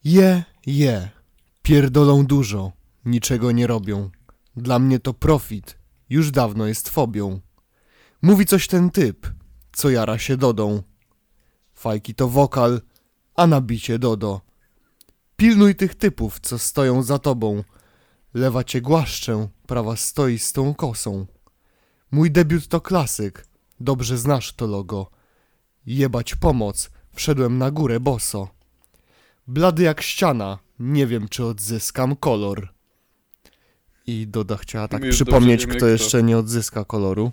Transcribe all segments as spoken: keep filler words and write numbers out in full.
Je, je, pierdolą dużo, niczego nie robią. Dla mnie to profit, już dawno jest fobią. Mówi coś ten typ, co jara się Dodą. Fajki to wokal, a na bicie Dodo. Pilnuj tych typów, co stoją za tobą. Lewa cię głaszczę, prawa stoi z tą kosą. Mój debiut to klasyk, dobrze znasz to logo. Jebać pomoc, wszedłem na górę boso. Blady jak ściana, nie wiem czy odzyskam kolor. I Doda chciała tak My już przypomnieć, dobrze wiemy, kto kto. jeszcze nie odzyska koloru.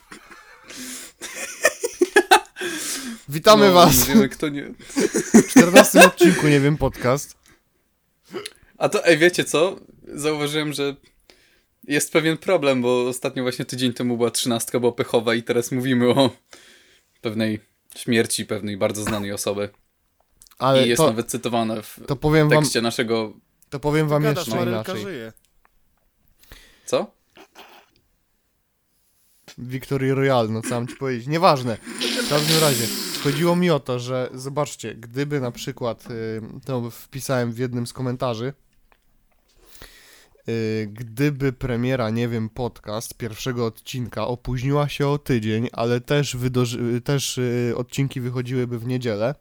Witamy no, was Wiemy, kto nie... w czternastym odcinku Nie Wiem Podcast. A to, ej, wiecie co? Zauważyłem, że jest pewien problem, bo ostatnio właśnie tydzień temu była trzynastka, była pechowa i teraz mówimy o pewnej śmierci pewnej bardzo znanej osoby. Ale I jest to, nawet cytowane w to powiem wam, tekście naszego... to powiem wam Gadasz, jeszcze Marylka inaczej. żyje. Co? Victory Royale, no co mam ci powiedzieć. Nieważne. W każdym razie, chodziło mi o to, że zobaczcie, gdyby na przykład, y, to wpisałem w jednym z komentarzy, y, gdyby premiera Nie Wiem Podcast pierwszego odcinka opóźniła się o tydzień, ale też, wydoży, też y, odcinki wychodziłyby w niedzielę,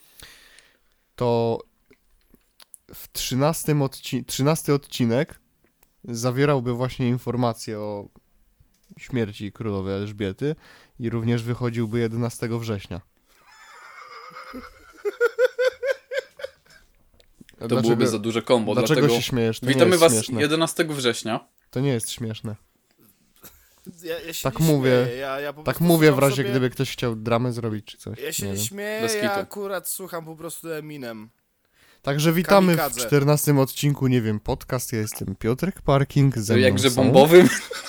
to w trzynastym odci- trzynasty odcinek zawierałby właśnie informacje o śmierci królowej Elżbiety i również wychodziłby jedenastego września. A To byłoby za duże kombo, Dlaczego dlatego się śmiejesz? To nie witamy jest was śmieszne. jedenastego września. To nie jest śmieszne. Ja, ja się Tak nie mówię. Śmieję. Ja, ja po Tak prostu mówię w słucham razie, sobie... gdyby ktoś chciał dramę zrobić czy coś. Ja się nie nie, wiem. śmieję, Bez ja kitu. akurat słucham po prostu Eminem. Także witamy w Kamikadze. czternastym odcinku Nie Wiem Podcast. Ja jestem Piotrek Parking, ze mną Jakże są... bombowym.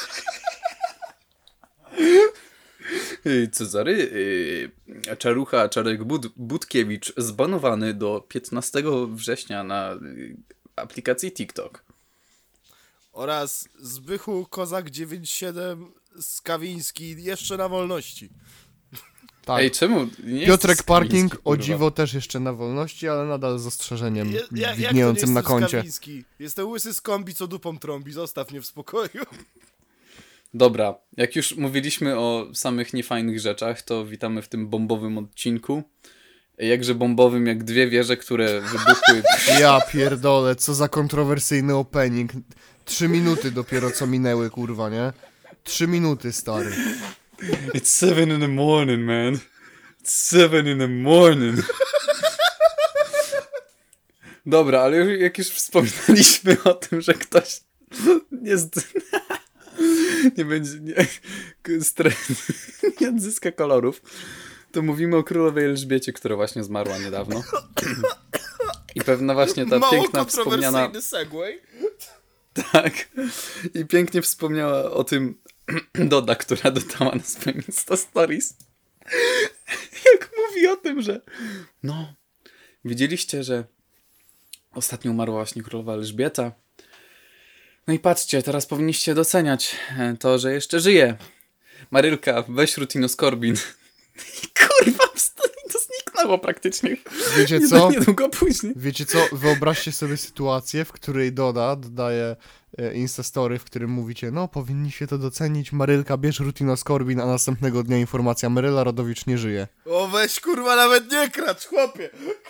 Ej, Cezary, yy, Czarucha Czarek Bud- Budkiewicz zbanowany do piętnastego września na yy, aplikacji TikTok. Oraz Zbychu Kozak dziewięćdziesiąt siedem Skawiński jeszcze na wolności. Tak. Ej, czemu? Nie Piotrek jesteś Parking, Skawiński, o kurwa. dziwo, też jeszcze na wolności, ale nadal z ostrzeżeniem Ja, ja, jak to nie widniejącym na jestem koncie. Skawiński? Jestem łysy z kombi, co dupą trąbi. Zostaw mnie w spokoju. Dobra, jak już mówiliśmy o samych niefajnych rzeczach, to witamy w tym bombowym odcinku. Jakże bombowym, jak dwie wieże, które wybuchły. Ja pierdolę, co za kontrowersyjny opening. Trzy minuty dopiero co minęły, kurwa, nie? Trzy minuty, stary. It's seven in the morning, man. It's seven in the morning. Dobra, ale już- jak już wspominaliśmy o tym, że ktoś nie, z... nie będzie, nie, stre- nie odzyska kolorów, to mówimy o królowej Elżbiecie, która właśnie zmarła niedawno. I pewna właśnie ta Mało piękna wspomniana... kontrowersyjny segway. Tak. I pięknie wspomniała o tym Doda, która dodała na swoim Insta Stories. Jak mówi o tym, że no, widzieliście, że ostatnio umarła właśnie królowa Elżbieta. No i patrzcie, teraz powinniście doceniać to, że jeszcze żyje. Marylka, weź Rutinoskorbin. I kurwa, to zniknęło praktycznie. Wiecie Nie- co? Niedługo później. Wiecie co? Wyobraźcie sobie sytuację, w której Doda dodaje e, Instastory, w którym mówicie, no powinniście to docenić, Marylka, bierz Rutinoskorbin, a następnego dnia informacja, Maryla Rodowicz nie żyje. O weź kurwa, nawet nie kracz, chłopie.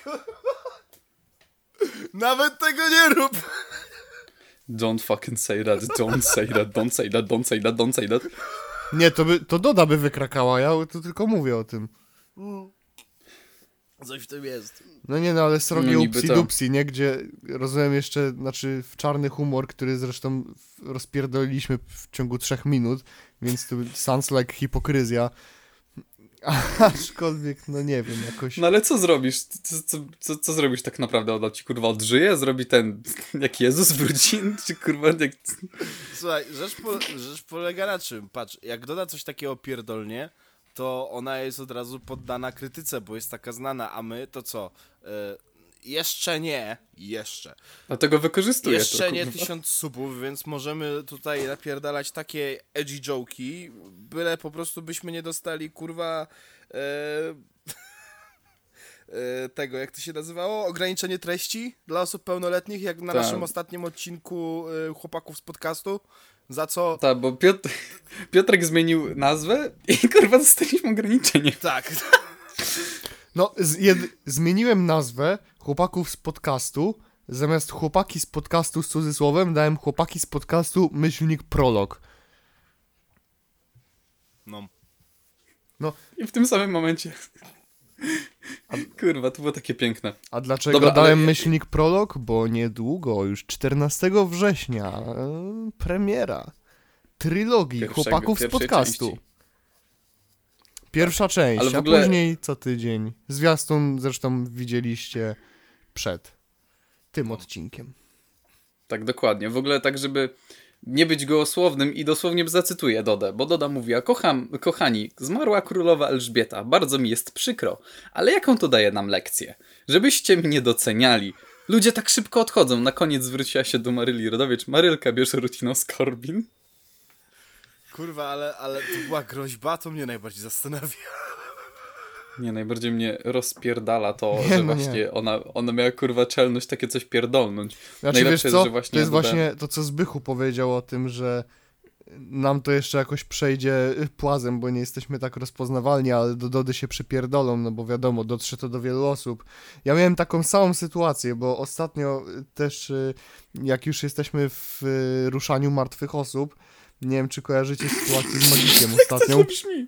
Nawet tego nie rób. Don't fucking say that, don't say that, don't say that, don't say that, don't say that. Nie, to, by, to Doda by wykrakała, ja tu tylko mówię o tym. Coś w tym jest. No nie, no ale srogie No niby upsi to. dupsi, nie? Gdzie rozumiem jeszcze, znaczy w czarny humor, który zresztą w- rozpierdoliliśmy w ciągu trzech minut, więc to sounds like hipokryzja. Aczkolwiek, no nie wiem, jakoś... No ale co zrobisz? Co, co, co, co zrobisz tak naprawdę? Ona ci kurwa odżyje? Zrobi ten, jak Jezus wróci? Czy kurwa jak... Słuchaj, rzecz, po, rzecz polega na czym? Patrz, jak doda coś takiego pierdolnie, to ona jest od razu poddana krytyce, bo jest taka znana, a my to co? Y, jeszcze nie, jeszcze. Dlatego wykorzystuje Jeszcze to, nie kurwa. tysiąc subów, więc możemy tutaj napierdalać takie edgy joke'i, byle po prostu byśmy nie dostali, kurwa, e, e, tego, jak to się nazywało? Ograniczenie treści dla osób pełnoletnich, jak na Tak. naszym ostatnim odcinku e, chłopaków z podcastu, za co... Tak, bo Piotr, Piotrek zmienił nazwę i kurwa dostaliśmy ograniczenie. Tak. No, z, jed, zmieniłem nazwę chłopaków z podcastu. Zamiast chłopaki z podcastu z cudzysłowem dałem chłopaki z podcastu myślnik prolog. No. No, I w tym samym momencie. Kurwa, to było takie piękne. a dlaczego Dobra, dałem ale- myślnik prolog? Bo niedługo, już czternastego września, e, premiera trylogii Pierwszego- chłopaków z pierwszej podcastu. części. Pierwsza część, Ale w a ogóle- później co tydzień. Zwiastun zresztą widzieliście przed tym odcinkiem. Tak, dokładnie. W ogóle tak, żeby nie być gołosłownym i dosłownie zacytuję Dodę, bo Doda mówiła: Kocham, kochani, zmarła królowa Elżbieta, bardzo mi jest przykro, ale jaką to daje nam lekcję? Żebyście mnie doceniali. Ludzie tak szybko odchodzą. Na koniec zwróciła się do Maryli Rodowicz. Marylka, bierze rutinę z Corbin. Kurwa, ale, ale to była groźba, to mnie najbardziej zastanawia. Nie, najbardziej mnie rozpierdala to, Nie, że no nie. właśnie ona, ona miała kurwa czelność takie coś pierdolnąć. Znaczy Najlepsze wiesz jest, co, że właśnie to jest Doda- właśnie to, co Zbychu powiedział o tym, że nam to jeszcze jakoś przejdzie płazem, bo nie jesteśmy tak rozpoznawalni, ale do Dody się przypierdolą, no bo wiadomo, dotrze to do wielu osób. Ja miałem taką samą sytuację, bo ostatnio też, y, jak już jesteśmy w y, ruszaniu martwych osób, nie wiem, czy kojarzycie sytuację z Magikiem ostatnią. To brzmi.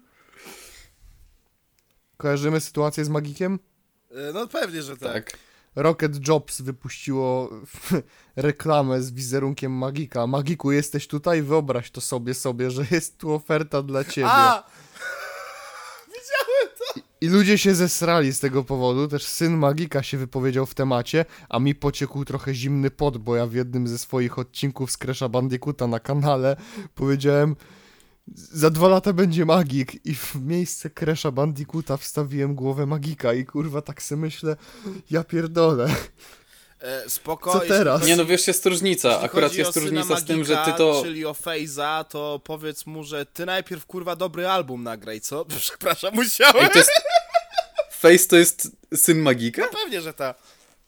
Kojarzymy sytuację z Magikiem? E, No pewnie, że tak. Tak. Rocket Jobs wypuściło reklamę z wizerunkiem Magika. Magiku, jesteś tutaj? Wyobraź to sobie sobie, że jest tu oferta dla ciebie. A! I ludzie się zesrali z tego powodu. Też syn Magika się wypowiedział w temacie, a mi pociekł trochę zimny pot, bo ja w jednym ze swoich odcinków z Crash'a Bandicoota na kanale powiedziałem: za dwa lata będzie Magik, i w miejsce Crash'a Bandicoota wstawiłem głowę Magika i kurwa tak se myślę, ja pierdolę. E, spoko. Co jeśli teraz? chodzi- Nie no, wiesz, jest różnica. jeśli Akurat chodzi jest o syna różnica z tym, że Magika, ty to... czyli o Fejza, to powiedz mu, że ty najpierw kurwa dobry album nagraj, co? Przepraszam, musiałem. Ej, to jest... Face to jest syn Magika? Pewnie, że ta.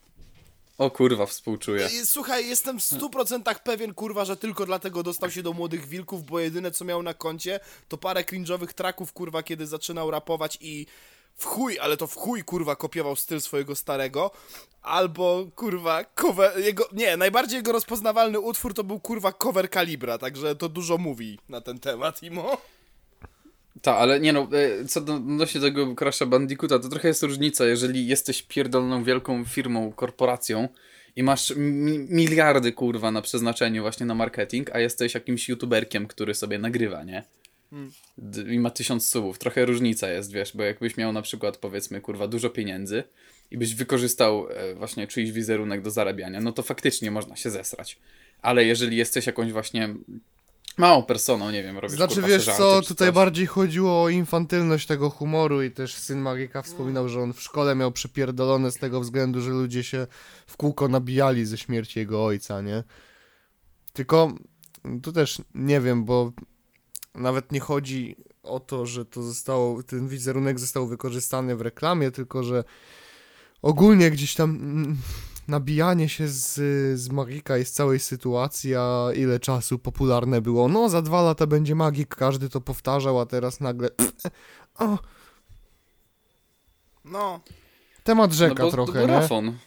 O kurwa, współczuję. I, Słuchaj, jestem w stu procentach pewien, kurwa, że tylko dlatego dostał się do Młodych Wilków, bo jedyne co miał na koncie to parę cringe'owych tracków, kurwa, kiedy zaczynał rapować i w chuj, ale to w chuj, kurwa, kopiował styl swojego starego, albo, kurwa, cover, jego, nie, najbardziej jego rozpoznawalny utwór to był, kurwa, cover Kalibra, także to dużo mówi na ten temat, Imo. Tak, ale nie no, e, co do odnośnie tego Crash'a Bandicoota, to trochę jest różnica, jeżeli jesteś pierdolną wielką firmą, korporacją i masz mi miliardy kurwa na przeznaczeniu właśnie na marketing, a jesteś jakimś youtuberkiem, który sobie nagrywa, nie? D- I ma tysiąc subów. Trochę różnica jest, wiesz, bo jakbyś miał na przykład, powiedzmy, kurwa, dużo pieniędzy i byś wykorzystał e, właśnie czyjś wizerunek do zarabiania, no to faktycznie można się zesrać. Ale jeżeli jesteś jakąś właśnie małą personą, nie wiem, robisz Znaczy kurwa wiesz żarty co, czy tutaj coś. bardziej chodziło o infantylność tego humoru i też syn Magika wspominał, że on w szkole miał przypierdolone z tego względu, że ludzie się w kółko nabijali ze śmierci jego ojca, nie? Tylko tu też nie wiem, bo nawet nie chodzi o to, że to zostało, ten wizerunek został wykorzystany w reklamie, tylko że ogólnie gdzieś tam mm, nabijanie się z, z Magika i z całej sytuacji, a ile czasu popularne było. No, za dwa lata będzie Magik, każdy to powtarzał, a teraz nagle... O, No, temat rzeka no bo, trochę, bo nie? Rafon.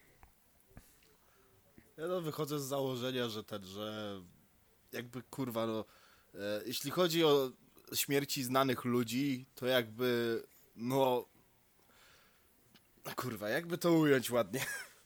ja no wychodzę z założenia, że ten, że jakby, kurwa, no, e, jeśli chodzi o śmierci znanych ludzi, to jakby, no, kurwa, jakby to ująć ładnie.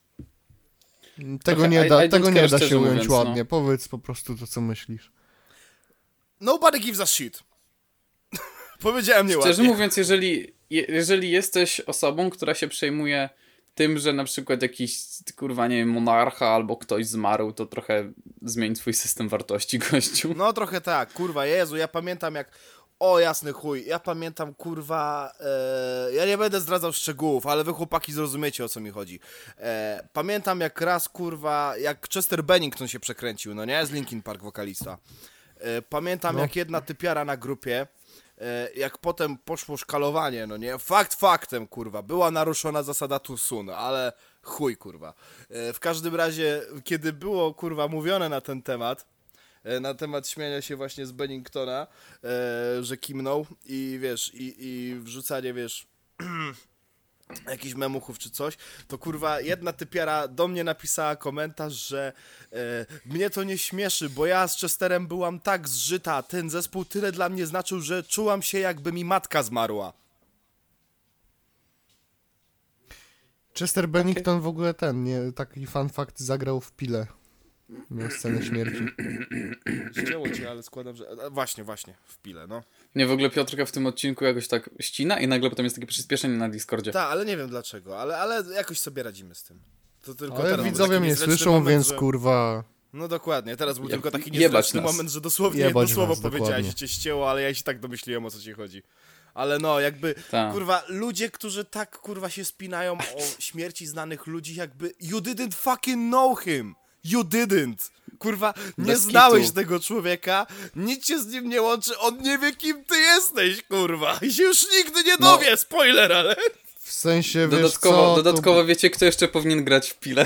Tego Trochę nie I- da, I don't tego nie care, da szczerze się ująć mówiąc, ładnie. no. Powiedz po prostu to, co myślisz. Nobody gives a shit. Powiedziałem nieładnie. Szczerze mówiąc, jeżeli, je, jeżeli jesteś osobą, która się przejmuje tym, że na przykład jakiś, kurwa, nie wiem, monarcha albo ktoś zmarł, to trochę zmień twój system wartości, gościu. No trochę tak, kurwa, Jezu, ja pamiętam jak... O, jasny chuj, ja pamiętam, kurwa, e, ja nie będę zdradzał szczegółów, ale wy chłopaki zrozumiecie, o co mi chodzi. E, pamiętam jak raz, kurwa, jak Chester Bennington się przekręcił, no nie? Z Linkin Park wokalista. E, pamiętam No. jak jedna typiara na grupie e, jak potem poszło szkalowanie, no nie, fakt faktem, kurwa, była naruszona zasada Tusun, ale chuj, kurwa. E, w każdym razie, kiedy było, kurwa, mówione na ten temat, e, na temat śmiania się właśnie z Benningtona, e, że kimnął i wiesz, i, i wrzucanie, wiesz, jakichś memuchów czy coś, to kurwa jedna typiara do mnie napisała komentarz, że e, mnie to nie śmieszy, bo ja z Chesterem byłam tak zżyta, ten zespół tyle dla mnie znaczył, że czułam się jakby mi matka zmarła. Chester Bennington w ogóle ten, nie, taki fun fact, zagrał w Pile. Miał scenę śmierci. Ścięło cię, ale składam, że... a, Właśnie, właśnie, w Pile, no. Nie, w ogóle Piotrka w tym odcinku jakoś tak ścina i nagle potem jest takie przyspieszenie na Discordzie. Tak, ale nie wiem dlaczego, ale, ale jakoś sobie radzimy z tym. To tylko Ale teraz był widzowie taki mnie niezręczny słyszą, moment, więc że... kurwa... No dokładnie, teraz był Je- tylko taki jebać niezręczny nas. moment, że dosłownie Jebać jedno słowo was, powiedziałeś dokładnie. i cię ścięło, ale ja się tak domyśliłem, o co ci chodzi. Ale no, jakby, Tak. kurwa, ludzie, którzy tak, kurwa, się spinają o śmierci znanych ludzi, jakby you didn't fucking know him. You didn't. Kurwa, nie Bez znałeś kitu. tego człowieka, nic cię z nim nie łączy, on nie wie, kim ty jesteś, kurwa. I się już nigdy nie No. dowie, spoiler, ale... W sensie, wiesz Dodatkowo, co, dodatkowo wiecie, kto jeszcze powinien grać w Pile?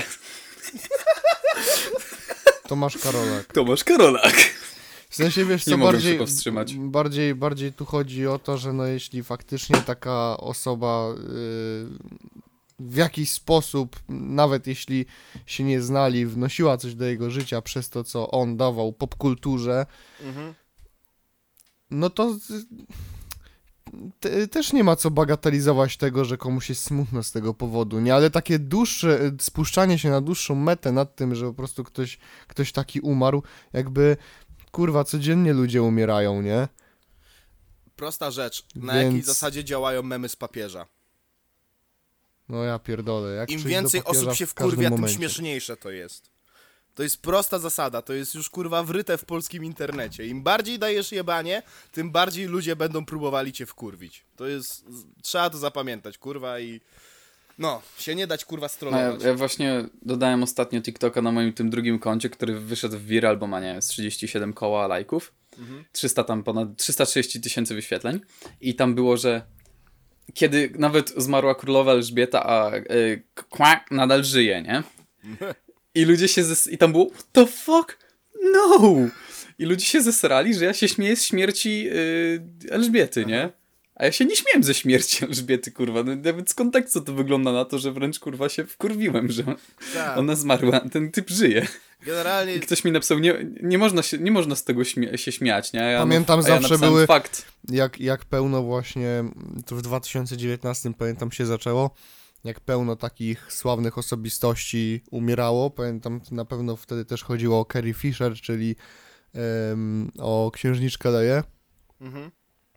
to Tomasz Karolak. Tomasz Karolak. W sensie, wiesz co, Nie mogę bardziej, się powstrzymać. bardziej, bardziej tu chodzi o to, że no jeśli faktycznie taka osoba yy, w jakiś sposób, nawet jeśli się nie znali, wnosiła coś do jego życia przez to, co on dawał popkulturze, Mhm. no to z- te, też nie ma co bagatelizować tego, że komuś jest smutno z tego powodu, nie? Ale takie dłuższe, y, spuszczanie się na dłuższą metę nad tym, że po prostu ktoś, ktoś taki umarł, jakby, kurwa, codziennie ludzie umierają, nie? Prosta rzecz, na Więc- jakiej zasadzie działają memy z papieża? No ja pierdolę. Jak Im przyjść do więcej papieża osób się w każdym wkurwia, tym momencie. śmieszniejsze to jest. To jest prosta zasada, to jest już kurwa wryte w polskim internecie. Im bardziej dajesz jebanie, tym bardziej ludzie będą próbowali cię wkurwić. To jest, trzeba to zapamiętać, kurwa, i no, się nie dać kurwa No, ja, strollować. ja właśnie dodałem ostatnio TikToka na moim tym drugim koncie, który wyszedł w viral, bo ma, nie wiem, z trzydzieści siedem koła lajków. Mhm. trzysta tam ponad trzysta trzydzieści tysięcy wyświetleń. I tam było, że kiedy nawet zmarła królowa Elżbieta, a y, Kwak nadal żyje, nie? I ludzie się zes... I tam było, what the fuck? No! I ludzie się zesrali, że ja się śmieję z śmierci y, Elżbiety, nie? A ja się nie śmiałem ze śmierci Elżbiety, kurwa. No, nawet z kontekstu to wygląda na to, że wręcz, kurwa, się wkurwiłem, że Tak. ona zmarła, a ten typ żyje. Generalnie I ktoś mi napisał, nie, nie, można, się, nie można z tego śmie- się śmiać, nie? A ja, Pamiętam, a ja zawsze napisałem były- fakt. Jak, jak pełno właśnie, to w dwa tysiące dziewiętnastym pamiętam się zaczęło, jak pełno takich sławnych osobistości umierało. Pamiętam, na pewno wtedy też chodziło o Carrie Fisher, czyli em, o księżniczkę Leję. mhm.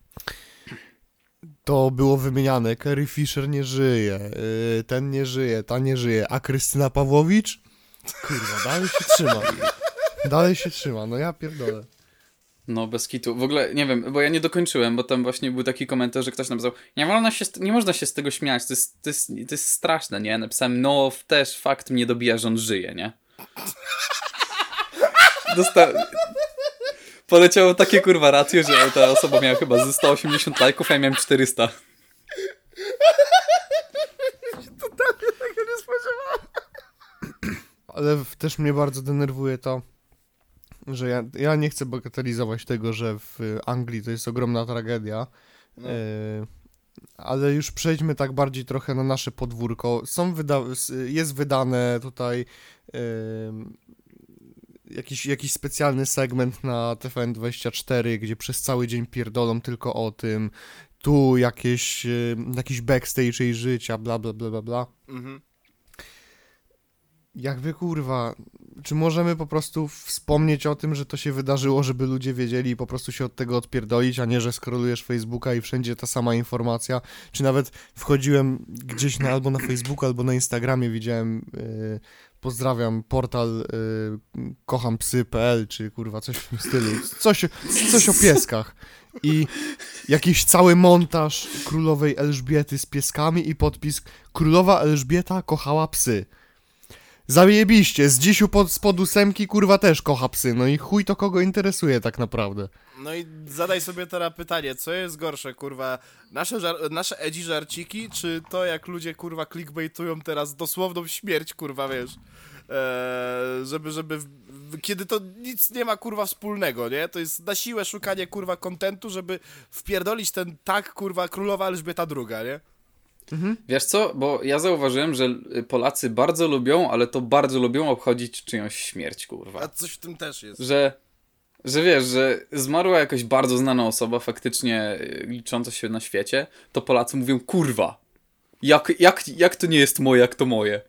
To było wymieniane, Carrie Fisher nie żyje, yy, ten nie żyje, ta nie żyje, a Krystyna Pawłowicz? Kurwa, dalej się trzyma. Dalej się trzyma, no ja pierdolę. No, bez kitu. W ogóle, nie wiem, bo ja nie dokończyłem, bo tam właśnie był taki komentarz, że ktoś napisał, nie, wolno się, z- nie można się z tego śmiać, to jest, to jest, to jest straszne, nie? Napisałem, no, też fakt mnie dobija, że on żyje, nie? Dosta... Poleciało takie, kurwa, racje, że ta osoba miała chyba ze sto osiemdziesiąt lajków, a ja miałem czterysta. Ale w- też mnie bardzo denerwuje to, że ja, ja nie chcę bagatelizować tego, że w Anglii to jest ogromna tragedia, No. e, ale już przejdźmy tak bardziej trochę na nasze podwórko. Są wyda- s- jest wydane tutaj e, jakiś, jakiś specjalny segment na T V N dwadzieścia cztery, gdzie przez cały dzień pierdolą tylko o tym, tu jakieś, e, jakiś backstage jej życia, bla bla bla bla bla. Mhm. Jakby kurwa, czy możemy po prostu wspomnieć o tym, że to się wydarzyło, żeby ludzie wiedzieli i po prostu się od tego odpierdolić, a nie, że scrollujesz Facebooka i wszędzie ta sama informacja, czy nawet wchodziłem gdzieś na, albo na Facebooku, albo na Instagramie, widziałem, yy, pozdrawiam, portal yy, kochampsy kropka p l, czy kurwa coś w tym stylu, coś, coś o pieskach i jakiś cały montaż królowej Elżbiety z pieskami i podpis Królowa Elżbieta kochała psy. Zajebiście, z dzisiu pod, spod ósemki kurwa też kocha psy, no i chuj to kogo interesuje tak naprawdę. No i zadaj sobie teraz pytanie, co jest gorsze, kurwa, nasze, żar- nasze edgy żarciki, czy to jak ludzie, kurwa, clickbaitują teraz dosłowną śmierć, kurwa, wiesz, eee, żeby, żeby, w, w, kiedy to nic nie ma, kurwa, wspólnego, nie? To jest na siłę szukanie, kurwa, kontentu, żeby wpierdolić ten tak, kurwa, królowa Elżbieta druga, nie? Mhm. Wiesz co, bo ja zauważyłem, że Polacy bardzo lubią, ale to bardzo lubią obchodzić czyjąś śmierć, kurwa. A coś w tym też jest. Że, że wiesz, że zmarła jakaś bardzo znana osoba, faktycznie licząca się na świecie, to Polacy mówią, kurwa, jak, jak, jak to nie jest moje, jak to moje.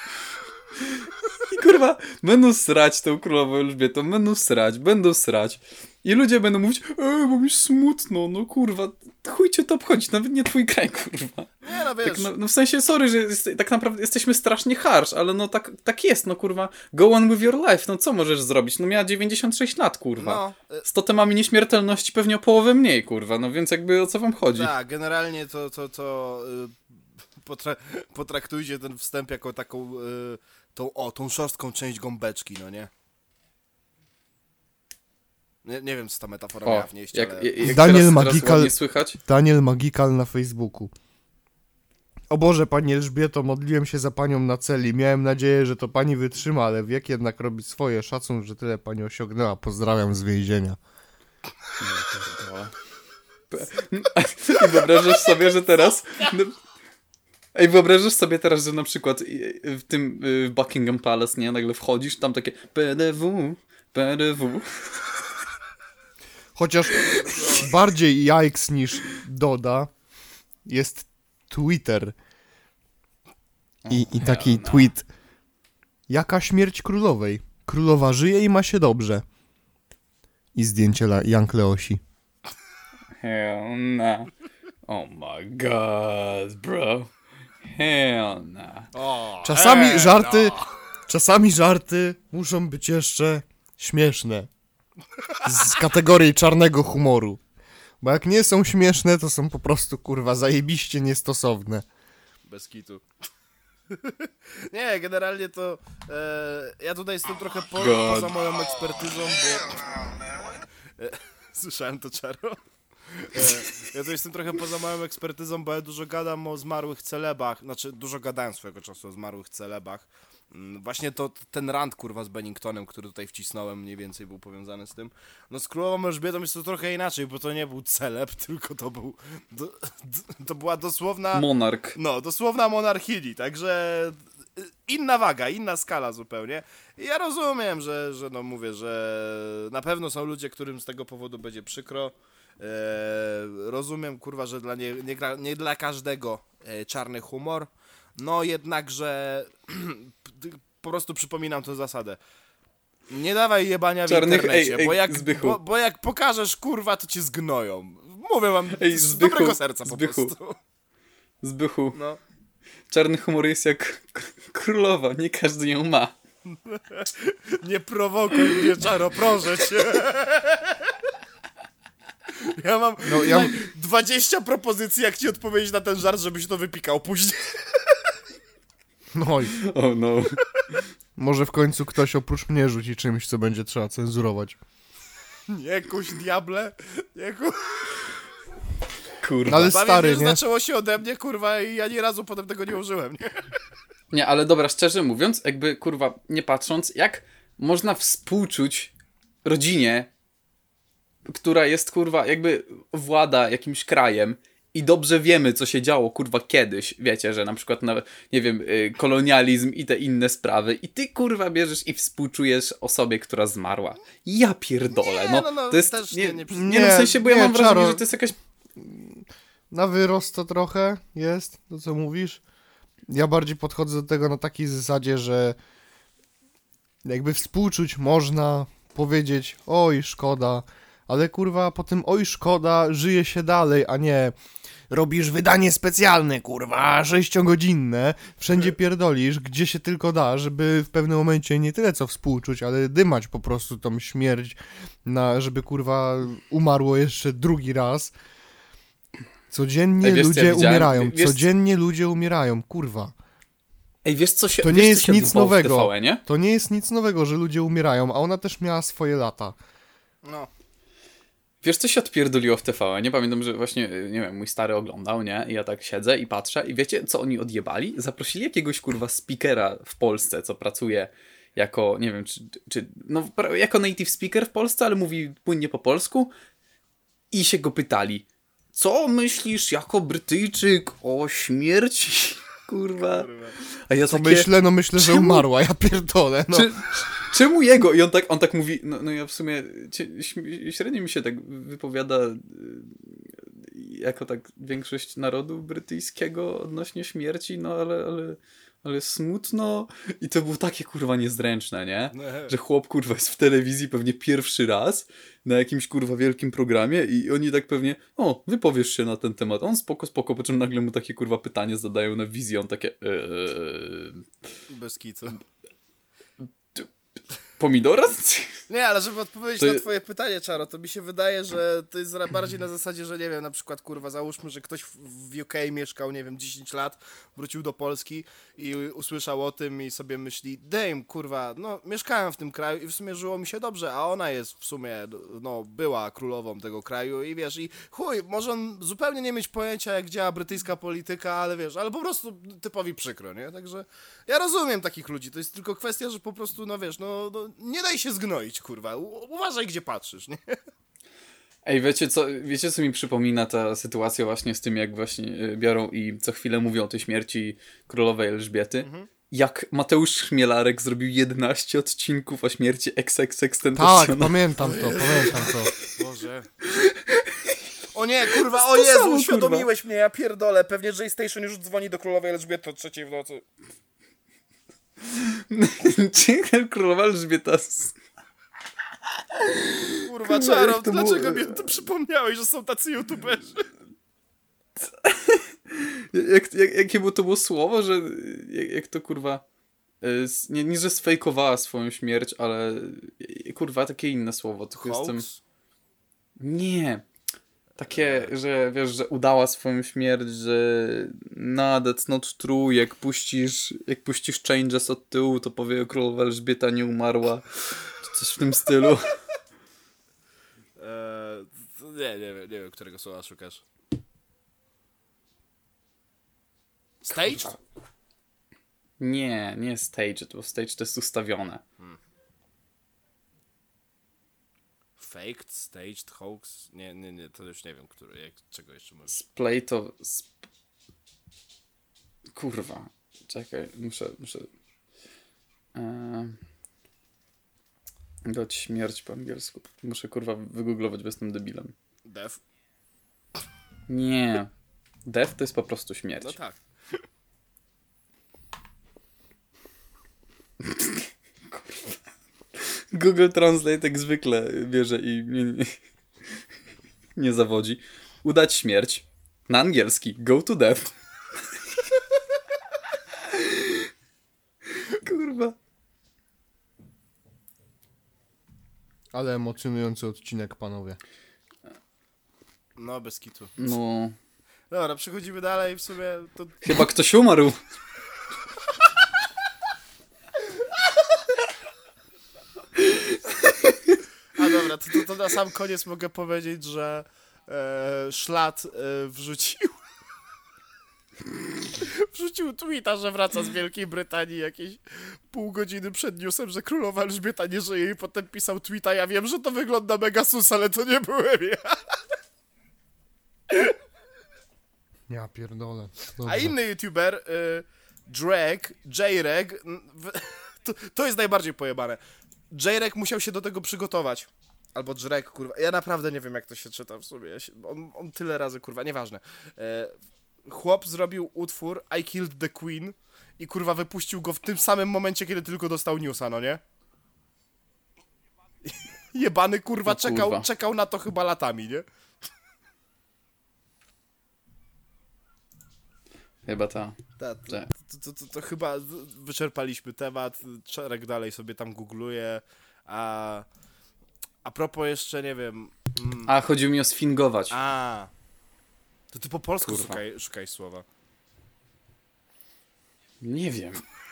I kurwa, będą srać tą królową Elżbietą, będą srać, będą srać. I ludzie będą mówić, ej, bo mi smutno, no kurwa, chuj cię to obchodzi, nawet nie twój kraj, kurwa. Nie, no wiesz. Tak, no, no w sensie, sorry, że jest, tak naprawdę jesteśmy strasznie harsh, ale no tak, tak jest, no kurwa, go on with your life, no co możesz zrobić? No miała dziewięćdziesiąt sześć lat, kurwa. No. Z totemami nieśmiertelności pewnie o połowę mniej, kurwa, no więc jakby o co wam chodzi? Tak, generalnie to, to, to y, potra- potraktujcie ten wstęp jako taką, y, tą, o, tą szorstką część gąbeczki, no nie? Nie, nie wiem, co ta metafora miała O, wnieść, jak, ale... jak Daniel teraz, Magikal- teraz ładnie słychać? Daniel Magikal na Facebooku. O Boże, Pani Elżbieto, modliłem się za Panią na celi. Miałem nadzieję, że to Pani wytrzyma, ale wiek jednak robi swoje. Szacun, że tyle Pani osiągnęła. Pozdrawiam z więzienia. I wyobrażasz sobie, że teraz... No, ej, wyobrażasz sobie teraz, że na przykład w tym w Buckingham Palace, nie, nagle wchodzisz, tam takie P D W, P D W. Chociaż bardziej jajks niż Doda jest Twitter. I, i taki tweet. Jaka śmierć królowej? Królowa żyje i ma się dobrze. I zdjęcie La- Jan Kleosi. Hell nah. Oh my god, bro. Hell nah. O, Czasami e, żarty, no. czasami żarty muszą być jeszcze śmieszne. Z kategorii czarnego humoru. Bo jak nie są śmieszne, to są po prostu, kurwa, zajebiście niestosowne. Bez kitu. Nie, generalnie to e, ja tutaj jestem trochę po, God. poza moją ekspertyzą, bo... E, słyszałem to, Czaro? E, ja tutaj jestem trochę poza moją ekspertyzą, bo ja dużo gadam o zmarłych celebach, znaczy dużo gadałem swojego czasu o zmarłych celebach. Mm, Właśnie to ten rant, kurwa, z Benningtonem, który tutaj wcisnąłem, mniej więcej był powiązany z tym. No z Królową Elżbietą jest to trochę inaczej, bo to nie był celeb, tylko to był... Do, d, to była dosłowna... Monark. No, dosłowna monarchini, także inna waga, inna skala zupełnie. I ja rozumiem, że, że no mówię, że na pewno są ludzie, którym z tego powodu będzie przykro. Eee, rozumiem, kurwa, że dla nie, nie, gra- nie dla każdego e, czarny humor. No jednakże po prostu przypominam tę zasadę. Nie dawaj jebania w Czarnych- internecie, ej, ej, bo, jak, Zbychu. bo, bo jak pokażesz, kurwa, to cię zgnoją. Mówię wam Ej, z Zbychu, dobrego serca po Zbychu. prostu. Zbychu. No. Czarny humor jest jak k- królowa, nie każdy ją ma. Nie prowokuj mnie, Czaro, proszę cię. Ja mam No, ja- tutaj dwadzieścia propozycji, jak ci odpowiedzieć na ten żart, żebyś to wypikał później. No i Oh no. może w końcu ktoś oprócz mnie rzuci czymś, co będzie trzeba cenzurować. Nie kuś diable, nie kuś... Kurwa. Ale stary, Pamiętaj, że nie? zaczęło się ode mnie, kurwa, i ja ani razu potem tego nie użyłem, nie? Nie, ale dobra, szczerze mówiąc, jakby, kurwa, nie patrząc, jak można współczuć rodzinie, która jest, kurwa, jakby włada jakimś krajem i dobrze wiemy, co się działo, kurwa, kiedyś, wiecie, że na przykład, na, nie wiem, y, kolonializm i te inne sprawy i ty, kurwa, bierzesz i współczujesz osobie, która zmarła. Ja pierdolę, Nie, no, no, no, to jest, też nie, nie- nie, nie- no, w sensie, bo ja nie, mam wrażenie, Czaro. że to jest jakaś... Na wyrost to trochę jest, to co mówisz. Ja bardziej podchodzę do tego na takiej zasadzie, że jakby współczuć można, powiedzieć oj szkoda, ale kurwa po tym oj szkoda żyje się dalej, a nie robisz wydanie specjalne, kurwa, sześciogodzinne, wszędzie pierdolisz, gdzie się tylko da, żeby w pewnym momencie nie tyle co współczuć, ale dymać po prostu tą śmierć, na, żeby kurwa umarło jeszcze drugi raz. Codziennie Ej, wiesz, co ludzie ja widziałem? umierają, Wiesz, co- codziennie ludzie umierają, kurwa. Ej, wiesz co się To nie wiesz, co jest się nic odbywało w nowego. T V N-ie? To nie jest nic nowego, że ludzie umierają, a ona też miała swoje lata. No. Wiesz, co się odpierdoliło w T V N? Nie pamiętam, że właśnie, nie wiem, mój stary oglądał, nie? I ja tak siedzę i patrzę i wiecie, co oni odjebali? Zaprosili jakiegoś, kurwa, speakera w Polsce, co pracuje jako, nie wiem, czy, czy no, pra- jako native speaker w Polsce, ale mówi płynnie po polsku i się go pytali, co myślisz jako Brytyjczyk o śmierci, kurwa? A ja Co takie, myślę? No myślę, że czemu- umarła, ja pierdolę, no. Czy, czemu jego? I on tak, on tak mówi, no, no ja w sumie cie- śm- średnio mi się tak wypowiada y, jako tak większość narodu brytyjskiego odnośnie śmierci, no ale, ale, ale smutno. I to było takie kurwa niezręczne, nie? Że chłop kurwa jest w telewizji pewnie pierwszy raz na jakimś kurwa wielkim programie i oni tak pewnie, o, wypowiesz się na ten temat. On spoko, spoko, po czym nagle mu takie kurwa pytanie zadają na wizji, on takie eee, Bez kitu. pomidora? Nie, ale żeby odpowiedzieć To na je- twoje pytanie, Czaro, to mi się wydaje, że to jest ra- bardziej na zasadzie, że nie wiem, na przykład, kurwa, załóżmy, że ktoś w- w U K mieszkał, nie wiem, dziesięć lat, wrócił do Polski i usłyszał o tym i sobie myśli, damn, kurwa, no, mieszkałem w tym kraju i w sumie żyło mi się dobrze, a ona jest w sumie, no, była królową tego kraju i wiesz, i chuj, może on zupełnie nie mieć pojęcia, jak działa brytyjska polityka, ale wiesz, ale po prostu typowi przykro, nie? Także ja rozumiem takich ludzi, to jest tylko kwestia, że po prostu, no wiesz, no, no nie daj się zgnoić, kurwa, U- uważaj, gdzie patrzysz, nie? Ej, wiecie co, wiecie co mi przypomina ta sytuacja właśnie z tym, jak właśnie y, biorą i co chwilę mówią o tej śmierci królowej Elżbiety? Mhm. Jak Mateusz Chmielarek zrobił jedenaście odcinków o śmierci ex ex ex Tak, Tentaciona. pamiętam to, pamiętam to. Boże. O nie, kurwa, To o Jezu, samo, uświadomiłeś mnie, ja pierdolę, pewnie J Station już dzwoni do królowej Elżbiety o trzeciej w nocy. Czy królowa Elżbieta... z- Kurwa, Kurwa, Czaro, jak to dlaczego było- mi to przypomniałeś, że są tacy youtuberzy? Jak, jak, jakie było to było słowo, że jak, jak to kurwa... y, s- Nie, nie, że sfejkowała swoją śmierć, ale y, kurwa, takie inne słowo. Tylko jestem... Hoax? Nie. Takie, że wiesz, że udała swoją śmierć, że no, that's not true, jak puścisz, jak puścisz changes od tyłu, to powie królowa Elżbieta nie umarła, czy coś w tym stylu. Eee, nie, nie wiem, nie wiem, którego słowa szukasz. Stage? Nie, nie stage, bo stage to jest ustawione. Faked, staged, hoax? Nie, nie, nie, to już nie wiem, który, jak, czego jeszcze może. Splay to... Sp... Kurwa. Czekaj, muszę... muszę... Eee... Dać śmierć po angielsku. Muszę kurwa wygooglować, bo jestem debilem. Death? Nie. Death to jest po prostu śmierć. No tak. Google Translate jak zwykle bierze i nie, nie, nie zawodzi. Udać śmierć. Na angielski. Go to death. Kurwa. Ale emocjonujący odcinek, panowie. No, bez kitu. No. Dobra, przechodzimy dalej, w sumie to... Chyba ktoś umarł. A dobra, to, to, to na sam koniec mogę powiedzieć, że e, Szlat e, wrzucił wrzucił tweeta, że wraca z Wielkiej Brytanii jakieś pół godziny przed newsem, że królowa Elżbieta nie żyje i potem pisał tweeta, ja wiem, że to wygląda mega sus, ale to nie byłem ja. Ja pierdolę. A Dobrze. inny youtuber, y, Drag, J-Reg, n- w- to, to jest najbardziej pojebane. J-Reg musiał się do tego przygotować. Albo Drag, kurwa. Ja naprawdę nie wiem, jak to się czyta w sumie. Ja się, on, on tyle razy, kurwa, nieważne. E, chłop zrobił utwór I Killed the Queen i kurwa wypuścił go w tym samym momencie, kiedy tylko dostał newsa, no nie? Jebany kurwa, O czekał, kurwa. czekał na to chyba latami, nie? Chyba ta. Ta, to, Tak. to, to, to, to chyba wyczerpaliśmy temat. Czarek dalej sobie tam googluje. A, a propos jeszcze, nie wiem. Mm, A, chodzi mi o sfingować. a. To ty po polsku Kurwa. szukaj, szukaj słowa. Nie wiem.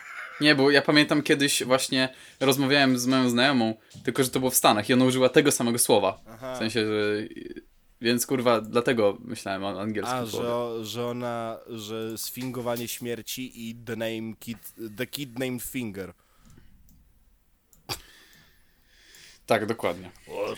Nie, bo ja pamiętam kiedyś właśnie rozmawiałem z moją znajomą, tylko że to było w Stanach i ona użyła tego samego słowa. Aha. W sensie, że... Więc kurwa, dlatego myślałem o angielskim A, słowie. że, o- że ona, że sfingowanie śmierci i the name kid, the kid named Finger. Tak, dokładnie.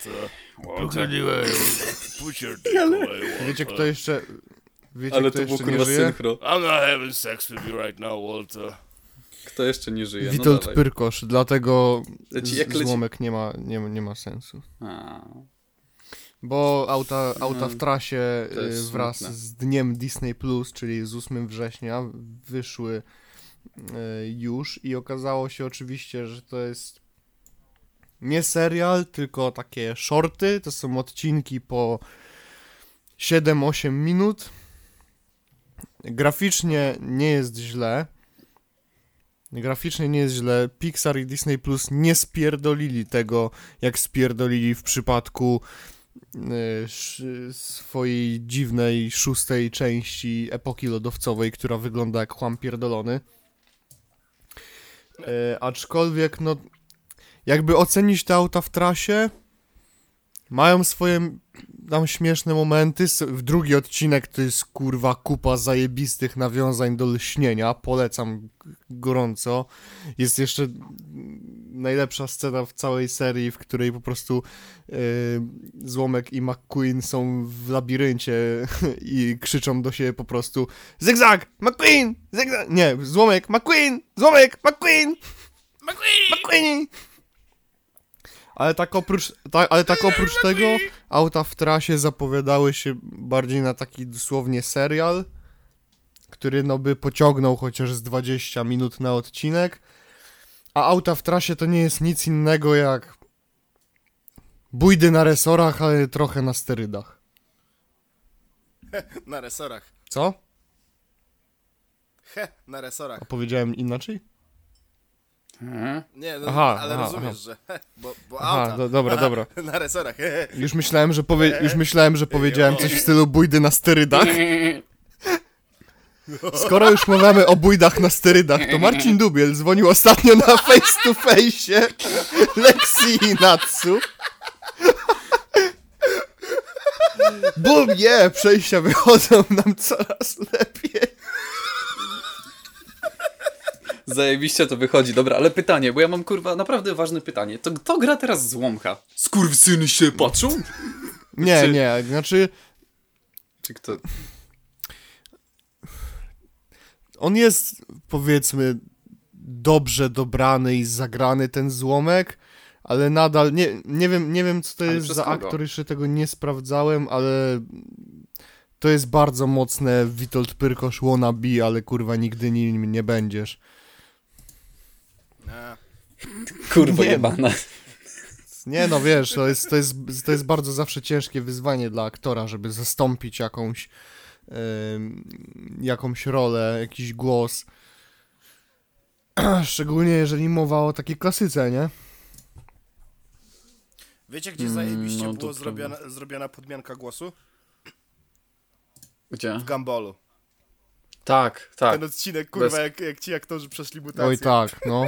Wiecie kto jeszcze... Wiecie Ale kto to było jeszcze nie kurwa żyje? synchro. I'm not having sex with you right now, Walter. Kto jeszcze nie żyje? Witold no dawaj. Pyrkosz, dlatego Leci- z- jak leci- złomek nie ma, nie, nie ma sensu. A, Bo auta, auta No, w trasie to jest y, wraz smutne. z dniem Disney Plus, czyli z ósmego września, wyszły y, już i okazało się oczywiście, że to jest nie serial, tylko takie shorty. To są odcinki po siedem osiem minut. Graficznie nie jest źle. Graficznie nie jest źle. Pixar i Disney Plus nie spierdolili tego, jak spierdolili w przypadku y, sz- swojej dziwnej szóstej części epoki lodowcowej, która wygląda jak chłam pierdolony. E, aczkolwiek, no, jakby ocenić te auta w trasie, mają swoje tam śmieszne momenty. S- W drugi odcinek to jest kurwa kupa zajebistych nawiązań do lśnienia. Polecam g- gorąco. Jest jeszcze mm, najlepsza scena w całej serii, w której po prostu yy, Złomek i McQueen są w labiryncie i krzyczą do siebie po prostu Zygzak! McQueen! Zygzak! Nie, Złomek! McQueen! Złomek! McQueen! McQueen! McQueen! Ale tak oprócz, ta, ale tak oprócz tego, auta w trasie zapowiadały się bardziej na taki dosłownie serial, który no by pociągnął chociaż z dwadzieścia minut na odcinek, a auta w trasie to nie jest nic innego jak bójdy na resorach, ale trochę na sterydach. Na resorach. Co? He, na resorach. Opowiedziałem inaczej? mhm. Nie, no, Aha, ale aha, rozumiesz, aha. że he, bo, bo Aha, auta. do, dobra, dobra. Na resorach, he, he. Już myślałem, że powie, już myślałem, że powiedziałem coś w stylu bójdy na sterydach. Skoro już mówimy o bójdach na sterydach, to Marcin Dubiel dzwonił ostatnio na face to face Lexi i Natsu. Bum, nie, przejścia wychodzą nam coraz lepiej. Zajebiście to wychodzi. Dobra, ale pytanie, bo ja mam kurwa naprawdę ważne pytanie. To kto gra teraz Złomka? Skurwysyny się patrzą? Nie, Czy- nie, znaczy Czy kto? on jest, powiedzmy, dobrze dobrany i zagrany ten Złomek, ale nadal, nie, nie wiem, nie wiem co to Ale jest przez za kogo? aktor, jeszcze tego nie sprawdzałem, ale to jest bardzo mocne Witold Pyrkosz wannabe, ale kurwa nigdy nim nie będziesz. A, Kurwa Nie. jebana. Nie no, wiesz, to jest, to jest, to jest bardzo zawsze ciężkie wyzwanie dla aktora, żeby zastąpić jakąś em, jakąś rolę, jakiś głos. Szczególnie jeżeli mowa o takiej klasyce, nie? wiecie, gdzie zajebiście no to było prawda. zrobiona, zrobiona podmianka głosu? Gdzie? W Gumball. Tak, tak. Ten odcinek, kurwa, Bez- jak, jak ci aktorzy przeszli mutację. Oj tak, no.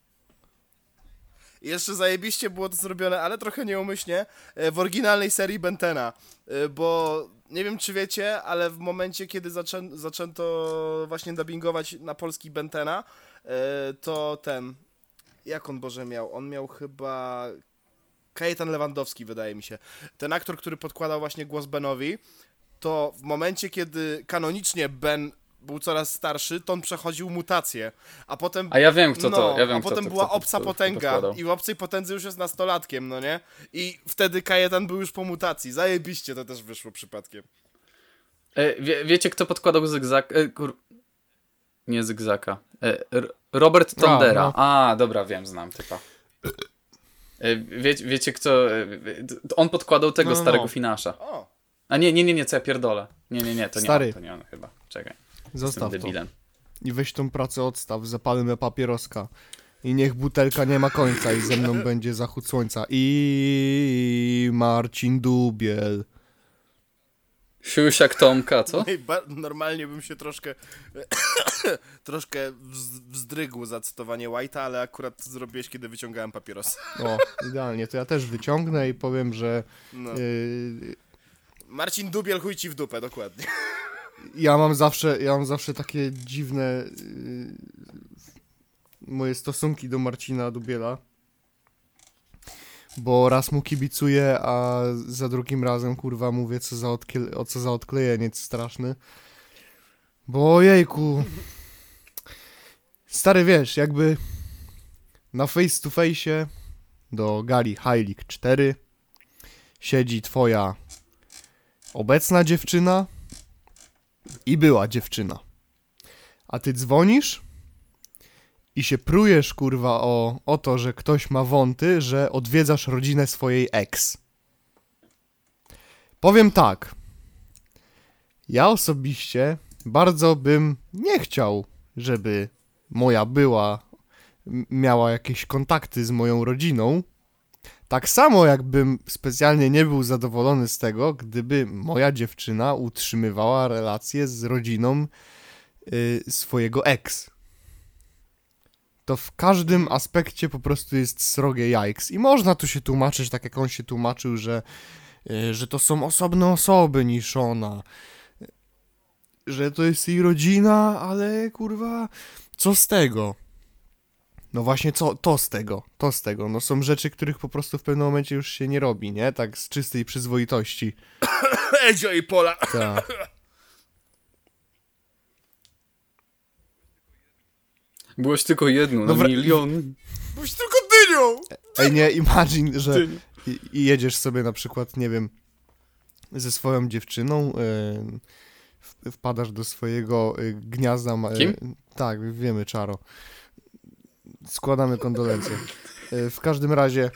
I jeszcze zajebiście było to zrobione, ale trochę nieumyślnie, e, w oryginalnej serii Bentena, e, bo nie wiem czy wiecie, ale w momencie kiedy zaczę zaczęto właśnie dubbingować na polski Bentena, e, to ten, jak on Boże miał? On miał chyba Kajetan Lewandowski, wydaje mi się. Ten aktor, który podkładał właśnie głos Benowi, to w momencie kiedy kanonicznie Ben był coraz starszy, to on przechodził mutację, a potem... A ja wiem kto no, to, ja wiem a kto potem to, była kto, obca kto, potęga kto podkładał. i w obcej potędze już jest nastolatkiem, no nie? I wtedy Kajetan był już po mutacji. Zajebiście to też wyszło przypadkiem. E, wie, wiecie kto podkładał zygzak? E, kur... Nie zygzaka. E, R- Robert Tondera. no. A, dobra, wiem, znam typa. E, wie, wiecie kto... E, on podkładał tego No, no, starego no. Finasza. O, A nie, nie, nie, nie, co ja pierdolę. Nie, nie, nie, to nie Stary. on, to nie on chyba. Czekaj, Zostaw jestem to. debilem. I weź tą pracę odstaw, zapalmy papieroska. I niech butelka nie ma końca i ze mną będzie zachód słońca. I Marcin Dubiel. Siusiak Tomka, co? No i ba- normalnie bym się troszkę troszkę wz- wzdrygł za cytowanie White'a, ale akurat to zrobiłeś, kiedy wyciągałem papierosy. O, idealnie, to ja też wyciągnę i powiem, że No. yy, Marcin Dubiel, chuj ci w dupę, dokładnie. ja mam zawsze, ja mam zawsze takie dziwne yy, moje stosunki do Marcina Dubiela, bo raz mu kibicuję, a za drugim razem, kurwa, mówię, co za, odkle- o co za odklejeniec straszny. Bo ojejku, stary, wiesz, jakby na face to face do gali High League cztery siedzi twoja obecna dziewczyna i była dziewczyna. A ty dzwonisz i się prujesz, kurwa, o, o to, że ktoś ma wąty, że odwiedzasz rodzinę swojej ex. Powiem tak. Ja osobiście bardzo bym nie chciał, żeby moja była m- miała jakieś kontakty z moją rodziną. Tak samo jakbym specjalnie nie był zadowolony z tego, gdyby moja dziewczyna utrzymywała relacje z rodziną y, swojego ex. To w każdym aspekcie po prostu jest srogie jajks. I można tu się tłumaczyć, tak jak on się tłumaczył, że, y, że to są osobne osoby niż ona. Że to jest jej rodzina, ale kurwa, co z tego? No właśnie, co to z tego? To z tego. No są rzeczy, których po prostu w pewnym momencie już się nie robi, nie? Tak z czystej przyzwoitości. Edzio i Pola. Tak. Byłeś tylko jedno na Dobra. milion. Byś tylko dynią! Ej, nie, imagine, że Ty. i, i jedziesz sobie na przykład, nie wiem, ze swoją dziewczyną, y, wpadasz do swojego y, gniazda. ma- Kim? Y, tak, wiemy, Czaro. Składamy kondolencje. Y, w każdym razie...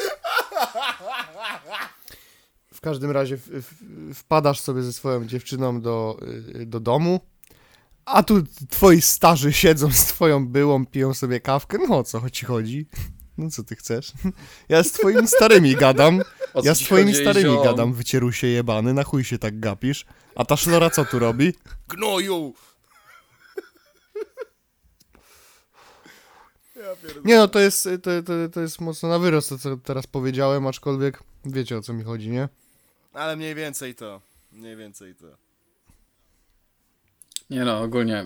W każdym razie w, w, wpadasz sobie ze swoją dziewczyną do, y, do domu, a tu twoi starzy siedzą z twoją byłą, piją sobie kawkę. No o co ci chodzi? No co ty chcesz? Ja z twoimi starymi gadam. O co Ja z ci twoimi chodzi, starymi ziom? gadam, wycierusie jebany, na chuj się tak gapisz. A ta szlora co tu robi? Gnoju! Ja pierdolę. Nie no, to jest, to, to, to jest mocno na wyrost to, co teraz powiedziałem, aczkolwiek wiecie, o co mi chodzi, nie? Ale mniej więcej to. Mniej więcej to. Nie no, ogólnie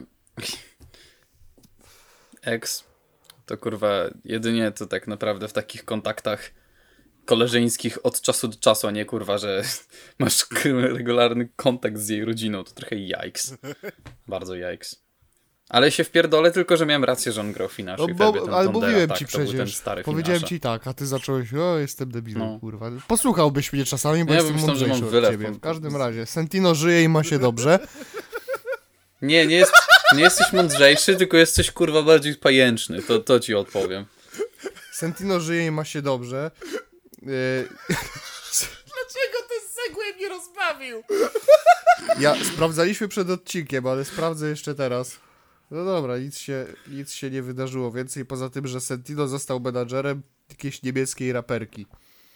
ex to kurwa jedynie to tak naprawdę w takich kontaktach koleżeńskich od czasu do czasu, a nie kurwa, że masz regularny kontakt z jej rodziną. To trochę jajks. Bardzo jajks. Ale się wpierdolę, tylko że miałem rację, że on grał Finasz No i bo, wtedy ten ale Tondera, mówiłem tak, ci to był ten przecież, stary powiedziałem Finasza. ci tak, a ty zacząłeś, o jestem debilem, No. kurwa. Posłuchałbyś mnie czasami, bo Ja jestem myślałem, że mam mądrzejszy od wylew ciebie. po- W każdym razie, Sentino żyje i ma się dobrze. Nie, nie, jest, nie jesteś mądrzejszy, tylko jesteś kurwa bardziej pajęczny. To, to ci odpowiem. Sentino żyje i ma się dobrze. Yy, Dlaczego ten segway mnie rozbawił? ja sprawdzaliśmy przed odcinkiem, ale sprawdzę jeszcze teraz. No dobra, nic się, nic się nie wydarzyło więcej, poza tym, że Sentino został menadżerem jakiejś niemieckiej raperki.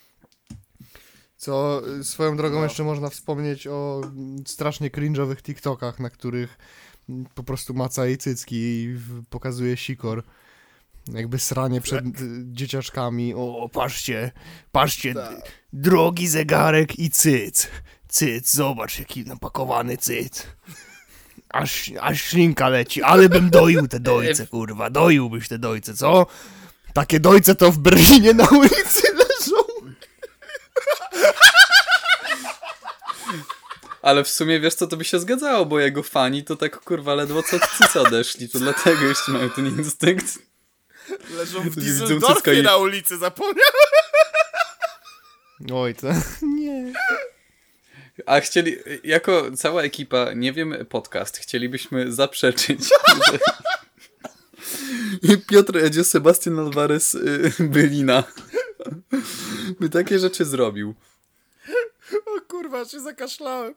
Co y, swoją drogą No. jeszcze można wspomnieć o mm, strasznie cringe'owych TikTokach, na których mm, po prostu maca jej cycki i w- pokazuje sikor. Jakby sranie przed y, dzieciaczkami. O, patrzcie, patrzcie, d- Tak. drogi zegarek i cyc. Cyc, zobacz jaki napakowany cyc. Aż, aż ślinka leci, ale bym doił te dojce, kurwa, doiłbyś te dojce, co? Takie dojce to w Berlinie na ulicy leżą. Ale w sumie wiesz co, to by się zgadzało, bo jego fani to tak kurwa ledwo co cyce odeszli, to dlatego jeszcze mają ten instynkt. Leżą w Widzą Düsseldorfie cycka i- na ulicy, zapomniałem. Oj, to nie. A chcieli, jako cała ekipa, nie wiem, podcast, chcielibyśmy zaprzeczyć, że Piotr Edzio, Sebastian Alvarez y, Bylina by takie rzeczy zrobił. O kurwa, się zakaszlałem.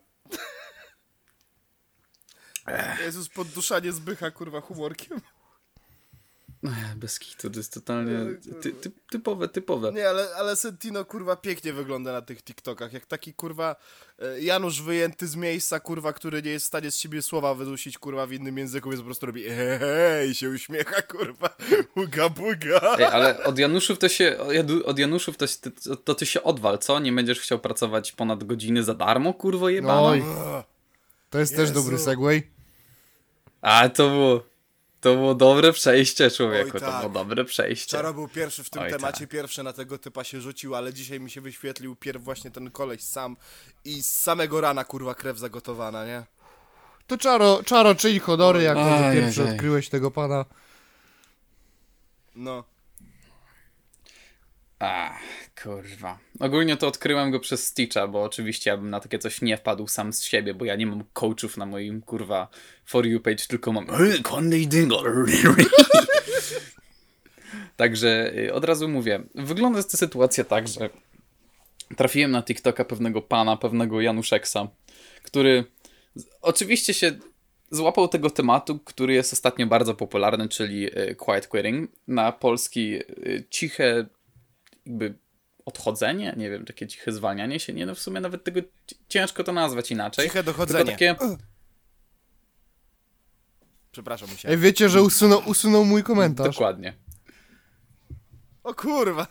Jezus, podduszanie Zbycha, kurwa, humorkiem. Ech, bez kitu, to jest totalnie ty, ty, typowe, typowe. Nie, ale, ale Sentino, kurwa, pięknie wygląda na tych TikTokach, jak taki, kurwa, e, Janusz wyjęty z miejsca, kurwa, który nie jest w stanie z siebie słowa wydusić, kurwa, w innym języku, więc po prostu robi hej i się uśmiecha, kurwa, buga, buga. Ej, ale od Januszów to się, od Januszów to, to, to ty się odwal, co? Nie będziesz chciał pracować ponad godziny za darmo, kurwo jebana? Oj, to jest Jezu. też dobry segway. A to było, to było dobre przejście, człowieku, Oj, to tak. było dobre przejście. Czaro był pierwszy w tym Oj, temacie, tak. pierwszy na tego typa się rzucił, ale dzisiaj mi się wyświetlił pierw właśnie ten koleś sam i z samego rana, kurwa, krew zagotowana, nie? To Czaro, Czaro czyń honory, jak to Aj, pierwszy aj, aj. odkryłeś tego pana. No. Ach, kurwa. Ogólnie to odkryłem go przez Stitcha, bo oczywiście ja bym na takie coś nie wpadł sam z siebie, bo ja nie mam coachów na moim, kurwa, For You page, tylko mam Conley Dingle. Także y, od razu mówię, wygląda ta sytuacja tak, że trafiłem na TikToka pewnego pana, pewnego Januszeksa, który z- oczywiście się złapał tego tematu, który jest ostatnio bardzo popularny, czyli y, quiet quitting. Na polski y, ciche jakby odchodzenie, nie wiem, takie ciche zwalnianie się, nie no w sumie nawet tego ci- ciężko to nazwać inaczej. Ciche dochodzenie. Tylko takie, Przepraszam, Ej, musiałem. wiecie, że usunął, usunął mój komentarz. dokładnie. O kurwa,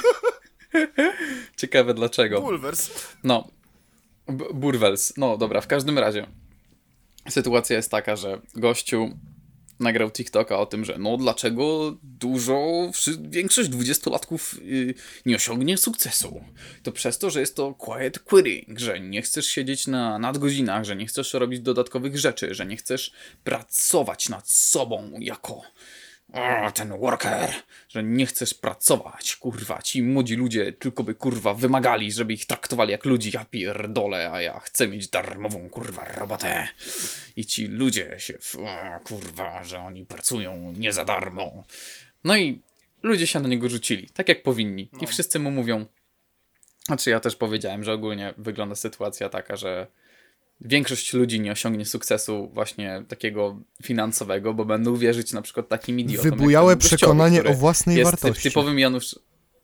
Ciekawe dlaczego. Bulwers. No, B- Burwels. No dobra, w każdym razie sytuacja jest taka, że gościu nagrał TikToka o tym, że no dlaczego dużo, wszy- większość dwudziestolatków yy, nie osiągnie sukcesu. To przez to, że jest to quiet quitting, że nie chcesz siedzieć na nadgodzinach, że nie chcesz robić dodatkowych rzeczy, że nie chcesz pracować nad sobą jako o, ten worker, że nie chcesz pracować, kurwa, ci młodzi ludzie tylko by, kurwa, wymagali, żeby ich traktowali jak ludzi, ja pierdolę, a ja chcę mieć darmową, kurwa, robotę. I ci ludzie się, f- o, kurwa, że oni pracują nie za darmo. No i ludzie się na niego rzucili, tak jak powinni. I wszyscy mu mówią, znaczy ja też powiedziałem, że ogólnie wygląda sytuacja taka, że większość ludzi nie osiągnie sukcesu właśnie takiego finansowego, bo będą wierzyć na przykład takim idiotom. jak Wybujałe ten gościowy, przekonanie który o własnej jest wartości. typowym Janusz...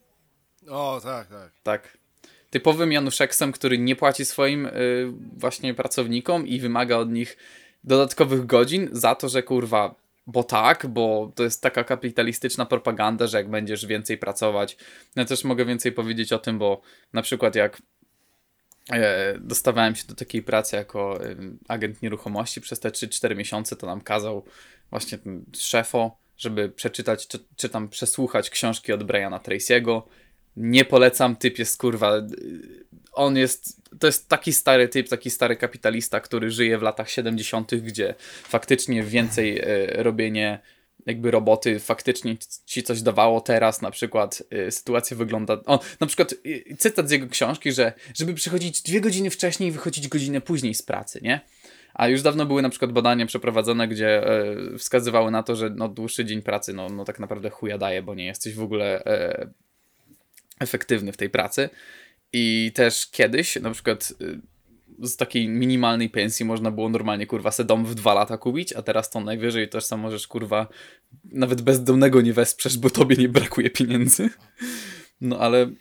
O, tak, tak. Tak. Typowym Januszeksem, który nie płaci swoim y, właśnie pracownikom i wymaga od nich dodatkowych godzin za to, że kurwa, bo tak, bo to jest taka kapitalistyczna propaganda, że jak będziesz więcej pracować. Ja też mogę więcej powiedzieć o tym, bo na przykład jak e, dostawałem się do takiej pracy jako e, agent nieruchomości przez te trzy cztery miesiące, to nam kazał właśnie ten szefo, żeby przeczytać, czy, czy tam przesłuchać książki od Briana Tracy'ego. Nie polecam, typ jest kurwa, on jest, to jest taki stary typ, taki stary kapitalista, który żyje w latach siedemdziesiątych, gdzie faktycznie więcej e, robienie jakby roboty faktycznie ci coś dawało. Teraz na przykład y, sytuacja wygląda... O, na przykład y, cytat z jego książki, że żeby przychodzić dwie godziny wcześniej i wychodzić godzinę później z pracy, nie? A już dawno były na przykład badania przeprowadzone, gdzie y, wskazywały na to, że no, dłuższy dzień pracy no, no tak naprawdę chuja daje, bo nie jesteś w ogóle y, efektywny w tej pracy. I też kiedyś na przykład... Y, z takiej minimalnej pensji można było normalnie, kurwa, se dom w dwa lata kupić, a teraz to najwyżej też sam możesz, kurwa, nawet bezdomnego nie wesprzesz, bo tobie nie brakuje pieniędzy. No ale...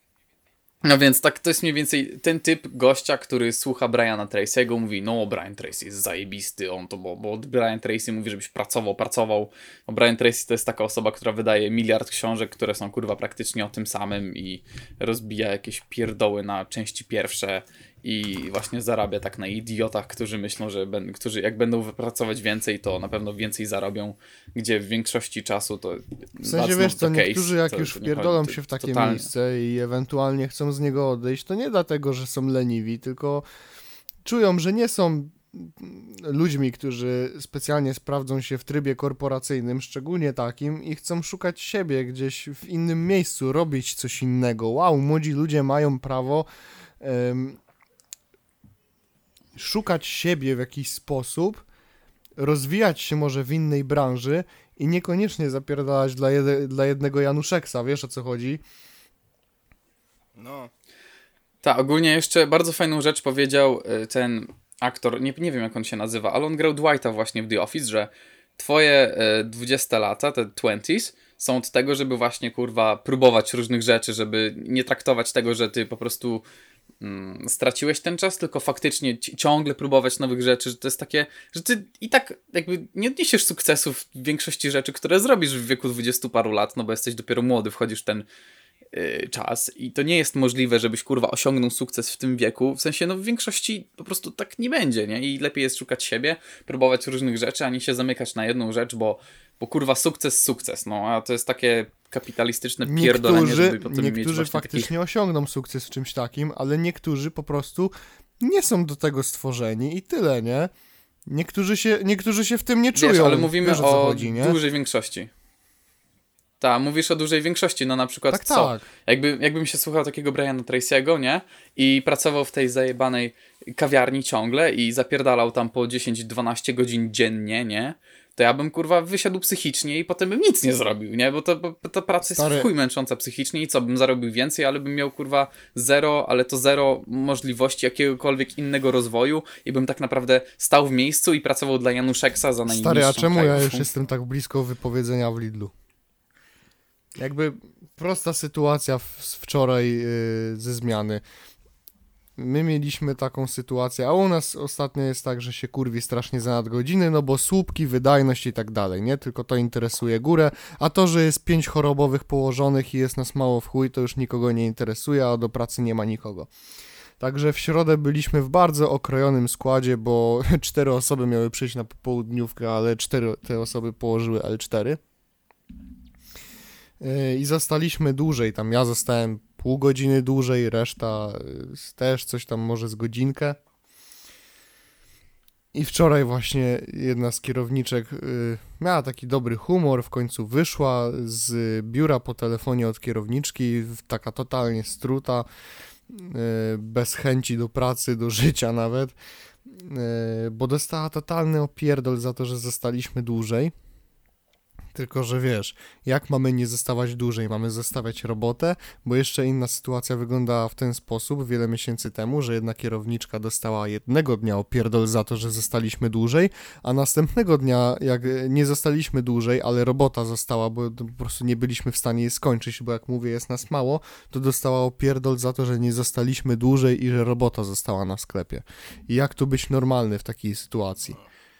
No więc tak, to jest mniej więcej ten typ gościa, który słucha Briana Tracy'ego, mówi, no Brian Tracy jest zajebisty, on to, bo, bo Brian Tracy mówi, żebyś pracował, pracował. No Brian Tracy to jest taka osoba, która wydaje miliard książek, które są, kurwa, praktycznie o tym samym i rozbija jakieś pierdoły na części pierwsze i właśnie zarabia tak na idiotach, którzy myślą, że ben, którzy jak będą wypracować więcej, to na pewno więcej zarobią, gdzie w większości czasu to W sensie, that's wiesz not co, the case. niektórzy jak To- już to nie wpierdolą chodzi, to się w takie totalnie. miejsce i ewentualnie chcą z niego odejść, to nie dlatego, że są leniwi, tylko czują, że nie są ludźmi, którzy specjalnie sprawdzą się w trybie korporacyjnym, szczególnie takim, i chcą szukać siebie gdzieś w innym miejscu, robić coś innego. Wow, młodzi ludzie mają prawo em, szukać siebie w jakiś sposób, rozwijać się może w innej branży i niekoniecznie zapierdalać dla, jede, dla jednego Januszeksa, wiesz o co chodzi? No. Tak, ogólnie jeszcze bardzo fajną rzecz powiedział y, ten aktor, nie, nie wiem jak on się nazywa, ale on grał Dwighta właśnie w The Office, że twoje e, dwudzieste lata, te dwudziesty, są od tego, żeby właśnie, kurwa, próbować różnych rzeczy, żeby nie traktować tego, że ty po prostu mm, straciłeś ten czas, tylko faktycznie ci- ciągle próbować nowych rzeczy, że to jest takie, że ty i tak jakby nie odniesiesz sukcesów w większości rzeczy, które zrobisz w wieku dwudziestu paru lat, no bo jesteś dopiero młody, wchodzisz w ten y, czas i to nie jest możliwe, żebyś, kurwa, osiągnął sukces w tym wieku, w sensie, no w większości po prostu tak nie będzie, nie? I lepiej jest szukać siebie, próbować różnych rzeczy, a nie się zamykać na jedną rzecz, bo, bo kurwa, sukces, sukces, no, a to jest takie kapitalistyczne pierdolenie, Niektórzy, żeby potem mieć niektórzy właśnie faktycznie takich... osiągną sukces w czymś takim, ale niektórzy po prostu nie są do tego stworzeni i tyle, nie? Niektórzy się, niektórzy się w tym nie czują. Wiesz, ale mówimy Wiesz, o co o chodzi, nie? dużej większości. Tak, mówisz o dużej większości, no na przykład Tak, co? tak. Jakby, jakbym się słuchał takiego Briana Tracy'ego, nie? I pracował w tej zajebanej kawiarni ciągle i zapierdalał tam po dziesięć dwanaście godzin dziennie, nie? To ja bym, kurwa, wysiadł psychicznie i potem bym nic nie zrobił, nie? Bo to, bo, ta praca jest Stary. w chuj męcząca psychicznie i co? Bym zarobił więcej, ale bym miał, kurwa, zero, ale to zero możliwości jakiegokolwiek innego rozwoju i bym tak naprawdę stał w miejscu i pracował dla Januszeksa za najniższą Stary, a czemu ja krajową. już jestem tak blisko wypowiedzenia w Lidlu? Jakby prosta sytuacja w, z wczoraj yy, ze zmiany. My mieliśmy taką sytuację, a u nas ostatnio jest tak, że się kurwi strasznie za nadgodziny, no bo słupki, wydajność i tak dalej, nie? Tylko to interesuje górę, a to, że jest pięć chorobowych położonych i jest nas mało w chuj, to już nikogo nie interesuje, a do pracy nie ma nikogo. Także w środę byliśmy w bardzo okrojonym składzie, bo cztery osoby miały przyjść na popołudniówkę, ale cztery te osoby położyły el cztery. I zostaliśmy dłużej, tam ja zostałem pół godziny dłużej, reszta y, też coś tam może z godzinkę. I wczoraj właśnie jedna z kierowniczek y, miała taki dobry humor, w końcu wyszła z biura po telefonie od kierowniczki, taka totalnie struta, y, bez chęci do pracy, do życia nawet, y, bo dostała totalny opierdol za to, że zostaliśmy dłużej. Tylko, że wiesz, jak mamy nie zostawać dłużej? Mamy zostawiać robotę, bo jeszcze inna sytuacja wyglądała w ten sposób wiele miesięcy temu, że jedna kierowniczka dostała jednego dnia opierdol za to, że zostaliśmy dłużej, a następnego dnia, jak nie zostaliśmy dłużej, ale robota została, bo po prostu nie byliśmy w stanie jej skończyć, bo jak mówię, jest nas mało, to dostała opierdol za to, że nie zostaliśmy dłużej i że robota została na sklepie. I jak tu być normalny w takiej sytuacji?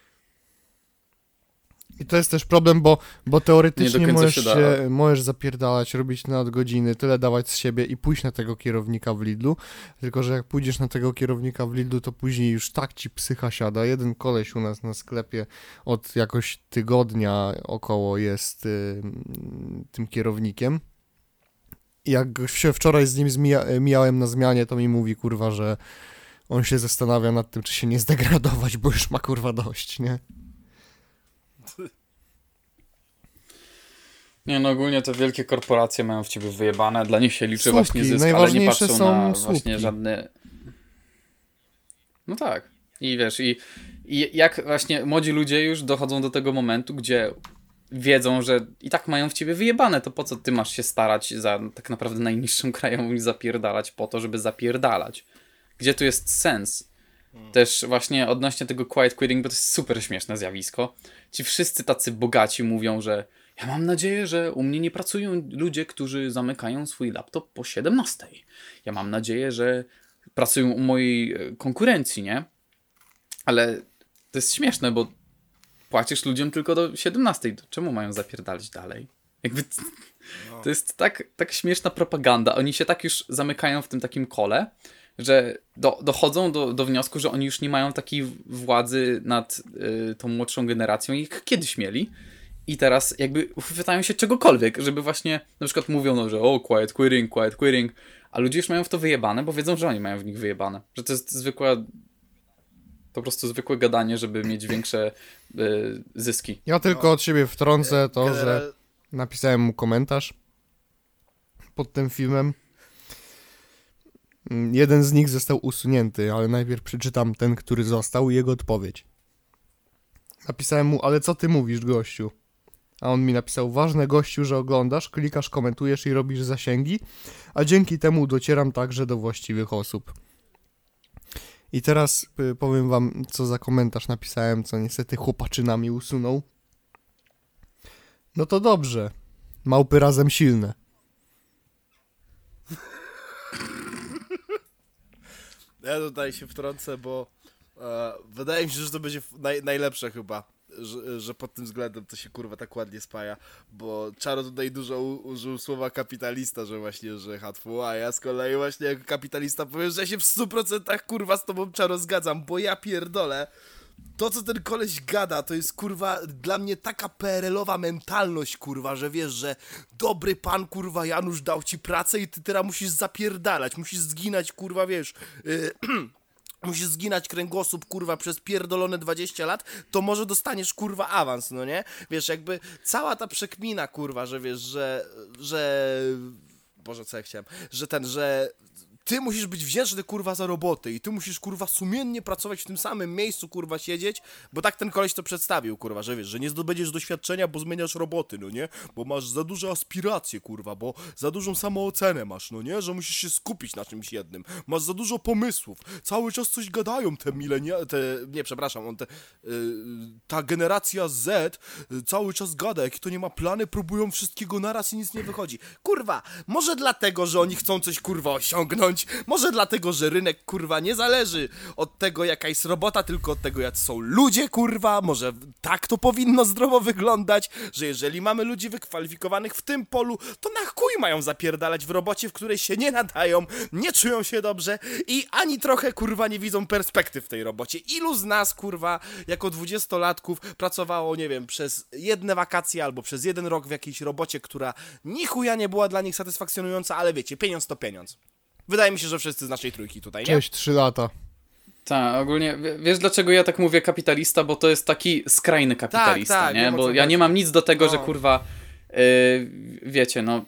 I to jest też problem, bo, bo teoretycznie końca możesz, się się, da. możesz zapierdalać, robić nadgodziny, tyle dawać z siebie i pójść na tego kierownika w Lidlu, tylko że jak pójdziesz na tego kierownika w Lidlu, to później już tak ci psycha siada. Jeden koleś u nas na sklepie od jakoś tygodnia około jest y, tym kierownikiem. I jak się wczoraj z nim zmija, mijałem na zmianie, to mi mówi, kurwa, że on się zastanawia nad tym, czy się nie zdegradować, bo już ma, kurwa, dość, nie? Nie, no ogólnie to wielkie korporacje mają w ciebie wyjebane, dla nich się liczy Słupki, właśnie zysk, ale nie najważniejsze patrzą są na słupki. właśnie żadne... No tak. I wiesz, i, i jak właśnie młodzi ludzie już dochodzą do tego momentu, gdzie wiedzą, że i tak mają w ciebie wyjebane, to po co ty masz się starać za tak naprawdę najniższą krajową i zapierdalać po to, żeby zapierdalać? Gdzie tu jest sens? Też właśnie odnośnie tego quiet quitting, bo to jest super śmieszne zjawisko. Ci wszyscy tacy bogaci mówią, że ja mam nadzieję, że u mnie nie pracują ludzie, którzy zamykają swój laptop po siedemnastej. Ja mam nadzieję, że pracują u mojej e, konkurencji, nie? Ale to jest śmieszne, bo płacisz ludziom tylko do siedemnastej. To czemu mają zapierdalać dalej? Jakby t- to jest tak, tak śmieszna propaganda. Oni się tak już zamykają w tym takim kole, że do, dochodzą do, do wniosku, że oni już nie mają takiej władzy nad y, tą młodszą generacją, jak kiedyś mieli. I teraz jakby uchwytają się czegokolwiek, żeby właśnie na przykład mówią, no, że o, quiet quitting, quiet quitting, a ludzie już mają w to wyjebane, bo wiedzą, że oni mają w nich wyjebane. Że to jest zwykłe, po prostu zwykłe gadanie, żeby mieć większe y, zyski. Ja tylko od siebie wtrącę to, General- że napisałem mu komentarz pod tym filmem. Mm, Jeden z nich został usunięty, ale najpierw przeczytam ten, który został i jego odpowiedź. Napisałem mu, ale co ty mówisz, gościu? A on mi napisał, ważne gościu, że oglądasz, klikasz, komentujesz i robisz zasięgi, a dzięki temu docieram także do właściwych osób. I teraz y, powiem wam, co za komentarz napisałem, co niestety chłopaczyna mi usunął. No to dobrze. Małpy razem silne. Ja tutaj się wtrącę, bo e, wydaje mi się, że to będzie naj, najlepsze chyba, że, że pod tym względem to się kurwa tak ładnie spaja, bo Czaro tutaj dużo u, użył słowa kapitalista, że właśnie, że hatfu, a ja z kolei właśnie jako kapitalista powiem, że ja się w stu procentach kurwa z tobą, Czaro, zgadzam, bo ja pierdolę. To, co ten koleś gada, to jest, kurwa, dla mnie taka P R L-owa mentalność, kurwa, że wiesz, że dobry pan, kurwa, Janusz dał ci pracę i ty teraz musisz zapierdalać, musisz zginać, kurwa, wiesz, yy, musisz zginać kręgosłup, kurwa, przez pierdolone dwadzieścia lat, to może dostaniesz, kurwa, awans, no nie? Wiesz, jakby cała ta przekmina, kurwa, że wiesz, że, że... Boże, co ja chciałem? Że ten, że... Ty musisz być wdzięczny, kurwa, za roboty i ty musisz, kurwa, sumiennie pracować w tym samym miejscu, kurwa, siedzieć, bo tak ten koleś to przedstawił, kurwa, że wiesz, że nie zdobędziesz doświadczenia, bo zmieniasz roboty, no nie? Bo masz za duże aspiracje, kurwa, bo za dużą samoocenę masz, no nie? Że musisz się skupić na czymś jednym. Masz za dużo pomysłów. Cały czas coś gadają te milenia... te... nie, przepraszam, on te... Yy, ta generacja Z yy, cały czas gada, jak to nie ma plany, próbują wszystkiego naraz i nic nie wychodzi. Kurwa, może dlatego, że oni chcą coś, kurwa, osiągnąć. Może dlatego, że rynek, kurwa, nie zależy od tego, jaka jest robota, tylko od tego, jak są ludzie, kurwa. Może tak to powinno zdrowo wyglądać, że jeżeli mamy ludzi wykwalifikowanych w tym polu, to na chuj mają zapierdalać w robocie, w której się nie nadają, nie czują się dobrze i ani trochę, kurwa, nie widzą perspektyw w tej robocie. Ilu z nas, kurwa, jako dwudziestolatków pracowało, nie wiem, przez jedne wakacje albo przez jeden rok w jakiejś robocie, która ni chuja nie była dla nich satysfakcjonująca, ale wiecie, pieniądz to pieniądz. Wydaje mi się, że wszyscy z naszej trójki tutaj, nie? Cześć, trzy lata. Tak, ogólnie, w- wiesz dlaczego ja tak mówię kapitalista, bo to jest taki skrajny kapitalista, tak, nie? wiem, o Bo co ja chodzi. nie mam nic do tego, No. że kurwa, yy, wiecie, no,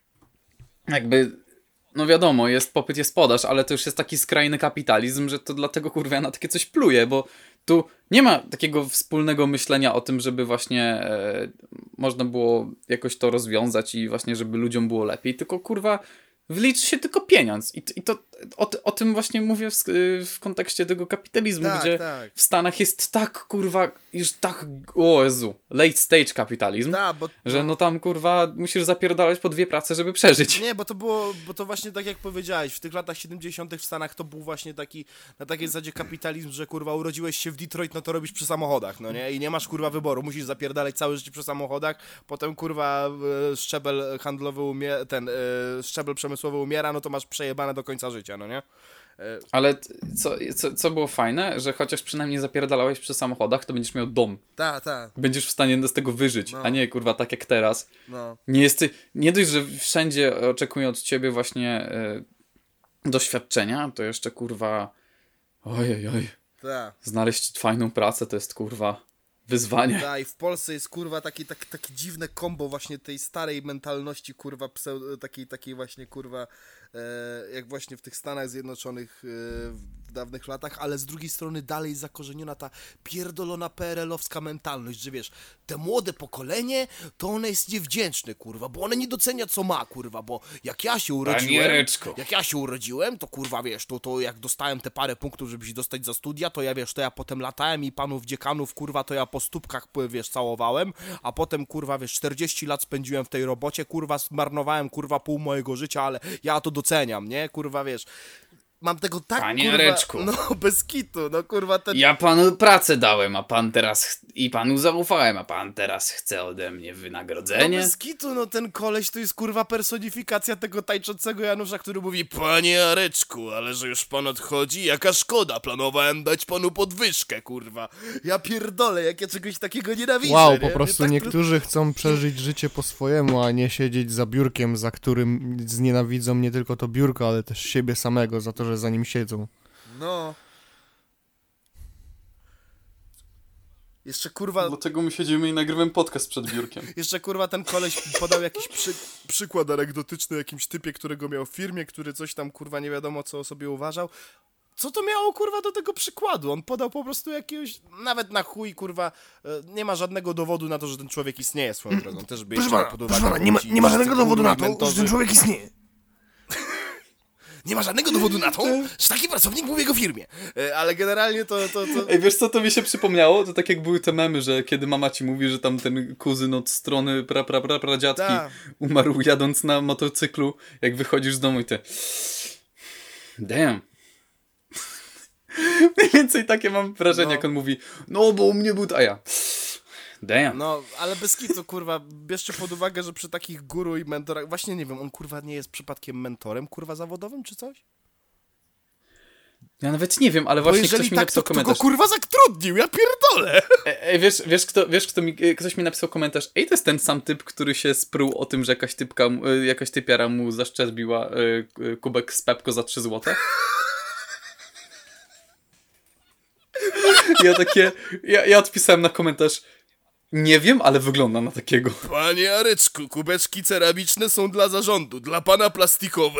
jakby, no wiadomo, jest popyt, jest podaż, ale to już jest taki skrajny kapitalizm, że to dlatego kurwa ja na takie coś pluję, bo tu nie ma takiego wspólnego myślenia o tym, żeby właśnie e, można było jakoś to rozwiązać i właśnie, żeby ludziom było lepiej, tylko kurwa wliczy się tylko pieniądz. I, i to o, ty- o tym właśnie mówię w, sk- w kontekście tego kapitalizmu, Tak, gdzie tak. w Stanach jest tak, kurwa, już tak, o Jezu, late stage kapitalizm, Da, bo... że no tam, kurwa, musisz zapierdalać po dwie prace, żeby przeżyć. Nie, bo to było, bo to właśnie tak jak powiedziałeś, w tych latach siedemdziesiątych w Stanach to był właśnie taki, na takiej zasadzie kapitalizm, że kurwa urodziłeś się w Detroit, no to robisz przy samochodach, no nie? I nie masz kurwa wyboru, musisz zapierdalać całe życie przy samochodach, potem kurwa e, szczebel handlowy umie, ten, e, szczebel przemysłowy umiera, no to masz przejebane do końca życia, no nie? Ale t- co, co, co było fajne, że chociaż przynajmniej zapierdalałeś przy samochodach, to będziesz miał dom. Tak, tak, Będziesz w stanie z tego wyżyć, No. a nie, kurwa, tak jak teraz. no. Nie jesteś, nie dość, że wszędzie oczekują od ciebie właśnie y, doświadczenia, to jeszcze, kurwa, ojej, oj, Tak. znaleźć fajną pracę to jest, kurwa, wyzwanie. Tak, i w Polsce jest kurwa takie taki, taki dziwne kombo właśnie tej starej mentalności, kurwa, pseudo, takiej, takiej właśnie kurwa, e, jak właśnie w tych Stanach Zjednoczonych e, w dawnych latach, ale z drugiej strony dalej zakorzeniona ta pierdolona P R L-owska mentalność, że wiesz, te młode pokolenie, to one jest niewdzięczne, kurwa, bo one nie docenia co ma, kurwa, bo jak ja się urodziłem, Janiereczko. jak ja się urodziłem, to kurwa, wiesz, to, to jak dostałem te parę punktów, żeby się dostać za studia, to ja, wiesz, to ja potem latałem i panów dziekanów, kurwa, to ja po stópkach, wiesz, całowałem, a potem, kurwa, wiesz, czterdzieści lat spędziłem w tej robocie, kurwa, zmarnowałem, kurwa, pół mojego życia, ale ja to doceniam, nie, kurwa, wiesz, mam tego tak, Panie kurwa, Reczku. no, bez kitu, no, kurwa, ten... Ja panu pracę dałem, a pan teraz ch- i panu zaufałem, a pan teraz chce ode mnie No wynagrodzenie? bez kitu, no ten koleś to jest kurwa personifikacja tego tańczącego Janusza, który mówi: Panie Jareczku, ale że już pan odchodzi, jaka szkoda, planowałem dać panu podwyżkę, kurwa. Ja pierdolę, jak ja czegoś takiego nienawidzę, Wow, nie? po prostu tak... niektórzy chcą przeżyć życie po swojemu, a nie siedzieć za biurkiem, za którym znienawidzą nie tylko to biurko, ale też siebie samego za to, że za nim siedzą. No. Jeszcze kurwa... Dlatego my siedzimy i nagrywamy podcast przed biurkiem. Jeszcze kurwa ten koleś podał jakiś przy, przykład anegdotyczny o jakimś typie, którego miał w firmie, który coś tam kurwa nie wiadomo co o sobie uważał. Co to miało kurwa do tego przykładu? On podał po prostu jakiegoś, nawet na chuj kurwa, e, nie ma żadnego dowodu na to, że ten człowiek istnieje swoją drogą. Też by Proszę jeszcze pana, pod proszę uwagę pana, nie ma, ci nie ma wszyscy, żadnego dowodu kurwa, na to, mentorzy. że ten człowiek istnieje. Nie ma żadnego dowodu na to, że taki pracownik był w jego firmie. E, ale generalnie to... to, to... Ej, wiesz co, to mi się przypomniało? To tak jak były te memy, że kiedy mama ci mówi, że tam ten kuzyn od strony pra, pra, pra, pradziadki Ta. umarł jadąc na motocyklu, jak wychodzisz z domu i ty... Damn. Mniej więcej takie mam wrażenie, No. jak on mówi, no bo u mnie był... A ja... Damn. No, ale bez kitu, kurwa, bierzcie pod uwagę, że przy takich guru i mentorach, właśnie nie wiem, on kurwa nie jest przypadkiem mentorem, kurwa, zawodowym, czy coś? Ja nawet nie wiem, ale Bo właśnie jeżeli ktoś mi tak, napisał to kto go komentarz. kurwa zatrudnił, ja pierdolę! Ej, ej, wiesz, wiesz, kto, wiesz kto mi, e, ktoś mi napisał komentarz, ej, to jest ten sam typ, który się spruł o tym, że jakaś typka, mu- e, jakaś typiara mu zaszczerbiła e, e, kubek z Pepko za trzy złote. Ja takie, ja, ja odpisałem na komentarz, nie wiem, ale wygląda na takiego. Panie Areczku, kubeczki ceramiczne są dla zarządu, dla pana plastikowe.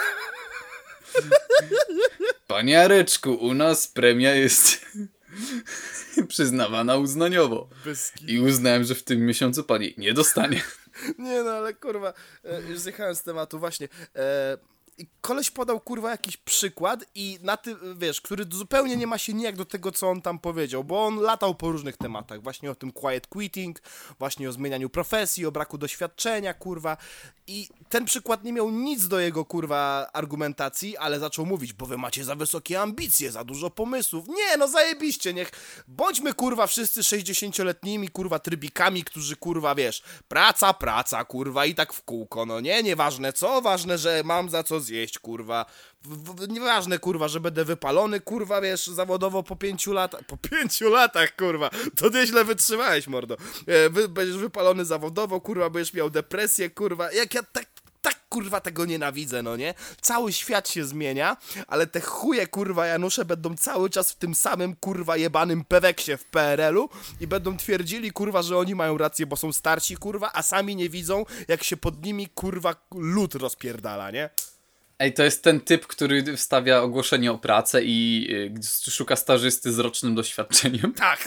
Panie Areczku, u nas premia jest przyznawana uznaniowo. Bez kitu. I uznałem, że w tym miesiącu pan jej nie dostanie. Nie no, ale kurwa, e, już zjechałem z tematu, właśnie. E, i koleś podał kurwa jakiś przykład i na tym, wiesz, który zupełnie nie ma się nijak do tego, co on tam powiedział, bo on latał po różnych tematach, właśnie o tym quiet quitting, właśnie o zmienianiu profesji, o braku doświadczenia, kurwa, i ten przykład nie miał nic do jego, kurwa, argumentacji, ale zaczął mówić, bo wy macie za wysokie ambicje, za dużo pomysłów. Nie, no zajebiście, niech bądźmy, kurwa, wszyscy sześćdziesięcioletnimi, kurwa, trybikami, którzy, kurwa, wiesz, praca, praca, kurwa, i tak w kółko, no nie, nieważne co, ważne, że mam za co zjeść, kurwa, w, w, nieważne, kurwa, że będę wypalony, kurwa, wiesz, zawodowo po pięciu latach, po pięciu latach, kurwa, to nieźle wytrzymałeś, mordo, e, wy, będziesz wypalony zawodowo, kurwa, będziesz miał depresję, kurwa, jak ja tak, tak, kurwa, tego nienawidzę, no nie, cały świat się zmienia, ale te chuje, kurwa, Janusze będą cały czas w tym samym, kurwa, jebanym peweksie w P R L-u i będą twierdzili, kurwa, że oni mają rację, bo są starsi, kurwa, a sami nie widzą, jak się pod nimi, kurwa, lud rozpierdala, nie? Ej, to jest ten typ, który wstawia ogłoszenie o pracę i y, szuka stażysty z rocznym doświadczeniem. Tak.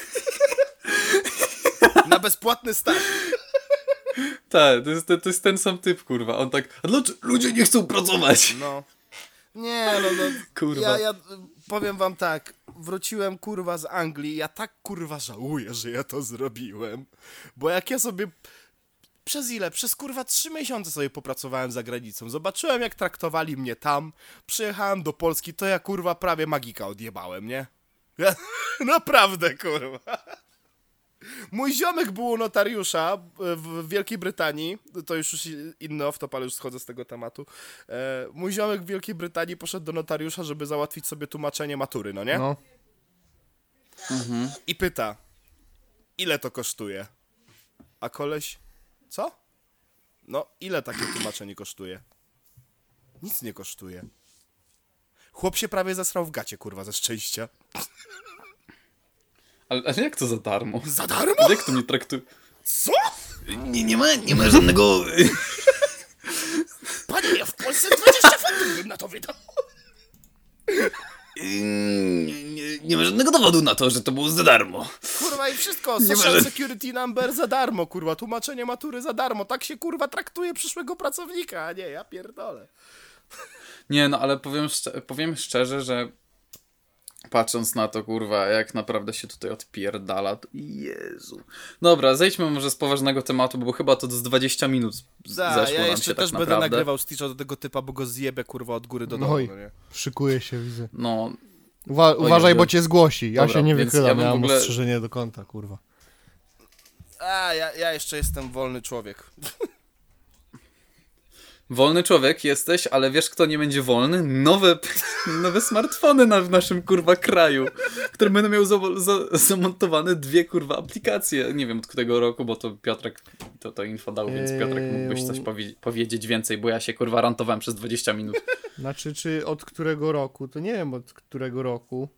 Na bezpłatny staż. Tak, to jest, to, to jest ten sam typ, kurwa. On tak, a dlaczego ludzie nie chcą pracować? No. Nie, no, no. Kurwa. Ja, ja powiem wam tak, wróciłem, kurwa, z Anglii, ja tak, kurwa, żałuję, że ja to zrobiłem. Bo jak ja sobie... Przez ile? Przez kurwa trzy miesiące sobie popracowałem za granicą. Zobaczyłem, jak traktowali mnie tam. Przyjechałem do Polski, to ja kurwa prawie magika odjebałem, nie? Ja, naprawdę, kurwa. Mój ziomek był u notariusza w Wielkiej Brytanii. To już już inny off-top, ale już schodzę z tego tematu. E, mój ziomek w Wielkiej Brytanii poszedł do notariusza, żeby załatwić sobie tłumaczenie matury, no nie? No. Mhm. I pyta, ile to kosztuje? A koleś, co? No, ile takie tłumaczenie kosztuje? Nic nie kosztuje. Chłop się prawie zesrał w gacie, kurwa, ze szczęścia. Ale, ale jak to za darmo? Za darmo? Jak to mnie traktuje? Co? Nie, nie ma, nie ma żadnego... Panie, ja w Polsce dwadzieścia funtów bym na to wydał. Nie, nie, nie ma żadnego dowodu na to, że to było za darmo. Kurwa i wszystko, Nie ma social żad- security number za darmo, kurwa, tłumaczenie matury za darmo. Tak się, kurwa, traktuje przyszłego pracownika, a nie, ja pierdolę. Nie, no ale powiem, szczer- powiem szczerze, że patrząc na to, kurwa, jak naprawdę się tutaj odpierdala, to Jezu. Dobra, zejdźmy może z poważnego tematu, bo chyba to z dwadzieścia minut z- Da, zeszło ja nam jeszcze się też tak będę naprawdę. nagrywał Stitcha do tego typa, bo go zjebę, kurwa, od góry do dołu, No i no nie? szykuje się, widzę. No, Uwa- uważaj, Jezu. bo cię zgłosi. Ja Dobra, się nie więc wychylam, ja bym w miałem ogóle- ostrzeżenie do konta, kurwa. A, ja, ja jeszcze jestem wolny człowiek. wolny człowiek jesteś, ale wiesz kto nie będzie wolny? Nowe, nowe smartfony na, w naszym kurwa kraju, które będą miały za, za, zamontowane dwie kurwa aplikacje. Nie wiem od którego roku, bo to Piotrek to, to info dał, więc Piotrek mógłbyś coś powie- powiedzieć więcej, bo ja się kurwa rantowałem przez dwadzieścia minut. Znaczy, czy od którego roku? To nie wiem od którego roku.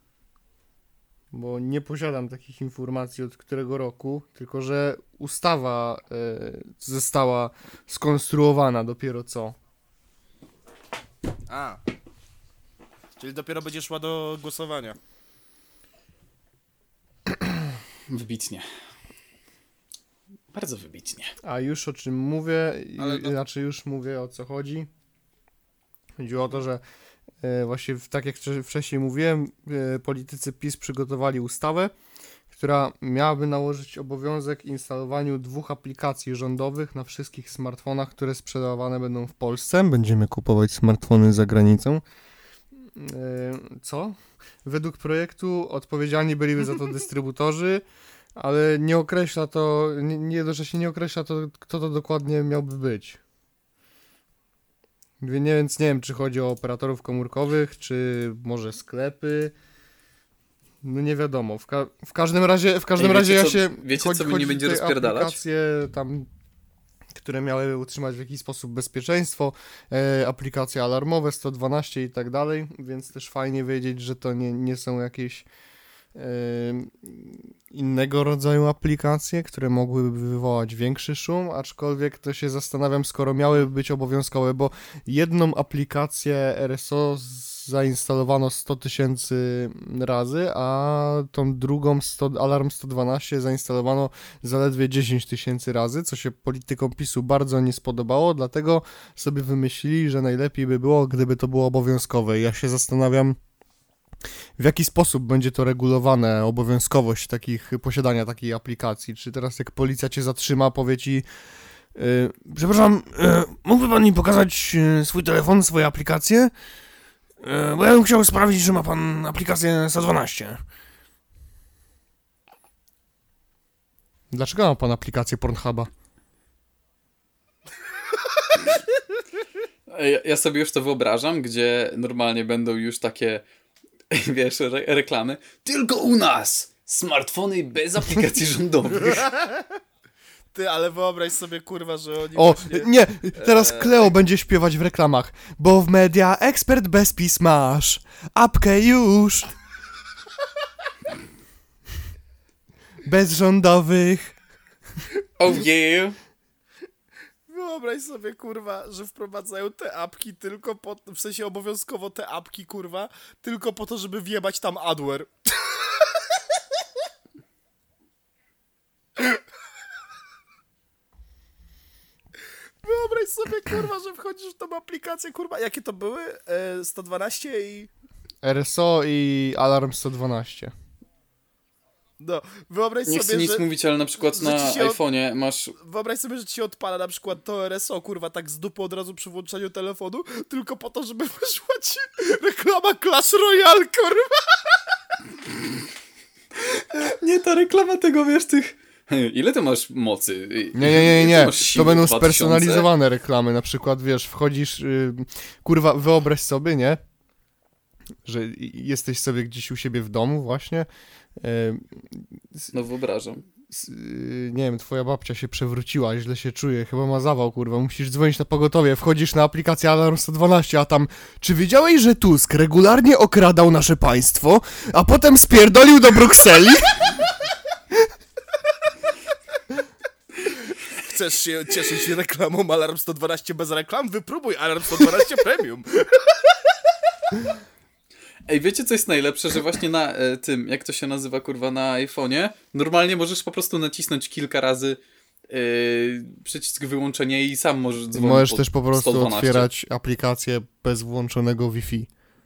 Bo nie posiadam takich informacji od którego roku, tylko że ustawa y, została skonstruowana dopiero co. A. Czyli dopiero będzie szła do głosowania. Wybitnie. Bardzo wybitnie. A już o czym mówię, Ale Ale no- znaczy już mówię o co chodzi. Chodziło o to, że e, właśnie w- tak jak wcze- wcześniej mówiłem, e, politycy PiS przygotowali ustawę, która miałaby nałożyć obowiązek instalowania dwóch aplikacji rządowych na wszystkich smartfonach, które sprzedawane będą w Polsce. Będziemy kupować smartfony za granicą. E, Co? Według projektu odpowiedzialni byliby za to dystrybutorzy, ale nie określa to, nie, nie, jednocześnie nie określa to, kto to dokładnie miałby być. Wie- Nie, więc nie wiem, czy chodzi o operatorów komórkowych, czy może sklepy. No nie wiadomo. W, ka- w każdym razie, w każdym Ej, razie wiecie ja co- się. wiecie, co mnie nie będzie tutaj rozpierdalać? Aplikacje tam, które miały utrzymać w jakiś sposób bezpieczeństwo, e, aplikacje alarmowe, sto dwanaście i tak dalej, więc też fajnie wiedzieć, że to nie, nie są jakieś e, innego rodzaju aplikacje, które mogłyby wywołać większy szum, aczkolwiek to się zastanawiam, skoro miały być obowiązkowe, bo jedną aplikację R S O zainstalowano sto tysięcy razy, a tą drugą sto, Alarm sto dwanaście zainstalowano zaledwie dziesięć tysięcy razy, co się politykom PiSu bardzo nie spodobało, dlatego sobie wymyślili, że najlepiej by było, gdyby to było obowiązkowe. Ja się zastanawiam, w jaki sposób będzie to regulowane, obowiązkowość takich, posiadania takiej aplikacji. Czy teraz jak policja cię zatrzyma, powie ci yy, przepraszam, yy, mógłby pan mi pokazać yy, swój telefon, swoje aplikacje? Yy, bo ja bym chciał sprawdzić, że ma pan aplikację sto dwanaście. Dlaczego ma pan aplikację Pornhuba? Ja, ja sobie już to wyobrażam, gdzie normalnie będą już takie, wiesz, re reklamy. Tylko u nas! Smartfony bez aplikacji rządowych. Ty, ale wyobraź sobie, kurwa, że oni O, właśnie... nie, teraz Eee. Kleo będzie śpiewać w reklamach. Bo w media ekspert bez PiS masz. Apkę już. Bez rządowych. Oh yeah! Wyobraź sobie, kurwa, że wprowadzają te apki tylko po... W sensie obowiązkowo te apki, kurwa, tylko po to, żeby wjebać tam adware. Wyobraź sobie, kurwa, że wchodzisz w tą aplikację, kurwa, jakie to były? E, sto dwanaście i... R S O i Alarm sto dwanaście. No, wyobraź Nie chcę sobie, nic że... mówić, ale na przykład że na ci się od- iPhone'ie masz... Wyobraź sobie, że ci się odpala na przykład to R S O, kurwa, tak z dupy od razu przy włączeniu telefonu, tylko po to, żeby wyszła ci reklama Clash Royale, kurwa. Nie, ta reklama tego, wiesz, tych... Ile ty masz mocy? Nie, nie, nie, nie, Ile ty nie. masz To siły? będą dwa tysiące? spersonalizowane reklamy. Na przykład, wiesz, wchodzisz, yy, kurwa, wyobraź sobie, nie? Że i- jesteś sobie gdzieś u siebie w domu właśnie. Yy, No wyobrażam. s- yy, nie wiem, twoja babcia się przewróciła, źle się czuje, chyba ma zawał, kurwa, musisz dzwonić na pogotowie, wchodzisz na aplikację Alarm sto dwanaście, a tam, czy wiedziałeś, że Tusk regularnie okradał nasze państwo, a potem spierdolił do Brukseli? Chcesz się cieszyć reklamą Alarm sto dwanaście bez reklam? Wypróbuj Alarm sto dwanaście Premium. Ej, wiecie co jest najlepsze? Że właśnie na e, tym, jak to się nazywa, kurwa, na iPhone'ie, normalnie możesz po prostu nacisnąć kilka razy e, przycisk wyłączenia i sam możesz dzwonić. Możesz pod też po prostu sto dwanaście. otwierać aplikację bez włączonego Wi-Fi.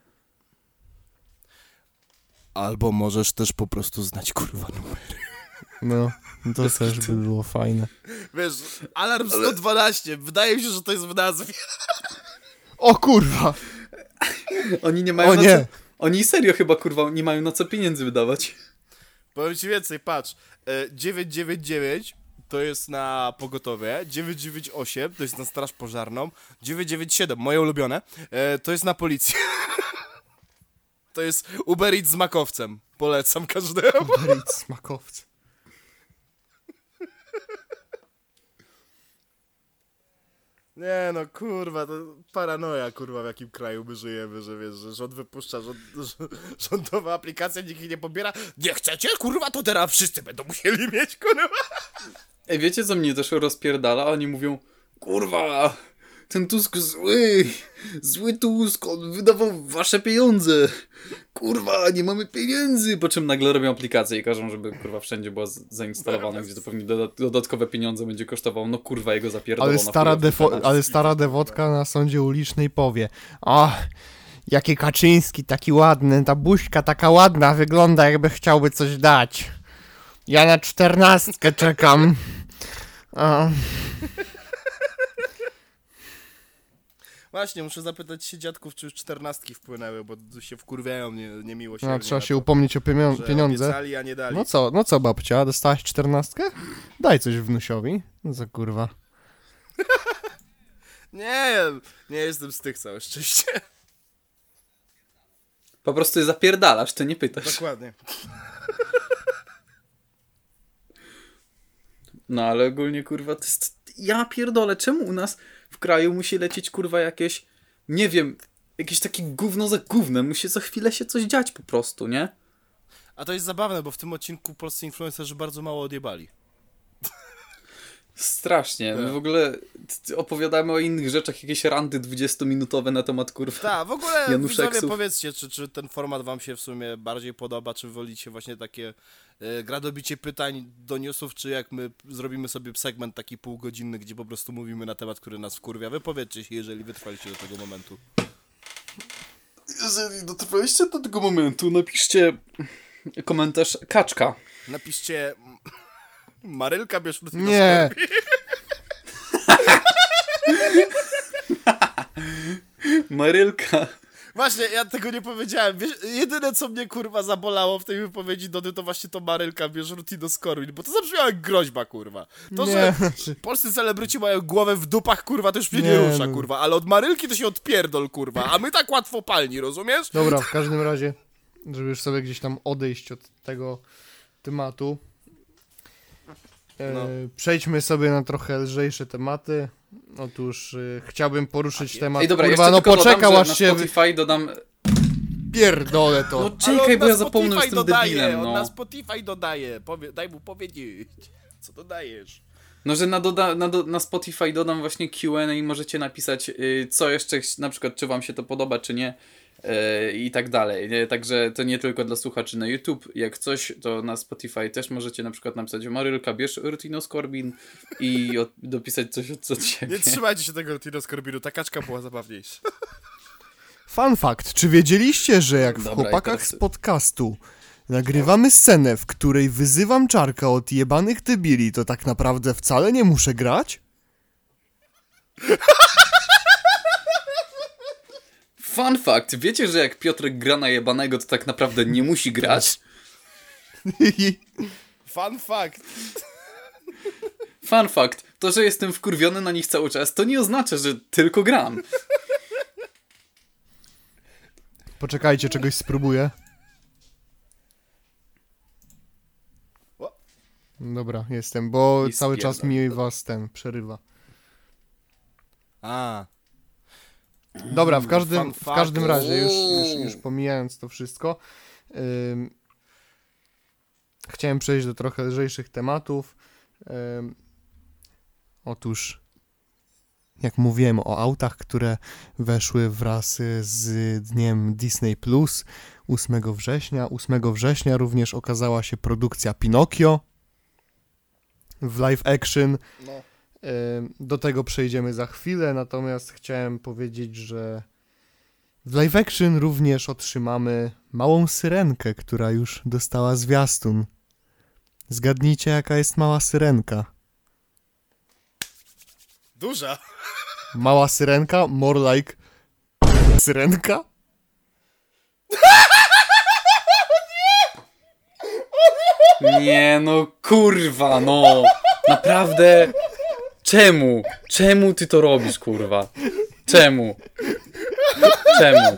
Albo możesz też po prostu znać, kurwa, numery. No, to też by było fajne. Wiesz, Alarm sto dwanaście, wydaje mi się, że to jest w nazwie. O kurwa! Oni nie mają O na nie. co... Oni serio chyba, kurwa, nie mają na co pieniędzy wydawać. Powiem ci więcej, patrz, e, dziewięćset dziewięćdziesiąt dziewięć to jest na pogotowie, dziewięćset dziewięćdziesiąt osiem to jest na straż pożarną, dziewięćset dziewięćdziesiąt siedem, moje ulubione, e, to jest na policję. To jest Uber Eats z makowcem, polecam każdemu. Berit smakowcy. Nie no, kurwa, to paranoja, kurwa, w jakim kraju my żyjemy, że wiesz, że rząd wypuszcza rząd, rządowa aplikacja, nikt jej nie pobiera. Nie chcecie, kurwa, to teraz wszyscy będą musieli mieć, kurwa. Ej, wiecie co mnie też rozpierdala? Oni mówią, kurwa, ten Tusk zły, zły Tusk, on wydawał wasze pieniądze. Kurwa, nie mamy pieniędzy. Po czym nagle robią aplikację i każą, żeby kurwa wszędzie była z- zainstalowana, gdzie to pewnie doda- dodatkowe pieniądze będzie kosztowało. No kurwa, jego zapierdolona. Ale stara, defo- ale stara dewotka na sądzie ulicznej powie: o, jaki Kaczyński, taki ładny, ta buźka taka ładna, wygląda jakby chciałby coś dać. Ja na czternastkę czekam. O. Właśnie, muszę zapytać się dziadków, czy już czternastki wpłynęły, bo tu się wkurwiają nie, niemiło się. No, trzeba się upomnieć o pienio- pieniądze. Obiecali, a nie dali. No co, no co babcia, dostałaś czternastkę? Daj coś wnusiowi. No za kurwa. Nie, nie jestem z tych, całe szczęście. Po prostu je zapierdalasz, ty nie pytasz. Dokładnie. No ale ogólnie kurwa, to jest... Ja pierdolę, czemu u nas w kraju musi lecieć kurwa jakieś, nie wiem, jakieś takie gówno za gównem, musi za chwilę się coś dziać po prostu, nie? A to jest zabawne, bo w tym odcinku polscy influencerzy bardzo mało odjebali. Strasznie. My Tak. w ogóle t- opowiadamy o innych rzeczach, jakieś randy dwudziestominutowe na temat kurwa. Tak, w ogóle Januszek widzowie, Sów. powiedzcie, czy, czy ten format wam się w sumie bardziej podoba, czy wolicie właśnie takie e, gradobicie pytań do newsów, czy jak my zrobimy sobie segment taki półgodzinny, gdzie po prostu mówimy na temat, który nas wkurwia. Wy powiedzcie się, jeżeli wytrwaliście do tego momentu. Jeżeli dotrwaliście do tego momentu, napiszcie komentarz kaczka. Napiszcie mm, Marylka bierz lód na Nie. skorpi. Marylka. Właśnie, ja tego nie powiedziałem. Wiesz, jedyne, co mnie kurwa zabolało w tej wypowiedzi Dody, to właśnie to Marylka bierz Rutino Skorwin, bo to zabrzmiało jak groźba, kurwa. To, Nie, że znaczy- polscy celebryci mają głowę w dupach, kurwa, to już mnie nie, Nie, rusza, no. kurwa, ale od Marylki to się odpierdol, kurwa, a my tak łatwo palni, rozumiesz? Dobra, w każdym razie, żeby już sobie gdzieś tam odejść od tego tematu, e, No. przejdźmy sobie na trochę lżejsze tematy. Otóż e, chciałbym poruszyć temat, Ej, dobra, kurwa, jeszcze no tylko poczekał dodam, że aż na się Spotify dodam... pierdolę to. No Ale czekaj, on bo na ja zapomnę, Spotify jestem dodaje, debilem, on na no. Spotify dodaje, Powie, daj mu powiedzieć, co dodajesz. No, że na, doda- na, do- na Spotify dodam właśnie Q and A i możecie napisać, y, co jeszcze, ch- na przykład, czy wam się to podoba, czy nie, y, i tak dalej. Nie? Także to nie tylko dla słuchaczy na YouTube. Jak coś, to na Spotify też możecie na przykład napisać: Marylka, bierz Rutino Skorbin i od- dopisać coś od, od siebie. Nie trzymajcie się tego Rutino Skorbinu, ta kaczka była zabawniejsza. Fun fact, czy wiedzieliście, że jak w Dobra, i Chłopakach teraz- z podcastu nagrywamy scenę, w której wyzywam Czarka od jebanych debili, to tak naprawdę wcale nie muszę grać? Fun fact, wiecie, że jak Piotrek gra na jebanego, to tak naprawdę nie musi grać? Fun fact. Fun fact, to, że jestem wkurwiony na nich cały czas, to nie oznacza, że tylko gram. Poczekajcie, czegoś spróbuję. O. Dobra, jestem, bo I cały czas spierdol. mi was ten przerywa. A. Dobra, w każdym, Fun w fact. każdym razie, już, już, już pomijając to wszystko, ym, chciałem przejść do trochę lżejszych tematów. Ym, otóż, jak mówiłem o autach, które weszły wraz z dniem Disney Plus ósmego września. ósmego września również okazała się produkcja Pinokio w live action. No. Ym, Do tego przejdziemy za chwilę, natomiast chciałem powiedzieć, że w live action również otrzymamy małą syrenkę, która już dostała zwiastun. Zgadnijcie, jaka jest mała syrenka. Duża. Mała syrenka? More like syrenka? Nie, no kurwa, no. Naprawdę. Czemu? Czemu ty to robisz, kurwa? Czemu? Czemu?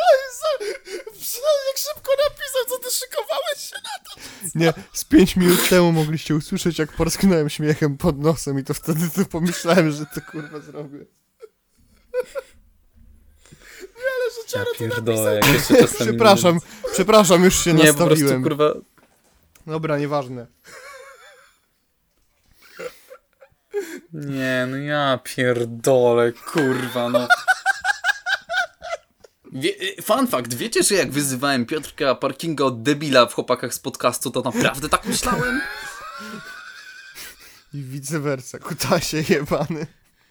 Jak szybko napisał, co ty szykowałeś się na to. Nie, z pięć minut temu mogliście usłyszeć, jak porsknąłem śmiechem pod nosem i to wtedy to pomyślałem, że to kurwa zrobię. Ja pierdolę, jak jeszcze czasami... Przepraszam, przepraszam, już się Nie, po nastawiłem. prostu, kurwa... Dobra, nieważne. Nie, no ja pierdolę, kurwa, no. Wie, fun fact, wiecie, że jak wyzywałem Piotrka Parkinga od debila w Chłopakach z podcastu, to naprawdę tak myślałem? I vice versa, kutasie jebany.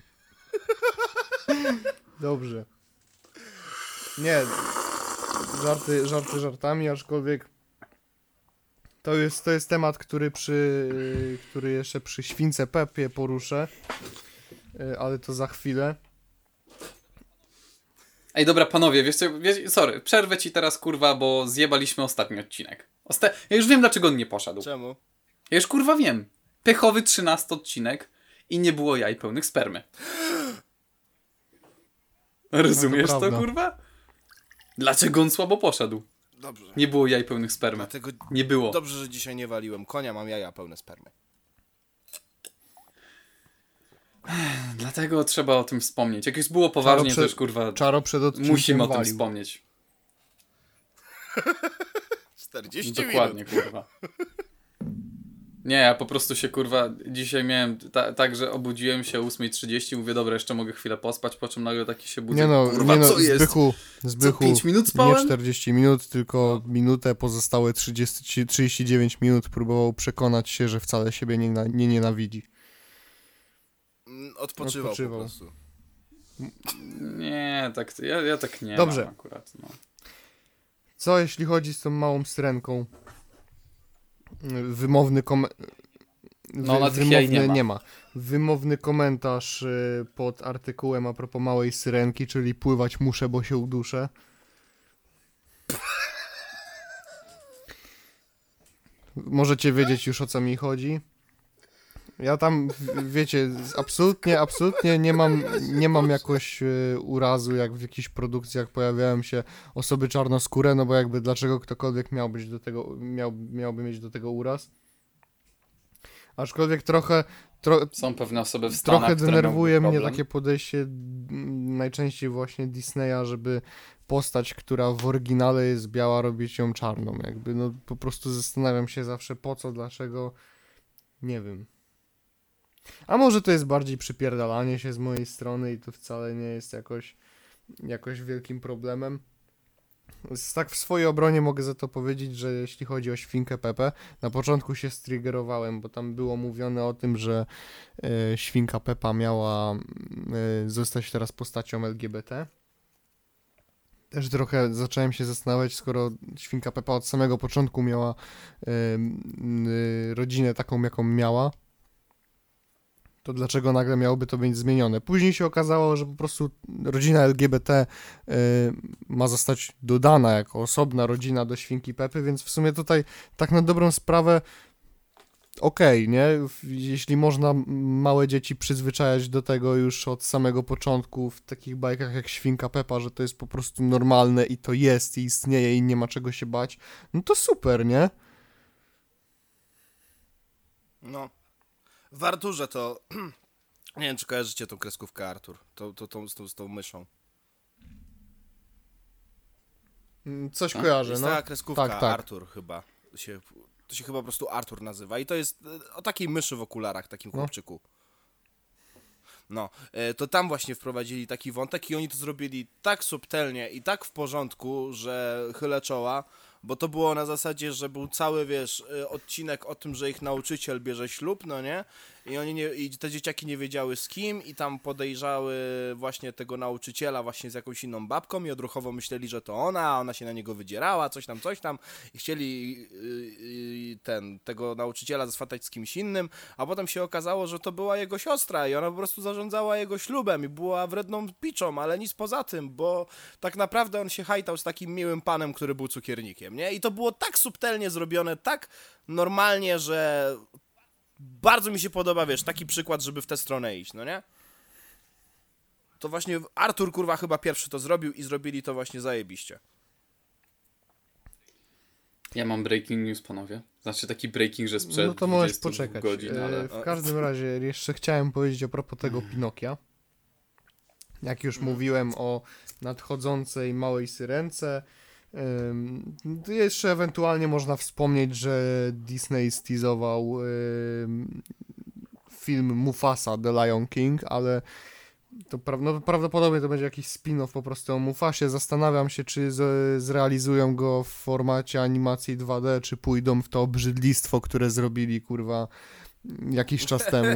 Dobrze. Nie, żarty, żarty żartami, aczkolwiek to jest, to jest temat, który przy, który jeszcze przy Śwince Pepie poruszę, ale to za chwilę. Ej, dobra, panowie, wiesz co, wiesz, sorry, przerwę ci teraz, kurwa, bo zjebaliśmy ostatni odcinek. Osta- ja już wiem, dlaczego on nie poszedł. Czemu? Ja już, kurwa, wiem. Pechowy trzynasty odcinek i nie było jaj pełnych spermy. Rozumiesz No to to, prawda. kurwa? Dlaczego on słabo poszedł? Dobrze. Nie było jaj pełnych spermy. Dlatego Nie było. dobrze, że dzisiaj nie waliłem konia, mam jaja pełne spermy. Dlatego trzeba o tym wspomnieć. Jak już było poważnie, Czaro to przed- już, kurwa, Czaro przed odcinkiem musimy o tym walił. wspomnieć. czterdzieści Dokładnie, kurwa. Nie, ja po prostu się, kurwa, dzisiaj miałem ta, tak, że obudziłem się o ósma trzydzieści, mówię, dobra, jeszcze mogę chwilę pospać, po czym nagle taki się budzę. Nie no, kurwa, nie no co jest? Zbychu, Zbychu, pięć minut nie spałem? czterdzieści minut, tylko minutę, pozostałe trzydzieści, trzydzieści dziewięć minut próbował przekonać się, że wcale siebie nie, na- nie nienawidzi. Mm, Odpoczywał, Odpoczywał. po prostu. Nie, tak, ja, ja tak nie Dobrze. mam akurat, no. Co jeśli chodzi z tą małą syrenką? Wymowny kom... No, na tych jaj wymowny nie ma. nie ma. Wymowny komentarz y, pod artykułem a propos małej syrenki, czyli pływać muszę, bo się uduszę. Możecie wiedzieć już, o co mi chodzi. Ja tam, w- wiecie, z- absolutnie, absolutnie nie mam, nie mam jakoś y, urazu, jak w jakichś produkcjach pojawiają się osoby czarnoskóre, no bo jakby dlaczego ktokolwiek miał być do tego, miał, miałby mieć do tego uraz. Aczkolwiek trochę, tro, Są pewne osoby w Stanach, trochę które denerwuje miałyby mnie problem. takie podejście mm, najczęściej właśnie Disneya, żeby postać, która w oryginale jest biała, robić ją czarną. Jakby no po prostu zastanawiam się zawsze po co, dlaczego, nie wiem. A może to jest bardziej przypierdalanie się z mojej strony i to wcale nie jest jakoś, jakoś wielkim problemem. Z- Tak w swojej obronie mogę za to powiedzieć, że jeśli chodzi o Świnkę Pepę, na początku się striggerowałem, bo tam było mówione o tym, że e, Świnka Pepa miała e, zostać teraz postacią L G B T. Też trochę zacząłem się zastanawiać, skoro Świnka Pepa od samego początku miała e, m, e, rodzinę taką, jaką miała, to dlaczego nagle miałoby to być zmienione? Później się okazało, że po prostu rodzina L G B T y, ma zostać dodana jako osobna rodzina do Świnki Pepy, więc w sumie tutaj tak na dobrą sprawę okej, nie? W- Jeśli można m- małe dzieci przyzwyczajać do tego już od samego początku w takich bajkach jak Świnka Pepa, że to jest po prostu normalne i to jest i istnieje i nie ma czego się bać, no to super, nie? No. W Arturze to... nie wiem, czy kojarzycie tą kreskówkę Artur. To, to, tą, z, tą, z tą myszą. Mm, Coś A? kojarzę, Jest no. taka kreskówka Tak, tak. Artur chyba. Się, to się chyba po prostu Artur nazywa. I to jest e, o takiej myszy w okularach, takim No. chłopczyku. No, e, to tam właśnie wprowadzili taki wątek i oni to zrobili tak subtelnie i tak w porządku, że chylę czoła, bo to było na zasadzie, że był cały, wiesz, e, odcinek o tym, że ich nauczyciel bierze ślub, no nie? I oni nie, i te dzieciaki nie wiedziały z kim i tam podejrzały właśnie tego nauczyciela właśnie z jakąś inną babką i odruchowo myśleli, że to ona, a ona się na niego wydzierała, coś tam, coś tam i chcieli yy, yy, ten, tego nauczyciela zaswatać z kimś innym, a potem się okazało, że to była jego siostra i ona po prostu zarządzała jego ślubem i była wredną piczą, ale nic poza tym, bo tak naprawdę on się hajtał z takim miłym panem, który był cukiernikiem, nie? I to było tak subtelnie zrobione, tak normalnie, że bardzo mi się podoba, wiesz, taki przykład, żeby w tę stronę iść, no nie? To właśnie Artur, kurwa, chyba pierwszy to zrobił i zrobili to właśnie zajebiście. Ja mam breaking news, panowie. Znaczy taki breaking, że sprzed No to możesz dwudziestu dwóch poczekać. godzin, E, ale... W każdym razie jeszcze chciałem powiedzieć a propos tego Pinokia. Jak już mówiłem o nadchodzącej małej syrence, ym, to jeszcze ewentualnie można wspomnieć, że Disney steasował ym, film Mufasa, The Lion King, ale to pra- no, prawdopodobnie to będzie jakiś spin-off po prostu o Mufasie. Zastanawiam się, czy z- zrealizują go w formacie animacji dwa D, czy pójdą w to obrzydlistwo, które zrobili, kurwa, jakiś czas temu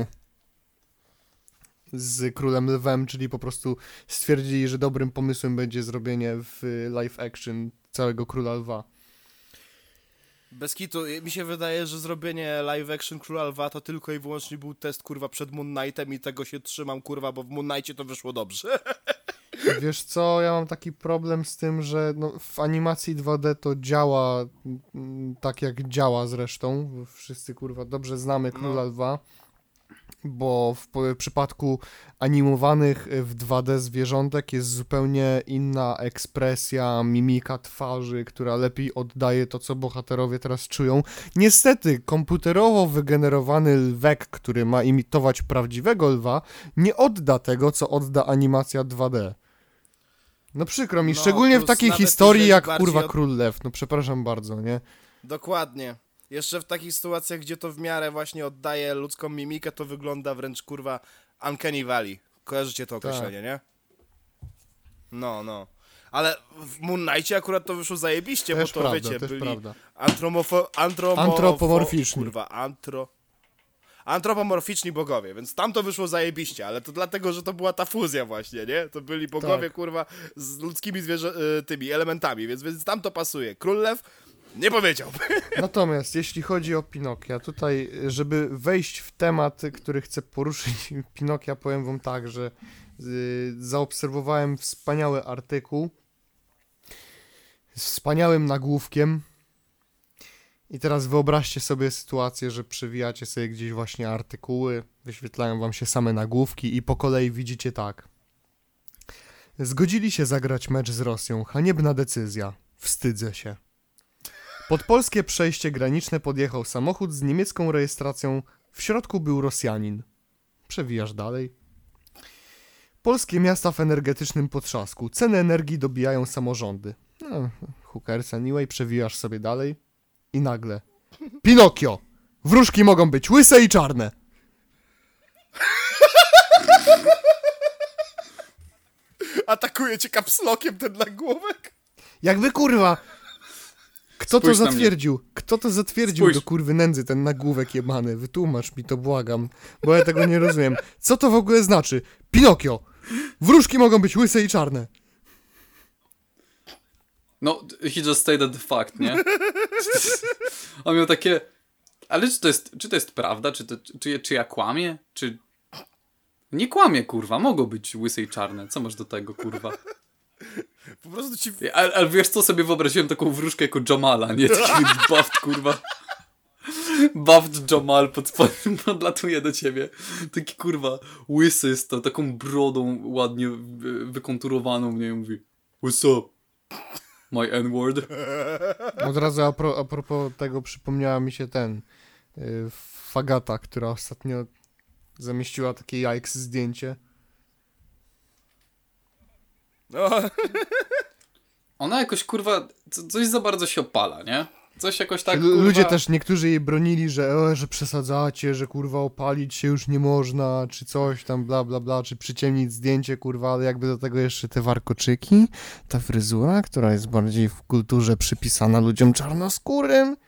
z Królem Lwem, czyli po prostu stwierdzili, że dobrym pomysłem będzie zrobienie w live action całego Króla Lwa. Bez kitu, mi się wydaje, że zrobienie live action Króla Lwa to tylko i wyłącznie był test, kurwa, przed Moon Knightem i tego się trzymam, kurwa, bo w Moon Knightie to wyszło dobrze. Wiesz co, ja mam taki problem z tym, że no, w animacji dwa D to działa mm, tak jak działa zresztą. Wszyscy, kurwa, dobrze znamy Króla No. Lwa, bo w po- przypadku animowanych w dwa D zwierzątek jest zupełnie inna ekspresja, mimika twarzy, która lepiej oddaje to, co bohaterowie teraz czują. Niestety, komputerowo wygenerowany lwek, który ma imitować prawdziwego lwa, nie odda tego, co odda animacja dwa D. No przykro mi, No, szczególnie w plus takiej nawet historii jeżeli jak bardziej kurwa od- Król Lew. No przepraszam bardzo, nie? Dokładnie. Jeszcze w takich sytuacjach, gdzie to w miarę właśnie oddaje ludzką mimikę, to wygląda wręcz, kurwa, Uncanny Valley. Kojarzycie to określenie, nie? No, no. Ale w Moon Knightie akurat to wyszło zajebiście, Też bo to, prawda, wiecie, też byli prawda. antromofo... Antromo... Antropomorficzni. Kurwa, antro... Antropomorficzni bogowie, więc tam to wyszło zajebiście, ale to dlatego, że to była ta fuzja właśnie, nie? To byli bogowie, Tak. kurwa, z ludzkimi zwierzę... y, tymi elementami, więc, więc tam to pasuje. Król Lew? Nie powiedziałbym. Natomiast jeśli chodzi o Pinokia, tutaj, żeby wejść w temat, który chcę poruszyć Pinokia, powiem wam tak, że y, zaobserwowałem wspaniały artykuł z wspaniałym nagłówkiem i teraz wyobraźcie sobie sytuację, że przewijacie sobie gdzieś właśnie artykuły, wyświetlają wam się same nagłówki i po kolei widzicie tak. Zgodzili się zagrać mecz z Rosją. Haniebna decyzja. Wstydzę się. Pod polskie przejście graniczne podjechał samochód z niemiecką rejestracją. W środku był Rosjanin. Przewijasz dalej. Polskie miasta w energetycznym potrzasku. Ceny energii dobijają samorządy. No, hookers anyway, przewijasz sobie dalej. I nagle. Pinokio! Wróżki mogą być łyse i czarne. Atakuje cię kapslokiem ten nagłówek. Jakby kurwa... Kto to Spójrz na mnie. zatwierdził? Kto to zatwierdził Spójrz. do kurwy nędzy ten nagłówek jebany? Wytłumacz mi to, błagam, bo ja tego nie rozumiem. Co to w ogóle znaczy? Pinokio! Wróżki mogą być łyse i czarne. No, he just stated the fact, nie? On miał takie... Ale czy to jest, czy to jest prawda? Czy, to, czy, czy ja kłamię? Czy... Nie kłamię, kurwa. Mogą być łyse i czarne. Co masz do tego, kurwa? Po prostu ci... Ale, ale wiesz co, sobie wyobraziłem taką wróżkę jako Jamala, nie? Taki buffed, kurwa. Buffed Jamal pod spodem podlatuje do ciebie. Taki, kurwa, łysy z to, taką brodą ładnie wy- wykonturowaną, nie? I mówi, what's up? My N-word. Od razu a, pro, a propos tego przypomniała mi się ten y, Fagata, która ostatnio zamieściła takie jajks zdjęcie. No, Ona jakoś, kurwa, co- coś za bardzo się opala, nie? Coś jakoś tak, L- kurwa... Ludzie też, niektórzy jej bronili, że, e, że przesadzacie, że kurwa opalić się już nie można, czy coś tam, bla bla bla, czy przyciemnić zdjęcie, kurwa, ale jakby do tego jeszcze te warkoczyki, ta fryzura, która jest bardziej w kulturze przypisana ludziom czarnoskórym.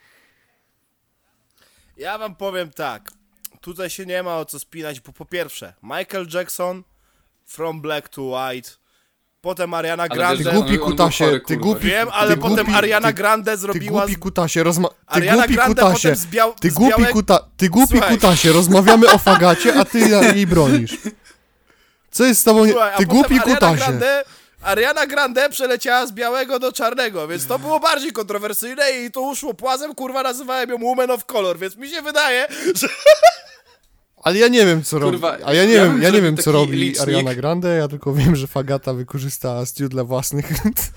ja wam powiem tak. Tutaj się nie ma o co spinać, bo po pierwsze, Michael Jackson, From Black to White, potem Ariana Ale Grande... Ty On- głupi on był kutasie, chory, ty kurwa. głupi, Wiem, ale ty potem głupi, Ariana ty, Grande ty zrobiła... głupi kutasie, rozma... Ty Ariana głupi Grande kutasie, potem z biał... ty z głupi białek- kuta... Ty głupi Słuchaj. kutasie, rozmawiamy o fagacie, a ty jej bronisz. Co jest z tobą nie... Słuchaj, a Ty potem głupi Ariana kutasie. Grande, Ariana Grande przeleciała z białego do czarnego, więc to było bardziej kontrowersyjne i to uszło płazem, kurwa, nazywałem ją Woman of Color, więc mi się wydaje, że... Ale ja nie wiem, co robi. Kurwa, A ja nie ja wiem, bym ja nie zrobił wiem, co taki robi licznik. Ariana Grande, ja tylko wiem, że Fagata wykorzystała Stu dla własnych.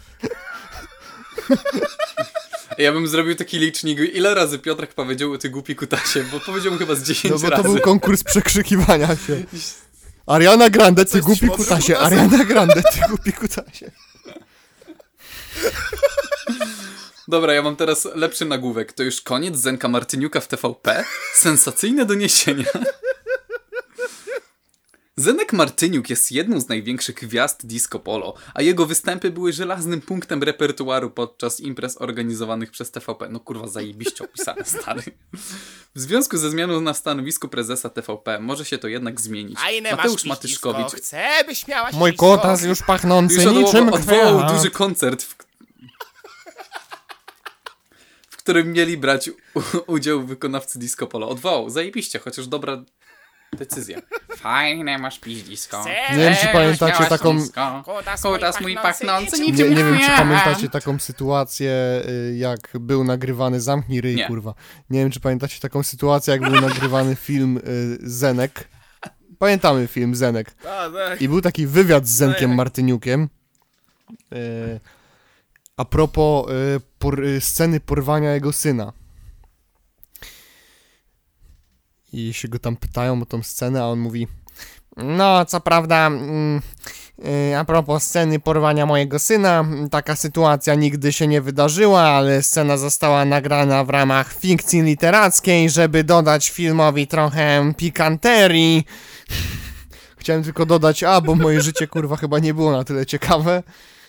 Ja bym zrobił taki licznik, ile razy Piotrek powiedział ty głupi kutasie, bo powiedział mu chyba z dziesięć No bo razy. to był konkurs przekrzykiwania się. Ariana Grande, ty jesteś głupi mądry kutasie. kutasem? Ariana Grande, ty głupi kutasie. Dobra, ja mam teraz lepszy nagłówek. To już koniec Zenka Martyniuka w T V P? Sensacyjne doniesienia. Zenek Martyniuk jest jedną z największych gwiazd disco polo, a jego występy były żelaznym punktem repertuaru podczas imprez organizowanych przez T V P. No kurwa, zajebiście opisane, stary. W związku ze zmianą na stanowisku prezesa T V P może się to jednak zmienić. Mateusz Matyszkowicz Chcę, byś miała Mój ślisko. kotas już pachnący już niczym odwołał, odwołał kwiat. duży koncert, w, w którym mieli brać u, udział wykonawcy disco polo. Odwołał, zajebiście, chociaż dobra decyzja. Fajne masz piździsko. Chcę, Nie wiem, czy pamiętacie taką... Kotas, Kotas mój pachnący Nie, niczym nie wiem, czy kwiat. pamiętacie taką sytuację, y, jak był nagrywany... Zamknij ryj, Nie. kurwa. Nie wiem, czy pamiętacie taką sytuację, jak był nagrywany film y, Zenek. Pamiętamy film Zenek. A, tak. I był taki wywiad z Zenkiem jak? Martyniukiem. Y, a propos y, por, y, sceny porwania jego syna. I się go tam pytają o tą scenę, a on mówi: no, co prawda, mm, y, a propos sceny porwania mojego syna, mm, taka sytuacja nigdy się nie wydarzyła, ale scena została nagrana w ramach fikcji literackiej, żeby dodać filmowi trochę pikanterii. Chciałem tylko dodać, a, bo moje życie, kurwa, chyba nie było na tyle ciekawe.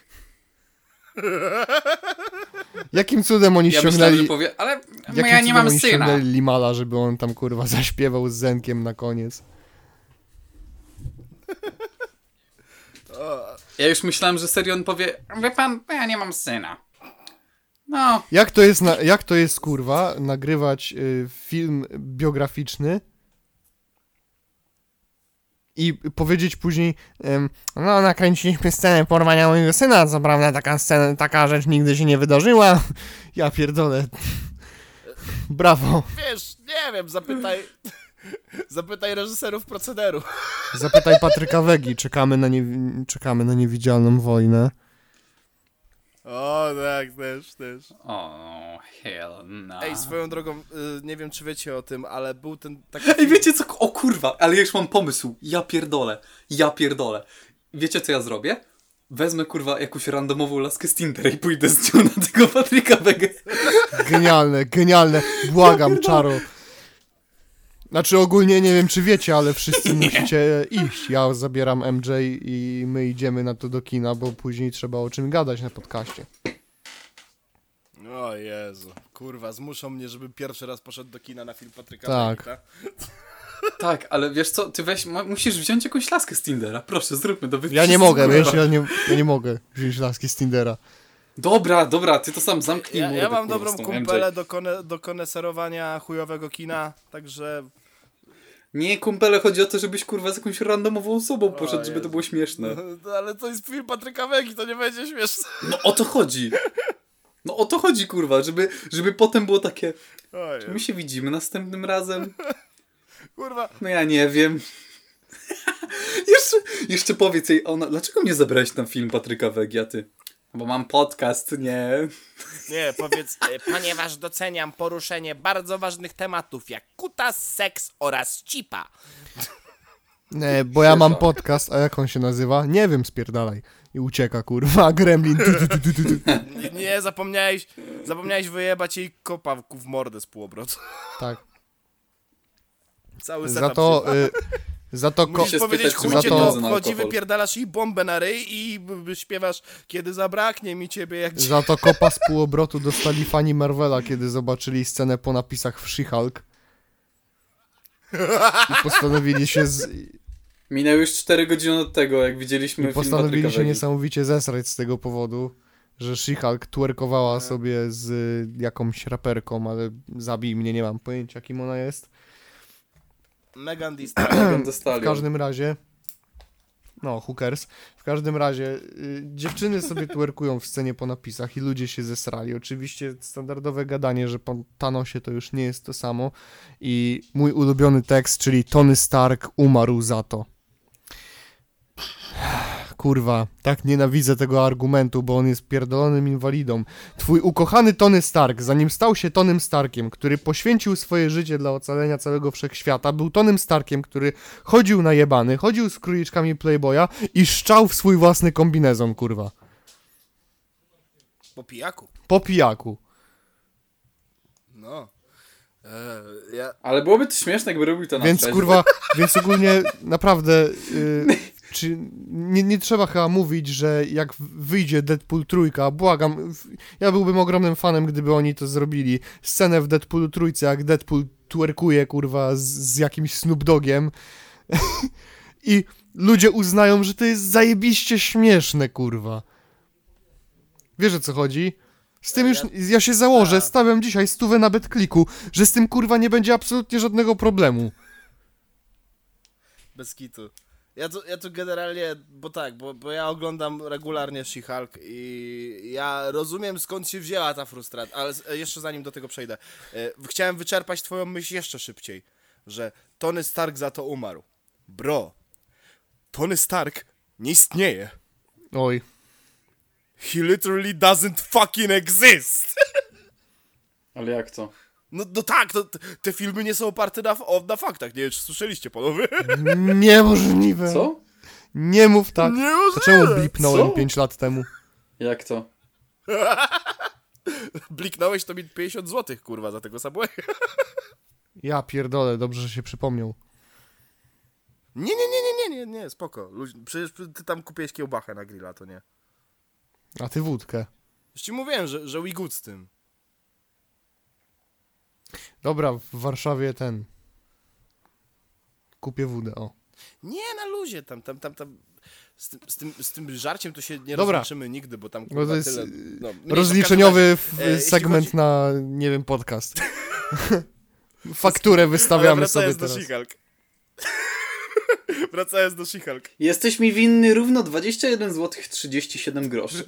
Jakim cudem oni Ja myślałem, ściągnęli... że powie, ale Jakim ja nie cudem mam oni syna. ściągnęli Limala, żeby on tam, kurwa, zaśpiewał z Zenkiem na koniec. Ja już myślałem, że serio on powie, wie pan, ja nie mam syna. No, Jak to jest, na, jak to jest, kurwa, nagrywać y, film biograficzny i powiedzieć później, ym, no, nakręciliśmy scenę porwania mojego syna, co prawda taka scena, taka rzecz nigdy się nie wydarzyła. Ja pierdolę. Brawo. Wiesz, nie wiem, zapytaj... Zapytaj reżyserów procederu. Zapytaj Patryka Wegi, czekamy na, nie, czekamy na niewidzialną wojnę. O, tak, też, też. o, hell no. Ej, swoją drogą, y, nie wiem, czy wiecie o tym, ale był ten taki... Ej, wiecie co? O kurwa, ale ja już mam pomysł. Ja pierdolę. Ja pierdolę. Wiecie co ja zrobię? Wezmę kurwa jakąś randomową laskę z Tindera i pójdę z nią na tego Patryka Wegę. Genialne, genialne. Błagam, Czaro. Znaczy ogólnie nie wiem, czy wiecie, ale wszyscy musicie iść. Ja zabieram M J i my idziemy na to do kina, bo później trzeba o czym gadać na podcaście. O Jezu, kurwa, zmuszą mnie, żebym pierwszy raz poszedł do kina na film Patryka Tak. Wegi, Tak, ale wiesz co? Ty weź, ma, musisz wziąć jakąś laskę z Tindera. Proszę, zróbmy to. Wy Ja nie wszyscy, mogę, kurwa. wiesz, ja nie, ja nie mogę wziąć laski z Tindera. Dobra, dobra, ty to sam zamknij Ja, mordę, ja mam kurwa, dobrą z tą kumpelę M J. do, kone, do koneserowania chujowego kina, także... Nie, kumpele, chodzi o to, żebyś kurwa z jakąś randomową osobą poszedł, żeby to Jezu. było śmieszne. No, ale to jest film Patryka Wegi, to nie będzie śmieszne. No o to chodzi. No o to chodzi, kurwa, żeby, żeby potem było takie, O czy my Jezu. się widzimy następnym razem? Kurwa, No ja nie wiem. jeszcze, jeszcze powiedz jej, ona, dlaczego mnie zabrałeś na film Patryka Wegi, a ty? Bo mam podcast, nie. nie, powiedz, e, ponieważ doceniam poruszenie bardzo ważnych tematów, jak kutas, seks oraz cipa. Nie, bo ja mam podcast, a jak on się nazywa? Nie wiem, spierdalaj. I ucieka, kurwa, gremlin. Tu, tu, tu, tu, tu, tu. Nie, nie zapomniałeś, zapomniałeś wyjebać jej kopa w mordę z półobrotu. Tak. Cały setup Za to, y, za to ko- Musisz się powiedzieć, spytać, czy chuj ma cię pieniądze to na wchodzi, alkohol. wypierdalasz i bombę na ryj i b- b- śpiewasz, kiedy zabraknie mi ciebie jak ci... Za to kopa z półobrotu dostali fani Marvela, kiedy zobaczyli scenę po napisach w She-Hulk. I postanowili się z... Minęły już cztery godziny od tego, jak widzieliśmy I film Patryka postanowili się Wegi. niesamowicie zesrać z tego powodu, że She-Hulk twerkowała sobie z y, jakąś raperką, ale zabij mnie, nie mam pojęcia, kim ona jest. Megan Thee Megan Thee W Stallion. każdym razie... No, hookers. W każdym razie y, dziewczyny sobie twerkują w scenie po napisach i ludzie się zesrali. Oczywiście standardowe gadanie, że po Thanosie to już nie jest to samo. I mój ulubiony tekst, czyli Tony Stark umarł za to. Kurwa, tak nienawidzę tego argumentu, bo on jest pierdolonym inwalidą. Twój ukochany Tony Stark, zanim stał się Tonym Starkiem, który poświęcił swoje życie dla ocalenia całego wszechświata, był Tonym Starkiem, który chodził najebany, chodził z króliczkami Playboya i szczał w swój własny kombinezon, kurwa. Po pijaku. Po pijaku. No. Eee, ja... Ale byłoby to śmieszne, jakby robił to na Więc trzeźwo. kurwa, więc ogólnie naprawdę y, czy nie, nie trzeba chyba mówić, że jak wyjdzie Deadpool trójka, błagam, w- ja byłbym ogromnym fanem, gdyby oni to zrobili. Scenę w Deadpoolu trójce, jak Deadpool twerkuje kurwa z, z jakimś Snoop Dogiem i ludzie uznają, że to jest zajebiście śmieszne kurwa. Wiesz o co chodzi? Z tym już, ja się założę, Tak. stawiam dzisiaj stówę na BetClicku, że z tym kurwa nie będzie absolutnie żadnego problemu. Bez kitu. Ja tu, ja tu generalnie, bo tak, bo, bo ja oglądam regularnie She-Hulk i ja rozumiem skąd się wzięła ta frustracja, ale z- jeszcze zanim do tego przejdę, e, chciałem wyczerpać twoją myśl jeszcze szybciej, że Tony Stark za to umarł. Bro, Tony Stark nie istnieje. Oj. He literally doesn't fucking exist. Ale jak to? No, no tak, no, t- te filmy nie są oparte na, o, na faktach, nie wiem czy słyszeliście panowie. Niemożliwe. Co? Nie mów tak. Niemożliwe. To czemu blipnąłem Co? pięć lat temu? Jak to? Bliknąłeś to mi pięćdziesiąt złotych, kurwa, za tego Subwaya. Ja pierdolę, dobrze, że się przypomniał. Nie, nie, nie, nie, nie, nie, nie, spoko. Luź, przecież ty tam kupiłeś kiełbachę na grilla, to nie. A ty wódkę. Już ci mówiłem, że, że we good z tym. Dobra, w Warszawie ten... Kupię wódę, o. Nie, na luzie, tam, tam, tam, tam. Z tym, z tym, z tym żarciem to się nie Dobra. rozliczymy nigdy, bo tam No kurwa to jest tyle... y, No, mniejsza, rozliczeniowy w każdym razie, w- e, jeśli segment chodzi- na, nie wiem, podcast. Fakturę Ale wystawiamy sobie wracając do teraz. She-Hulk. Wracając do She-Hulk. Jesteś mi winny równo dwadzieścia jeden złotych trzydzieści siedem groszy.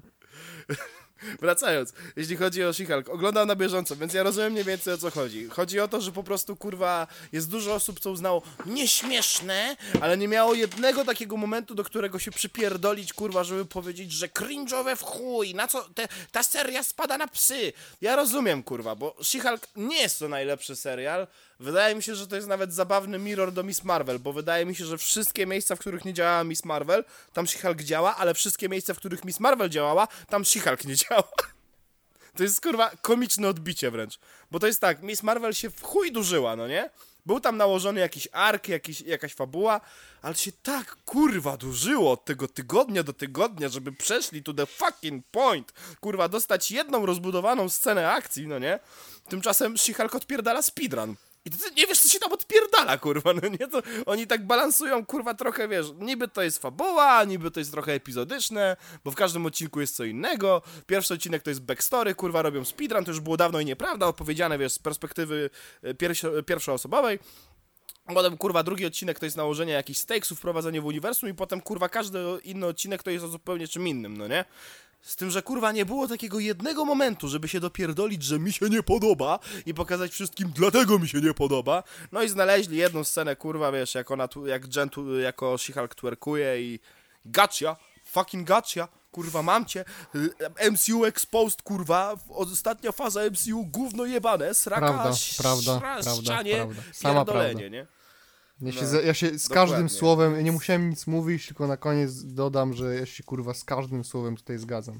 Wracając, jeśli chodzi o She-Hulk, oglądam na bieżąco, więc ja rozumiem mniej więcej o co chodzi. Chodzi o to, że po prostu, kurwa, jest dużo osób, co uznało nieśmieszne, ale nie miało jednego takiego momentu, do którego się przypierdolić, kurwa, żeby powiedzieć, że cringe'owe w chuj, na co te, ta seria spada na psy. Ja rozumiem, kurwa, bo She-Hulk nie jest to najlepszy serial. Wydaje mi się, że to jest nawet zabawny mirror do Miss Marvel, bo wydaje mi się, że wszystkie miejsca, w których nie działała Miss Marvel, tam She-Hulk działa, ale wszystkie miejsca, w których Miss Marvel działała, tam She-Hulk nie działa. To jest, kurwa, komiczne odbicie wręcz. Bo to jest tak, Miss Marvel się w chuj dużyła, no nie? Był tam nałożony jakiś ark, jakiś, jakaś fabuła, ale się tak, kurwa, dużyło od tego tygodnia do tygodnia, żeby przeszli to the fucking point. Kurwa, dostać jedną rozbudowaną scenę akcji, no nie? Tymczasem She-Hulk odpierdala speedrun. I ty nie wiesz, co się tam odpierdala, kurwa, no nie? To oni tak balansują, kurwa, trochę, wiesz, niby to jest fabuła, niby to jest trochę epizodyczne, bo w każdym odcinku jest co innego. Pierwszy odcinek to jest backstory, kurwa, robią speedrun, to już było dawno i nieprawda, opowiedziane, wiesz, z perspektywy e, pierwszo- pierwszoosobowej. Potem, kurwa, drugi odcinek to jest nałożenie jakichś stakesów, wprowadzenie w uniwersum i potem, kurwa, każdy inny odcinek to jest o zupełnie czym innym, no nie? Z tym, że kurwa nie było takiego jednego momentu, żeby się dopierdolić, że mi się nie podoba i pokazać wszystkim, dlatego mi się nie podoba. No i znaleźli jedną scenę, kurwa, wiesz, jak ona, tu, jak Jen, tu, jako She-Hulk twerkuje i gotcha, fucking gotcha, kurwa, mam cię. M C U exposed, kurwa, ostatnia faza M C U, gówno jebane, sraka, Prawda, ś- prawda, szra- prawda, ścianie, prawda. Sama pierdolenie, prawda. nie? Ja się, No, za- ja się z dokładnie. każdym słowem, nie musiałem nic mówić, tylko na koniec dodam, że ja się kurwa z każdym słowem tutaj zgadzam.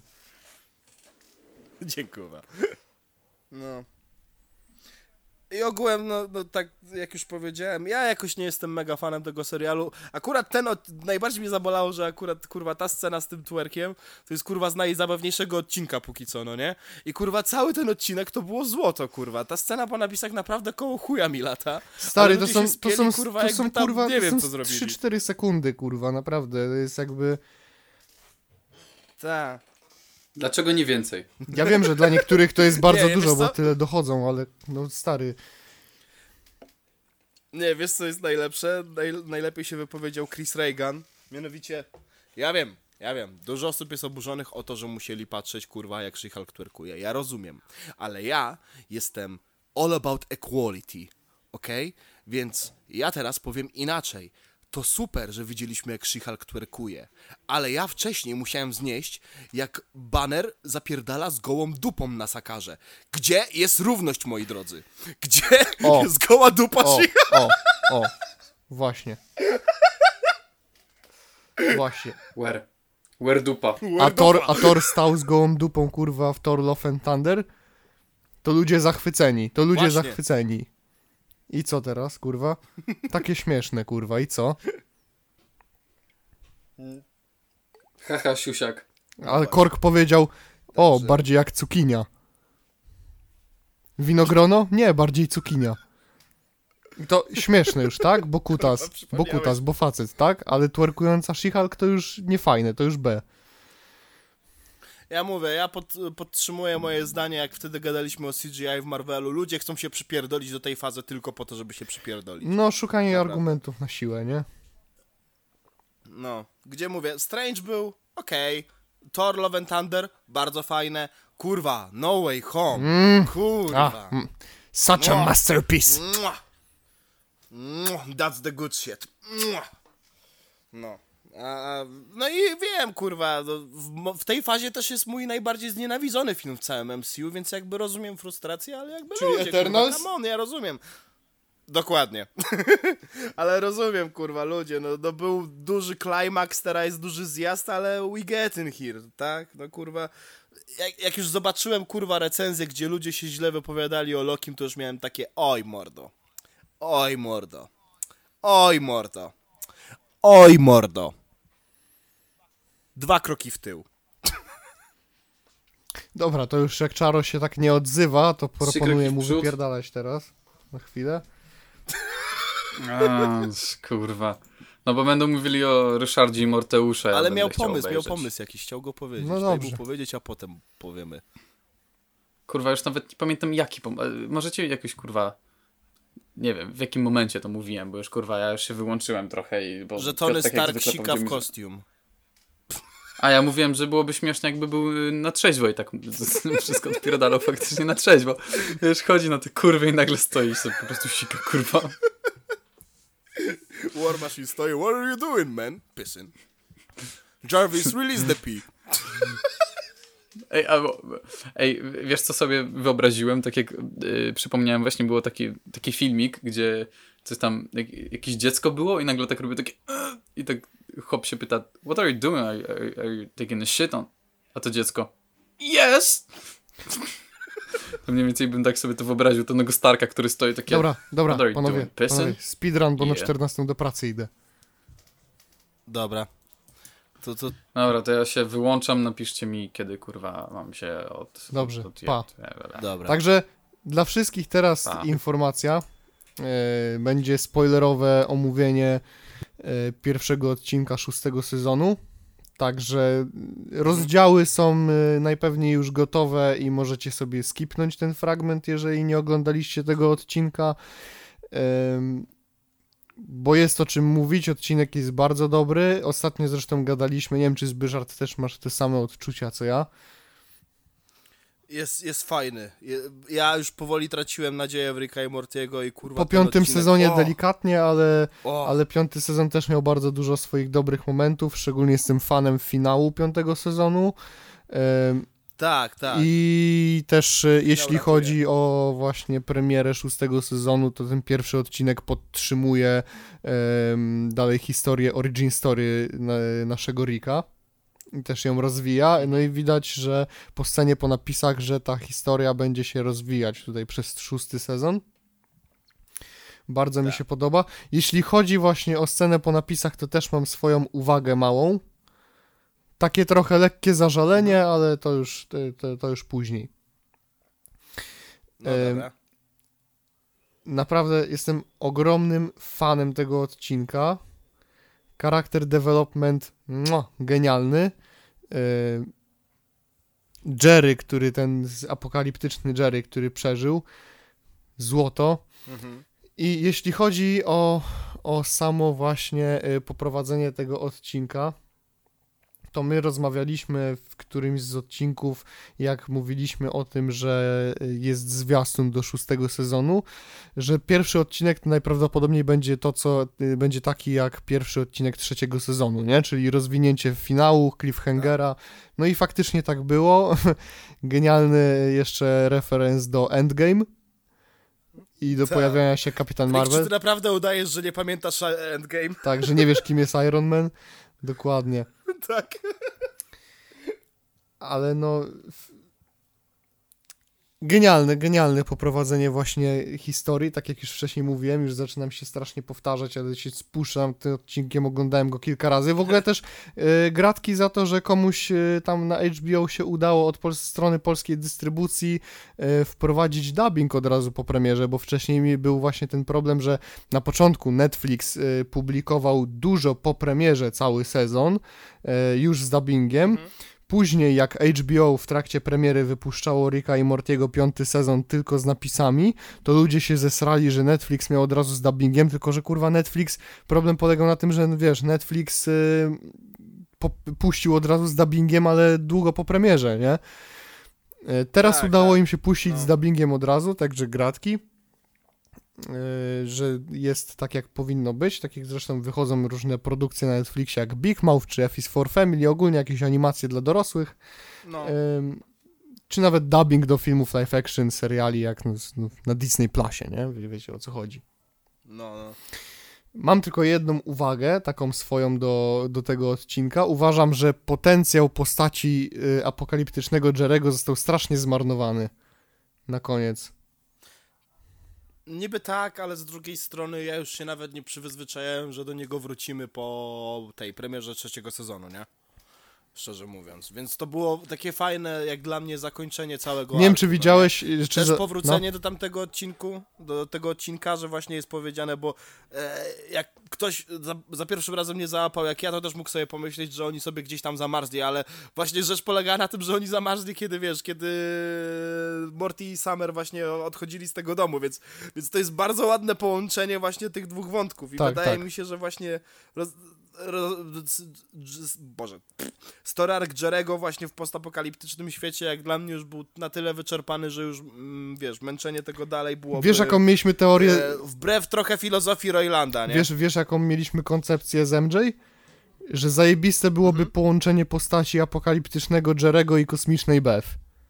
Dziękuję. No. I ogółem, no, no tak jak już powiedziałem, ja jakoś nie jestem mega fanem tego serialu. Akurat ten, od... najbardziej mnie zabolało, że akurat, kurwa, ta scena z tym twerkiem to jest, kurwa, z najzabawniejszego odcinka póki co, no nie? I, kurwa, cały ten odcinek to było złoto, kurwa. Ta scena po napisach naprawdę koło chuja mi lata. Stary, Ale to ludzie są, się to spieli, są, kurwa, to jakby są tam kurwa, nie wiem, to co są zrobili. trzy cztery sekundy, kurwa, naprawdę, to jest jakby... Tak. Dlaczego nie więcej? Ja wiem, że dla niektórych to jest bardzo Nie, dużo, wiesz bo co? tyle dochodzą, ale no stary, Nie, wiesz co jest najlepsze? Naj, najlepiej się wypowiedział Chris Reagan. Mianowicie, ja wiem, ja wiem, dużo osób jest oburzonych o to, że musieli patrzeć, kurwa, jak She-Hulk twerkuje. Ja rozumiem, ale ja jestem all about equality, okej? Więc ja teraz powiem inaczej. To super, że widzieliśmy, jak She-Hulk twerkuje, ale ja wcześniej musiałem znieść, jak Banner zapierdala z gołą dupą na sakarze. Gdzie jest równość, moi drodzy? Gdzie O. jest goła dupa o, She-Hulk? o, o, właśnie. Właśnie. Where? Where dupa? A Thor, a Thor stał z gołą dupą, kurwa, w Thor Love and Thunder? To ludzie zachwyceni, to ludzie Właśnie. zachwyceni. I co teraz, kurwa? Takie śmieszne, kurwa, i co? Haha, siusiak. Ale Kork powiedział, o, Dobrze. bardziej jak cukinia. Winogrono? Nie, bardziej cukinia. I to śmieszne już, tak? Bo kutas, Kurwa, bo przypomniałeś. kutas, bo facet, tak? Ale twerkująca She-Hulk to już nie fajne, to już B. Ja mówię, ja pod, podtrzymuję moje zdanie, jak wtedy gadaliśmy o C G I w Marvelu. Ludzie chcą się przypierdolić do tej fazy tylko po to, żeby się przypierdolić. No, szukanie Naprawdę. argumentów na siłę, nie? No, gdzie mówię, Strange był okej, Thor Love and Thunder bardzo fajne, kurwa, No Way Home, Mm. kurwa, A, mm, such a Mua. masterpiece. Mua. Mua. That's the good shit. Mua. No. A, no i wiem, kurwa, no, w, mo- w tej fazie też jest mój najbardziej znienawidzony film w całym M C U, więc jakby rozumiem frustrację, ale jakby Czyli ludzie, Eternals? kurwa, come on, ja rozumiem. Dokładnie. Ale rozumiem, kurwa, ludzie, no, no był duży klimaks, teraz jest duży zjazd, ale we get in here, tak? No kurwa, jak, jak już zobaczyłem, kurwa, recenzję, gdzie ludzie się źle wypowiadali o Lokim, to już miałem takie, oj mordo, oj mordo, oj mordo, oj mordo. Dwa kroki w tył. Dobra, to już jak Czaro się tak nie odzywa, to proponuję kroki mu w przód. wypierdalać teraz. Na chwilę. A, kurwa. No bo będą mówili o Ryszardzie i Morteusze. ja Ale będę miał chciał pomysł, miał obejrzeć. pomysł jakiś, chciał go powiedzieć. No Daj dobrze. mu powiedzieć, a potem powiemy. Kurwa, już nawet nie pamiętam jaki pomysł. Możecie jakoś, kurwa... Nie wiem, w jakim momencie to mówiłem, bo już, kurwa, ja już się wyłączyłem trochę i... Bo Że Tony Piotr tak jak Stark zwykle sika powiedział w mi, że- kostium. A ja mówiłem, że byłoby śmiesznie, jakby był y, na trzeźwo i tak wszystko odpierdalał faktycznie na trzeźwo. Już chodzi na te kurwy i nagle stoi i sobie po prostu sika, kurwa. War Machine stoi, what are you doing, man? Pissing. Jarvis, release the pee. Ej, albo, ej, wiesz co sobie wyobraziłem? Tak jak y, przypomniałem, właśnie było taki, taki filmik, gdzie coś tam, jak, jakieś dziecko było i nagle tak robię takie "Ugh", i tak chłop się pyta, what are you doing? Are, you- are, you- are you taking a shit on? A to dziecko, yes! To mniej więcej bym tak sobie to wyobraził, tego Starka, który stoi takie... Dobra, dobra, What are you panowie, doing, pissing? panowie, speedrun, bo na Yeah. czternastą do pracy idę. Dobra. To, to Dobra, to ja się wyłączam, napiszcie mi, kiedy kurwa mam się od... Dobrze, od, od, pa. od, dobra. Także dla wszystkich teraz Pa. informacja. E, będzie spoilerowe omówienie e, pierwszego odcinka szóstego sezonu. Także rozdziały są e, najpewniej już gotowe i możecie sobie skipnąć ten fragment, jeżeli nie oglądaliście tego odcinka. Em, bo jest o czym mówić, odcinek jest bardzo dobry. Ostatnio zresztą gadaliśmy, nie wiem czy Zbyszard też masz te same odczucia co ja. Jest, jest fajny. Je, ja już powoli traciłem nadzieję w Ricka i Mortiego i kurwa Po ten piątym odcinek, sezonie o, delikatnie, ale, o, ale piąty sezon też miał bardzo dużo swoich dobrych momentów, szczególnie jestem fanem finału piątego sezonu. Ym, tak, tak. I też e, jeśli ratuje. chodzi o właśnie premierę szóstego sezonu, to ten pierwszy odcinek podtrzymuje em, dalej historię, origin story na, naszego Ricka. I też ją rozwija, no i widać, że po scenie, po napisach, że ta historia będzie się rozwijać tutaj przez szósty sezon. Bardzo mi Tak. się podoba. Jeśli chodzi właśnie o scenę po napisach, to też mam swoją uwagę małą. Takie trochę lekkie zażalenie, ale to już, to, to, to już później. No em, dobra. Naprawdę jestem ogromnym fanem tego odcinka. Charakter development mua, genialny. Yy, Jerry, który ten z- apokaliptyczny Jerry, który przeżył. Złoto. Mhm. I jeśli chodzi o, o samo właśnie y, poprowadzenie tego odcinka, to my rozmawialiśmy w którymś z odcinków, jak mówiliśmy o tym, że y, jest zwiastun do szóstego sezonu, że pierwszy odcinek to najprawdopodobniej będzie to, co y, będzie taki jak pierwszy odcinek trzeciego sezonu, nie? Czyli rozwinięcie finału, cliffhangera. No i faktycznie tak było. Genialny jeszcze referenc do Endgame i do Tak. pojawiania się Kapitan Rick, czy Marvel. ty naprawdę udajesz, że nie pamiętasz e, Endgame? Tak, że nie wiesz, kim jest Iron Man. Dokładnie. Tak. Ale no... w- Genialne, genialne poprowadzenie właśnie historii, tak jak już wcześniej mówiłem, już zaczynam się strasznie powtarzać, ale się spuszczam tym odcinkiem, oglądałem go kilka razy. W ogóle też y, gratki za to, że komuś y, tam na H B O się udało od pol- strony polskiej dystrybucji y, wprowadzić dubbing od razu po premierze, bo wcześniej mi był właśnie ten problem, że na początku Netflix y, publikował dużo po premierze cały sezon, y, już z dubbingiem. Mhm. Później, jak H B O w trakcie premiery wypuszczało Ricka i Mortiego piąty sezon tylko z napisami, to ludzie się zesrali, że Netflix miał od razu z dubbingiem, tylko że kurwa Netflix, problem polegał na tym, że wiesz, Netflix yy, po, puścił od razu z dubbingiem, ale długo po premierze, nie? Yy, teraz tak, udało tak. im się puścić no. z dubbingiem od razu, także gratki. Yy, że jest tak jak powinno być, tak jak zresztą wychodzą różne produkcje na Netflixie jak Big Mouth czy F is for Family, ogólnie jakieś animacje dla dorosłych, no. yy, czy nawet dubbing do filmów live action, seriali jak no, na Disney Plusie, nie? Wie, wiecie o co chodzi. No, no. Mam tylko jedną uwagę, taką swoją do, do tego odcinka. Uważam, że potencjał postaci yy, apokaliptycznego Jerego został strasznie zmarnowany na koniec. Niby tak, ale z drugiej strony ja już się nawet nie przyzwyczaiłem, że do niego wrócimy po tej premierze trzeciego sezonu, nie? Szczerze mówiąc. Więc to było takie fajne, jak dla mnie, zakończenie całego Nie wiem, arku, czy widziałeś... No, czy Też za... powrócenie no. do tamtego odcinku, do tego odcinka, że właśnie jest powiedziane, bo e, jak ktoś za, za pierwszym razem nie załapał jak ja, to też mógł sobie pomyśleć, że oni sobie gdzieś tam zamarzli, ale właśnie rzecz polega na tym, że oni zamarzli, kiedy wiesz, kiedy Morty i Summer właśnie odchodzili z tego domu, więc, więc to jest bardzo ładne połączenie właśnie tych dwóch wątków i tak, wydaje tak. mi się, że właśnie... Roz, Ro, Boże, story arc Jerego właśnie w postapokaliptycznym świecie, jak dla mnie już był na tyle wyczerpany, że już, mm, wiesz, męczenie tego dalej byłoby... Wiesz, jaką mieliśmy teorię... E, wbrew trochę filozofii Roylanda, nie? Wiesz, wiesz, jaką mieliśmy koncepcję z M J? Że zajebiste byłoby mhm. połączenie postaci apokaliptycznego Jerego i kosmicznej Beth.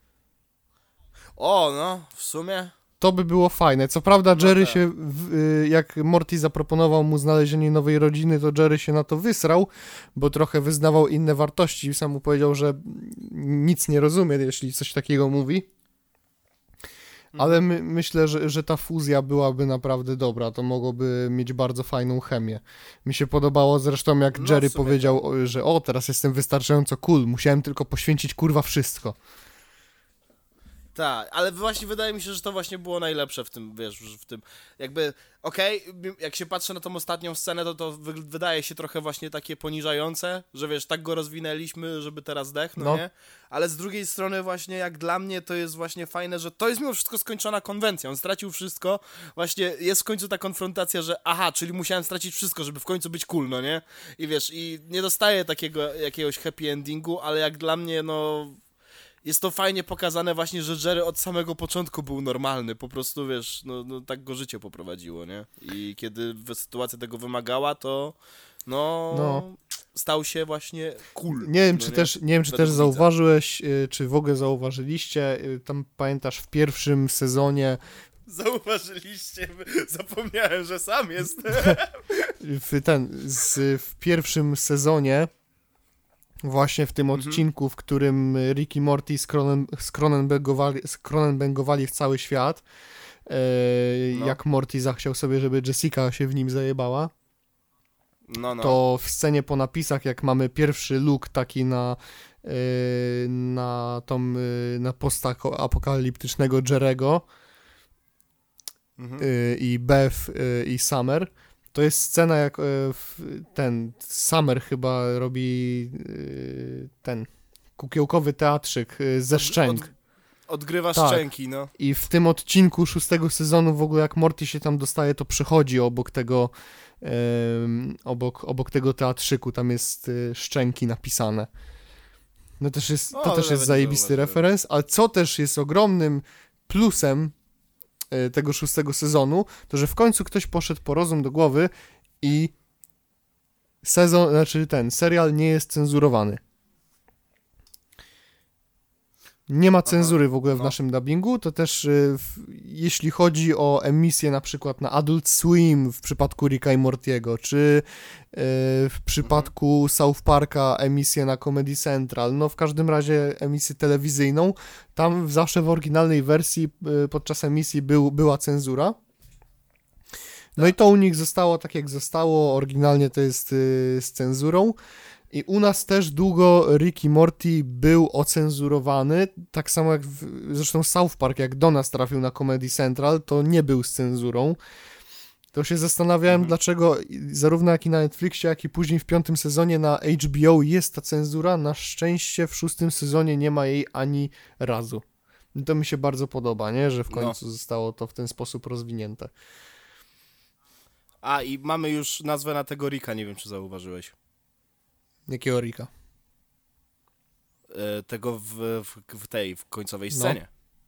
O, no, w sumie... To by było fajne. Co prawda Jerry no tak. się, w, jak Morty zaproponował mu znalezienie nowej rodziny, to Jerry się na to wysrał, bo trochę wyznawał inne wartości. Sam mu powiedział, że nic nie rozumie, jeśli coś takiego mówi. Ale my, myślę, że, że ta fuzja byłaby naprawdę dobra. To mogłoby mieć bardzo fajną chemię. Mi się podobało zresztą, jak no, Jerry powiedział, tak. że o, teraz jestem wystarczająco cool, musiałem tylko poświęcić kurwa wszystko. Tak, ale właśnie wydaje mi się, że to właśnie było najlepsze w tym, wiesz, w tym, jakby, okej, okay, jak się patrzy na tą ostatnią scenę, to to wy, wydaje się trochę właśnie takie poniżające, że wiesz, tak go rozwinęliśmy, żeby teraz dech, no, no nie? Ale z drugiej strony właśnie, jak dla mnie, to jest właśnie fajne, że to jest mimo wszystko skończona konwencja, on stracił wszystko, właśnie jest w końcu ta konfrontacja, że aha, czyli musiałem stracić wszystko, żeby w końcu być cool, no nie? I wiesz, i nie dostaję takiego jakiegoś happy endingu, ale jak dla mnie, no... Jest to fajnie pokazane właśnie, że Jerry od samego początku był normalny, po prostu, wiesz, no, no tak go życie poprowadziło, nie? I kiedy sytuacja tego wymagała, to no, no. stał się właśnie cool. Nie wiem, no, czy nie? też, nie wiem, czy też zauważyłeś, czy w ogóle zauważyliście, tam pamiętasz w pierwszym sezonie... Zauważyliście, zapomniałem, że sam jestem. w, ten, z, w pierwszym sezonie właśnie w tym mhm. odcinku, w którym Rick i Morty skronen, skronenbengowali, skronenbengowali w cały świat, e, no. jak Morty zachciał sobie, żeby Jessica się w nim zajebała, no, no. to w scenie po napisach, jak mamy pierwszy look taki na, e, na tą, e, na postapokaliptycznego Jerego mhm. e, i Beth e, i Summer, to jest scena, jak ten Summer chyba robi ten kukiełkowy teatrzyk ze szczęk. Od, odgrywa tak. szczęki, no. I w tym odcinku szóstego sezonu w ogóle jak Morty się tam dostaje, to przechodzi obok tego um, obok, obok tego teatrzyku, tam jest y, szczęki napisane. No też jest, to o, też jest zajebisty referenc, ale co też jest ogromnym plusem tego szóstego sezonu, to że w końcu ktoś poszedł po rozum do głowy i sezon, znaczy ten serial nie jest cenzurowany. Nie ma cenzury w ogóle w no. naszym dubbingu, to też y, w, jeśli chodzi o emisję na przykład na Adult Swim w przypadku Ricka i Mortiego, czy y, w przypadku Mhm. South Parka emisję na Comedy Central, no w każdym razie emisję telewizyjną, tam zawsze w oryginalnej wersji y, podczas emisji był, była cenzura. No i to u nich zostało tak jak zostało, oryginalnie to jest y, z cenzurą. I u nas też długo Rick i Morty był ocenzurowany, tak samo jak w, zresztą South Park, jak do nas trafił na Comedy Central, to nie był z cenzurą. To się zastanawiałem, Mhm. dlaczego zarówno jak i na Netflixie, jak i później w piątym sezonie na H B O jest ta cenzura. Na szczęście w szóstym sezonie nie ma jej ani razu. I to mi się bardzo podoba, nie? Że w No. końcu zostało to w ten sposób rozwinięte. A, i mamy już nazwę na tego Ricka, nie wiem, czy zauważyłeś. Jakiego Ricka? E, tego w, w, w tej, w końcowej No. scenie.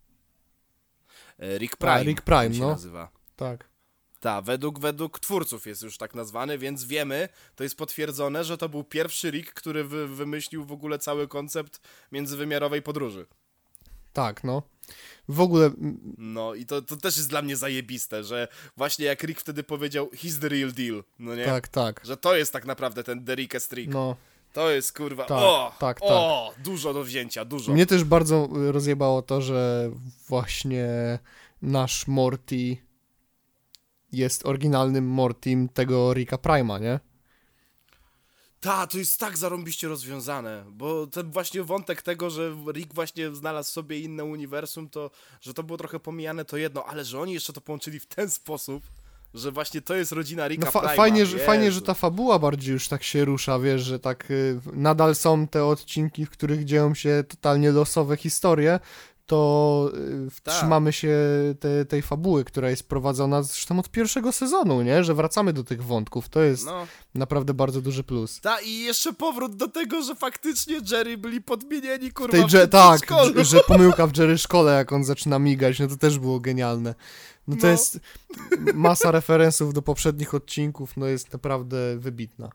E, Rick Prime. Rick Prime, on się no. nazywa. Tak. Tak, według, według twórców jest już tak nazwany, więc wiemy, to jest potwierdzone, że to był pierwszy Rick, który wy, wymyślił w ogóle cały koncept międzywymiarowej podróży. Tak, no. W ogóle m, No i to, to też jest dla mnie zajebiste, że właśnie jak Rick wtedy powiedział he's the real deal, no nie? tak, tak. Że to jest tak naprawdę ten The Rickest Rick. No. To jest kurwa, Tak, o, tak, o, dużo do wzięcia, dużo. Mnie też bardzo y, rozjebało to, że właśnie nasz Morty jest oryginalnym Mortym tego Ricka Prime'a, nie? Ta, to jest tak zarąbiście rozwiązane, bo ten właśnie wątek tego, że Rick właśnie znalazł sobie inne uniwersum, to, że to było trochę pomijane, to jedno, ale że oni jeszcze to połączyli w ten sposób, że właśnie to jest rodzina Ricka No fa- Prime'a. fajnie, że, Jezu. fajnie, że ta fabuła bardziej już tak się rusza, wiesz, że tak y, nadal są te odcinki, w których dzieją się totalnie losowe historie, to y, wtrzymamy się te, tej fabuły, która jest prowadzona zresztą od pierwszego sezonu, nie? Że wracamy do tych wątków, to jest No. naprawdę bardzo duży plus. Ta, i jeszcze powrót do tego, że faktycznie Jerry byli podmienieni, W kurwa, tej w dże- tym tak, przedszkolu. dż- że pomyłka w Jerry szkole, jak on zaczyna migać, no to też było genialne. No to No. jest masa referensów do poprzednich odcinków, no jest naprawdę wybitna.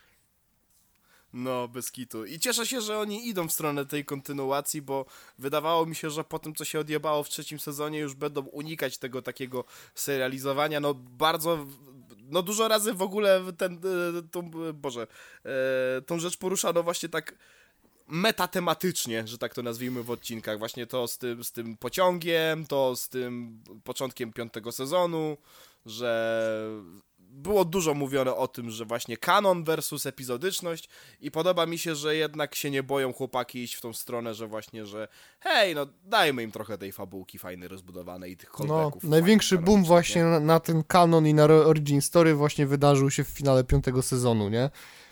No, bez kitu. I cieszę się, że oni idą w stronę tej kontynuacji, bo wydawało mi się, że po tym, co się odjebało w trzecim sezonie, już będą unikać tego takiego serializowania. No, bardzo... No, dużo razy w ogóle ten... e, Tą, Boże... e, Tą rzecz poruszano właśnie tak metatematycznie, że tak to nazwijmy w odcinkach. Właśnie to z tym, z tym pociągiem, to z tym początkiem piątego sezonu, że... Było dużo mówione o tym, że właśnie kanon versus epizodyczność i podoba mi się, że jednak się nie boją chłopaki iść w tą stronę, że właśnie, że hej, no dajmy im trochę tej fabułki fajnej, rozbudowanej i tych No, callbacków. największy fajnych boom narobić, właśnie nie? na, na ten kanon i na ro- origin story właśnie wydarzył się w finale piątego sezonu, nie?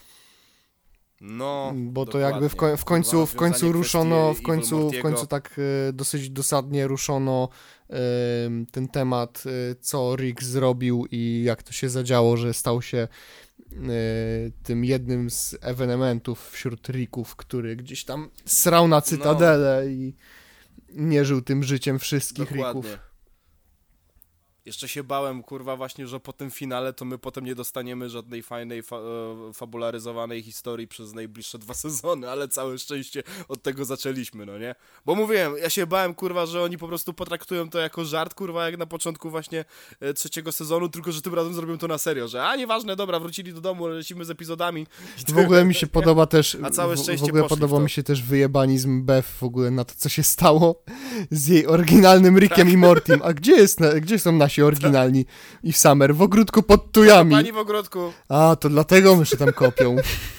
No, Bo to dokładnie. jakby w, koń- w końcu, Kurwa, w końcu rozwiązanie ruszono, kwestii w końcu, Evil w Mortiego. końcu tak e, dosyć dosadnie ruszono e, ten temat, e, co Rick zrobił i jak to się zadziało, że stał się e, tym jednym z ewenementów wśród Ricków, który gdzieś tam srał na Cytadelę i nie żył tym życiem wszystkich Dokładnie. Ricków. Jeszcze się bałem, kurwa, właśnie, że po tym finale to my potem nie dostaniemy żadnej fajnej, fa e, fabularyzowanej historii przez najbliższe dwa sezony, ale całe szczęście od tego zaczęliśmy, no nie? Bo mówiłem, ja się bałem, kurwa, że oni po prostu potraktują to jako żart, kurwa, jak na początku właśnie e, trzeciego sezonu, tylko że tym razem zrobią to na serio, że a, nieważne, dobra, wrócili do domu, lecimy z epizodami. W ogóle mi się podoba też, A całe w, w szczęście ogóle poszli w podoba to. mi się też wyjebanizm Beth w ogóle na to, co się stało z jej oryginalnym Rickiem i Mortym. A gdzie, jest, na- gdzie są nasi oryginalni i Summer? W ogródku pod tujami. Pani w ogródku. A, to dlatego myszy tam kopią.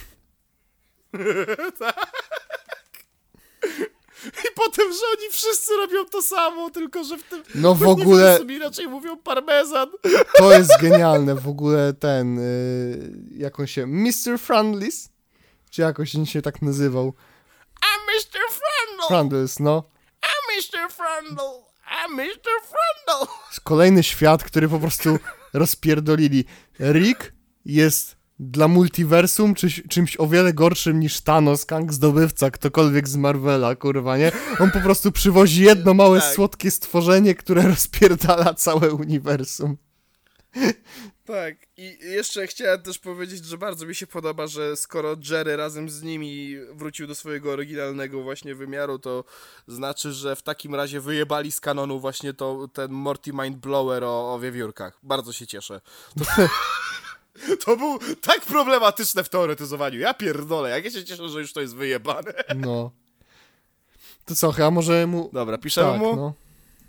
I potem, że oni wszyscy robią to samo, tylko że w tym No w ogóle inaczej mówią parmezan. to jest genialne. W ogóle ten, y, jak on się, mister Frandlis? Czy jakoś on się tak nazywał? I'm mister Frandl! Frandlis, no. I'm mister Frandl! I'm mister Frandl! Kolejny świat, który po prostu rozpierdolili. Rick jest dla multiversum czyś, czymś o wiele gorszym niż Thanos, Kang Zdobywca, ktokolwiek z Marvela, kurwa, nie? On po prostu przywozi jedno małe, Tak. słodkie stworzenie, które rozpierdala całe uniwersum. Tak, i jeszcze chciałem też powiedzieć, że bardzo mi się podoba, że skoro Jerry razem z nimi wrócił do swojego oryginalnego właśnie wymiaru, to znaczy, że w takim razie wyjebali z kanonu właśnie to, ten Morty Mindblower o, o wiewiórkach. Bardzo się cieszę. To, to był tak problematyczne w teoretyzowaniu. Ja pierdolę, jak ja się cieszę, że już to jest wyjebane. No. To co, chyba może mu... Dobra, piszemy tak, mu? no.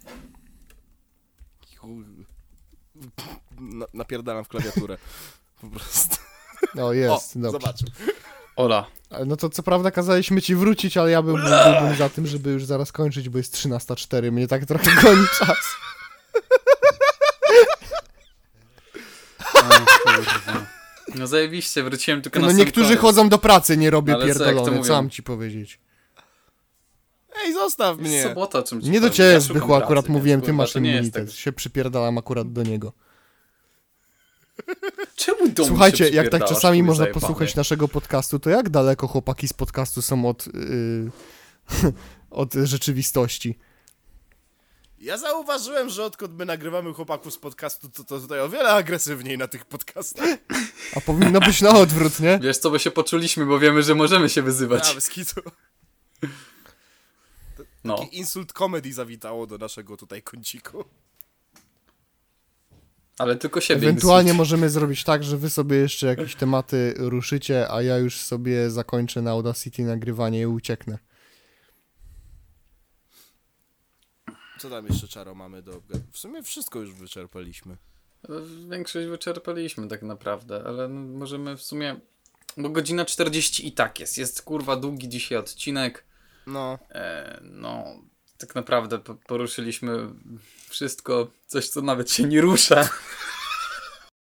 Na, napierdalam w klawiaturę. Po prostu. O, jest, O, dobrze. zobaczył. Ola. No to co prawda kazaliśmy ci wrócić, ale ja bym, byłbym za tym, żeby już zaraz kończyć, bo jest trzynasta cztery. Mnie tak trochę goni czas. O, kurwa. No zajebiście, wróciłem tylko na No sam niektórzy koniec. chodzą do pracy, nie robię Ale co, jak to pierdolone, mówią? co mam ci powiedzieć? Ej, zostaw Jest mnie. sobota, czym ci Nie do powiem. ciebie, Ja szukam Zbychu, akurat pracy, mówiłem, więc, ty kurwa, masz to nie jest immunitet. tak. Się przypierdalam akurat do niego. Czemu do mnie Słuchajcie, się jak tak przypierdalasz, czasami chuj można zajebany? posłuchać naszego podcastu, to jak daleko chłopaki z podcastu są od, yy, od rzeczywistości? Ja zauważyłem, że odkąd my nagrywamy chłopaków z podcastu, to, to tutaj o wiele agresywniej na tych podcastach. A powinno być na odwrót, nie? Wiesz co, bo się poczuliśmy, bo wiemy, że możemy się wyzywać. Ja, bez kitu. No. Taki insult comedy zawitało do naszego tutaj kąciku. Ale tylko siebie Ewentualnie insultuj. możemy zrobić tak, że wy sobie jeszcze jakieś tematy ruszycie, a ja już sobie zakończę na Audacity nagrywanie i ucieknę. Co tam jeszcze, Czaro, mamy do... W sumie wszystko już wyczerpaliśmy. Większość wyczerpaliśmy tak naprawdę, ale no możemy w sumie... Bo godzina czterdzieści i tak jest. Jest kurwa długi dzisiaj odcinek. No. E, no, tak naprawdę po- poruszyliśmy wszystko, coś co nawet się nie rusza.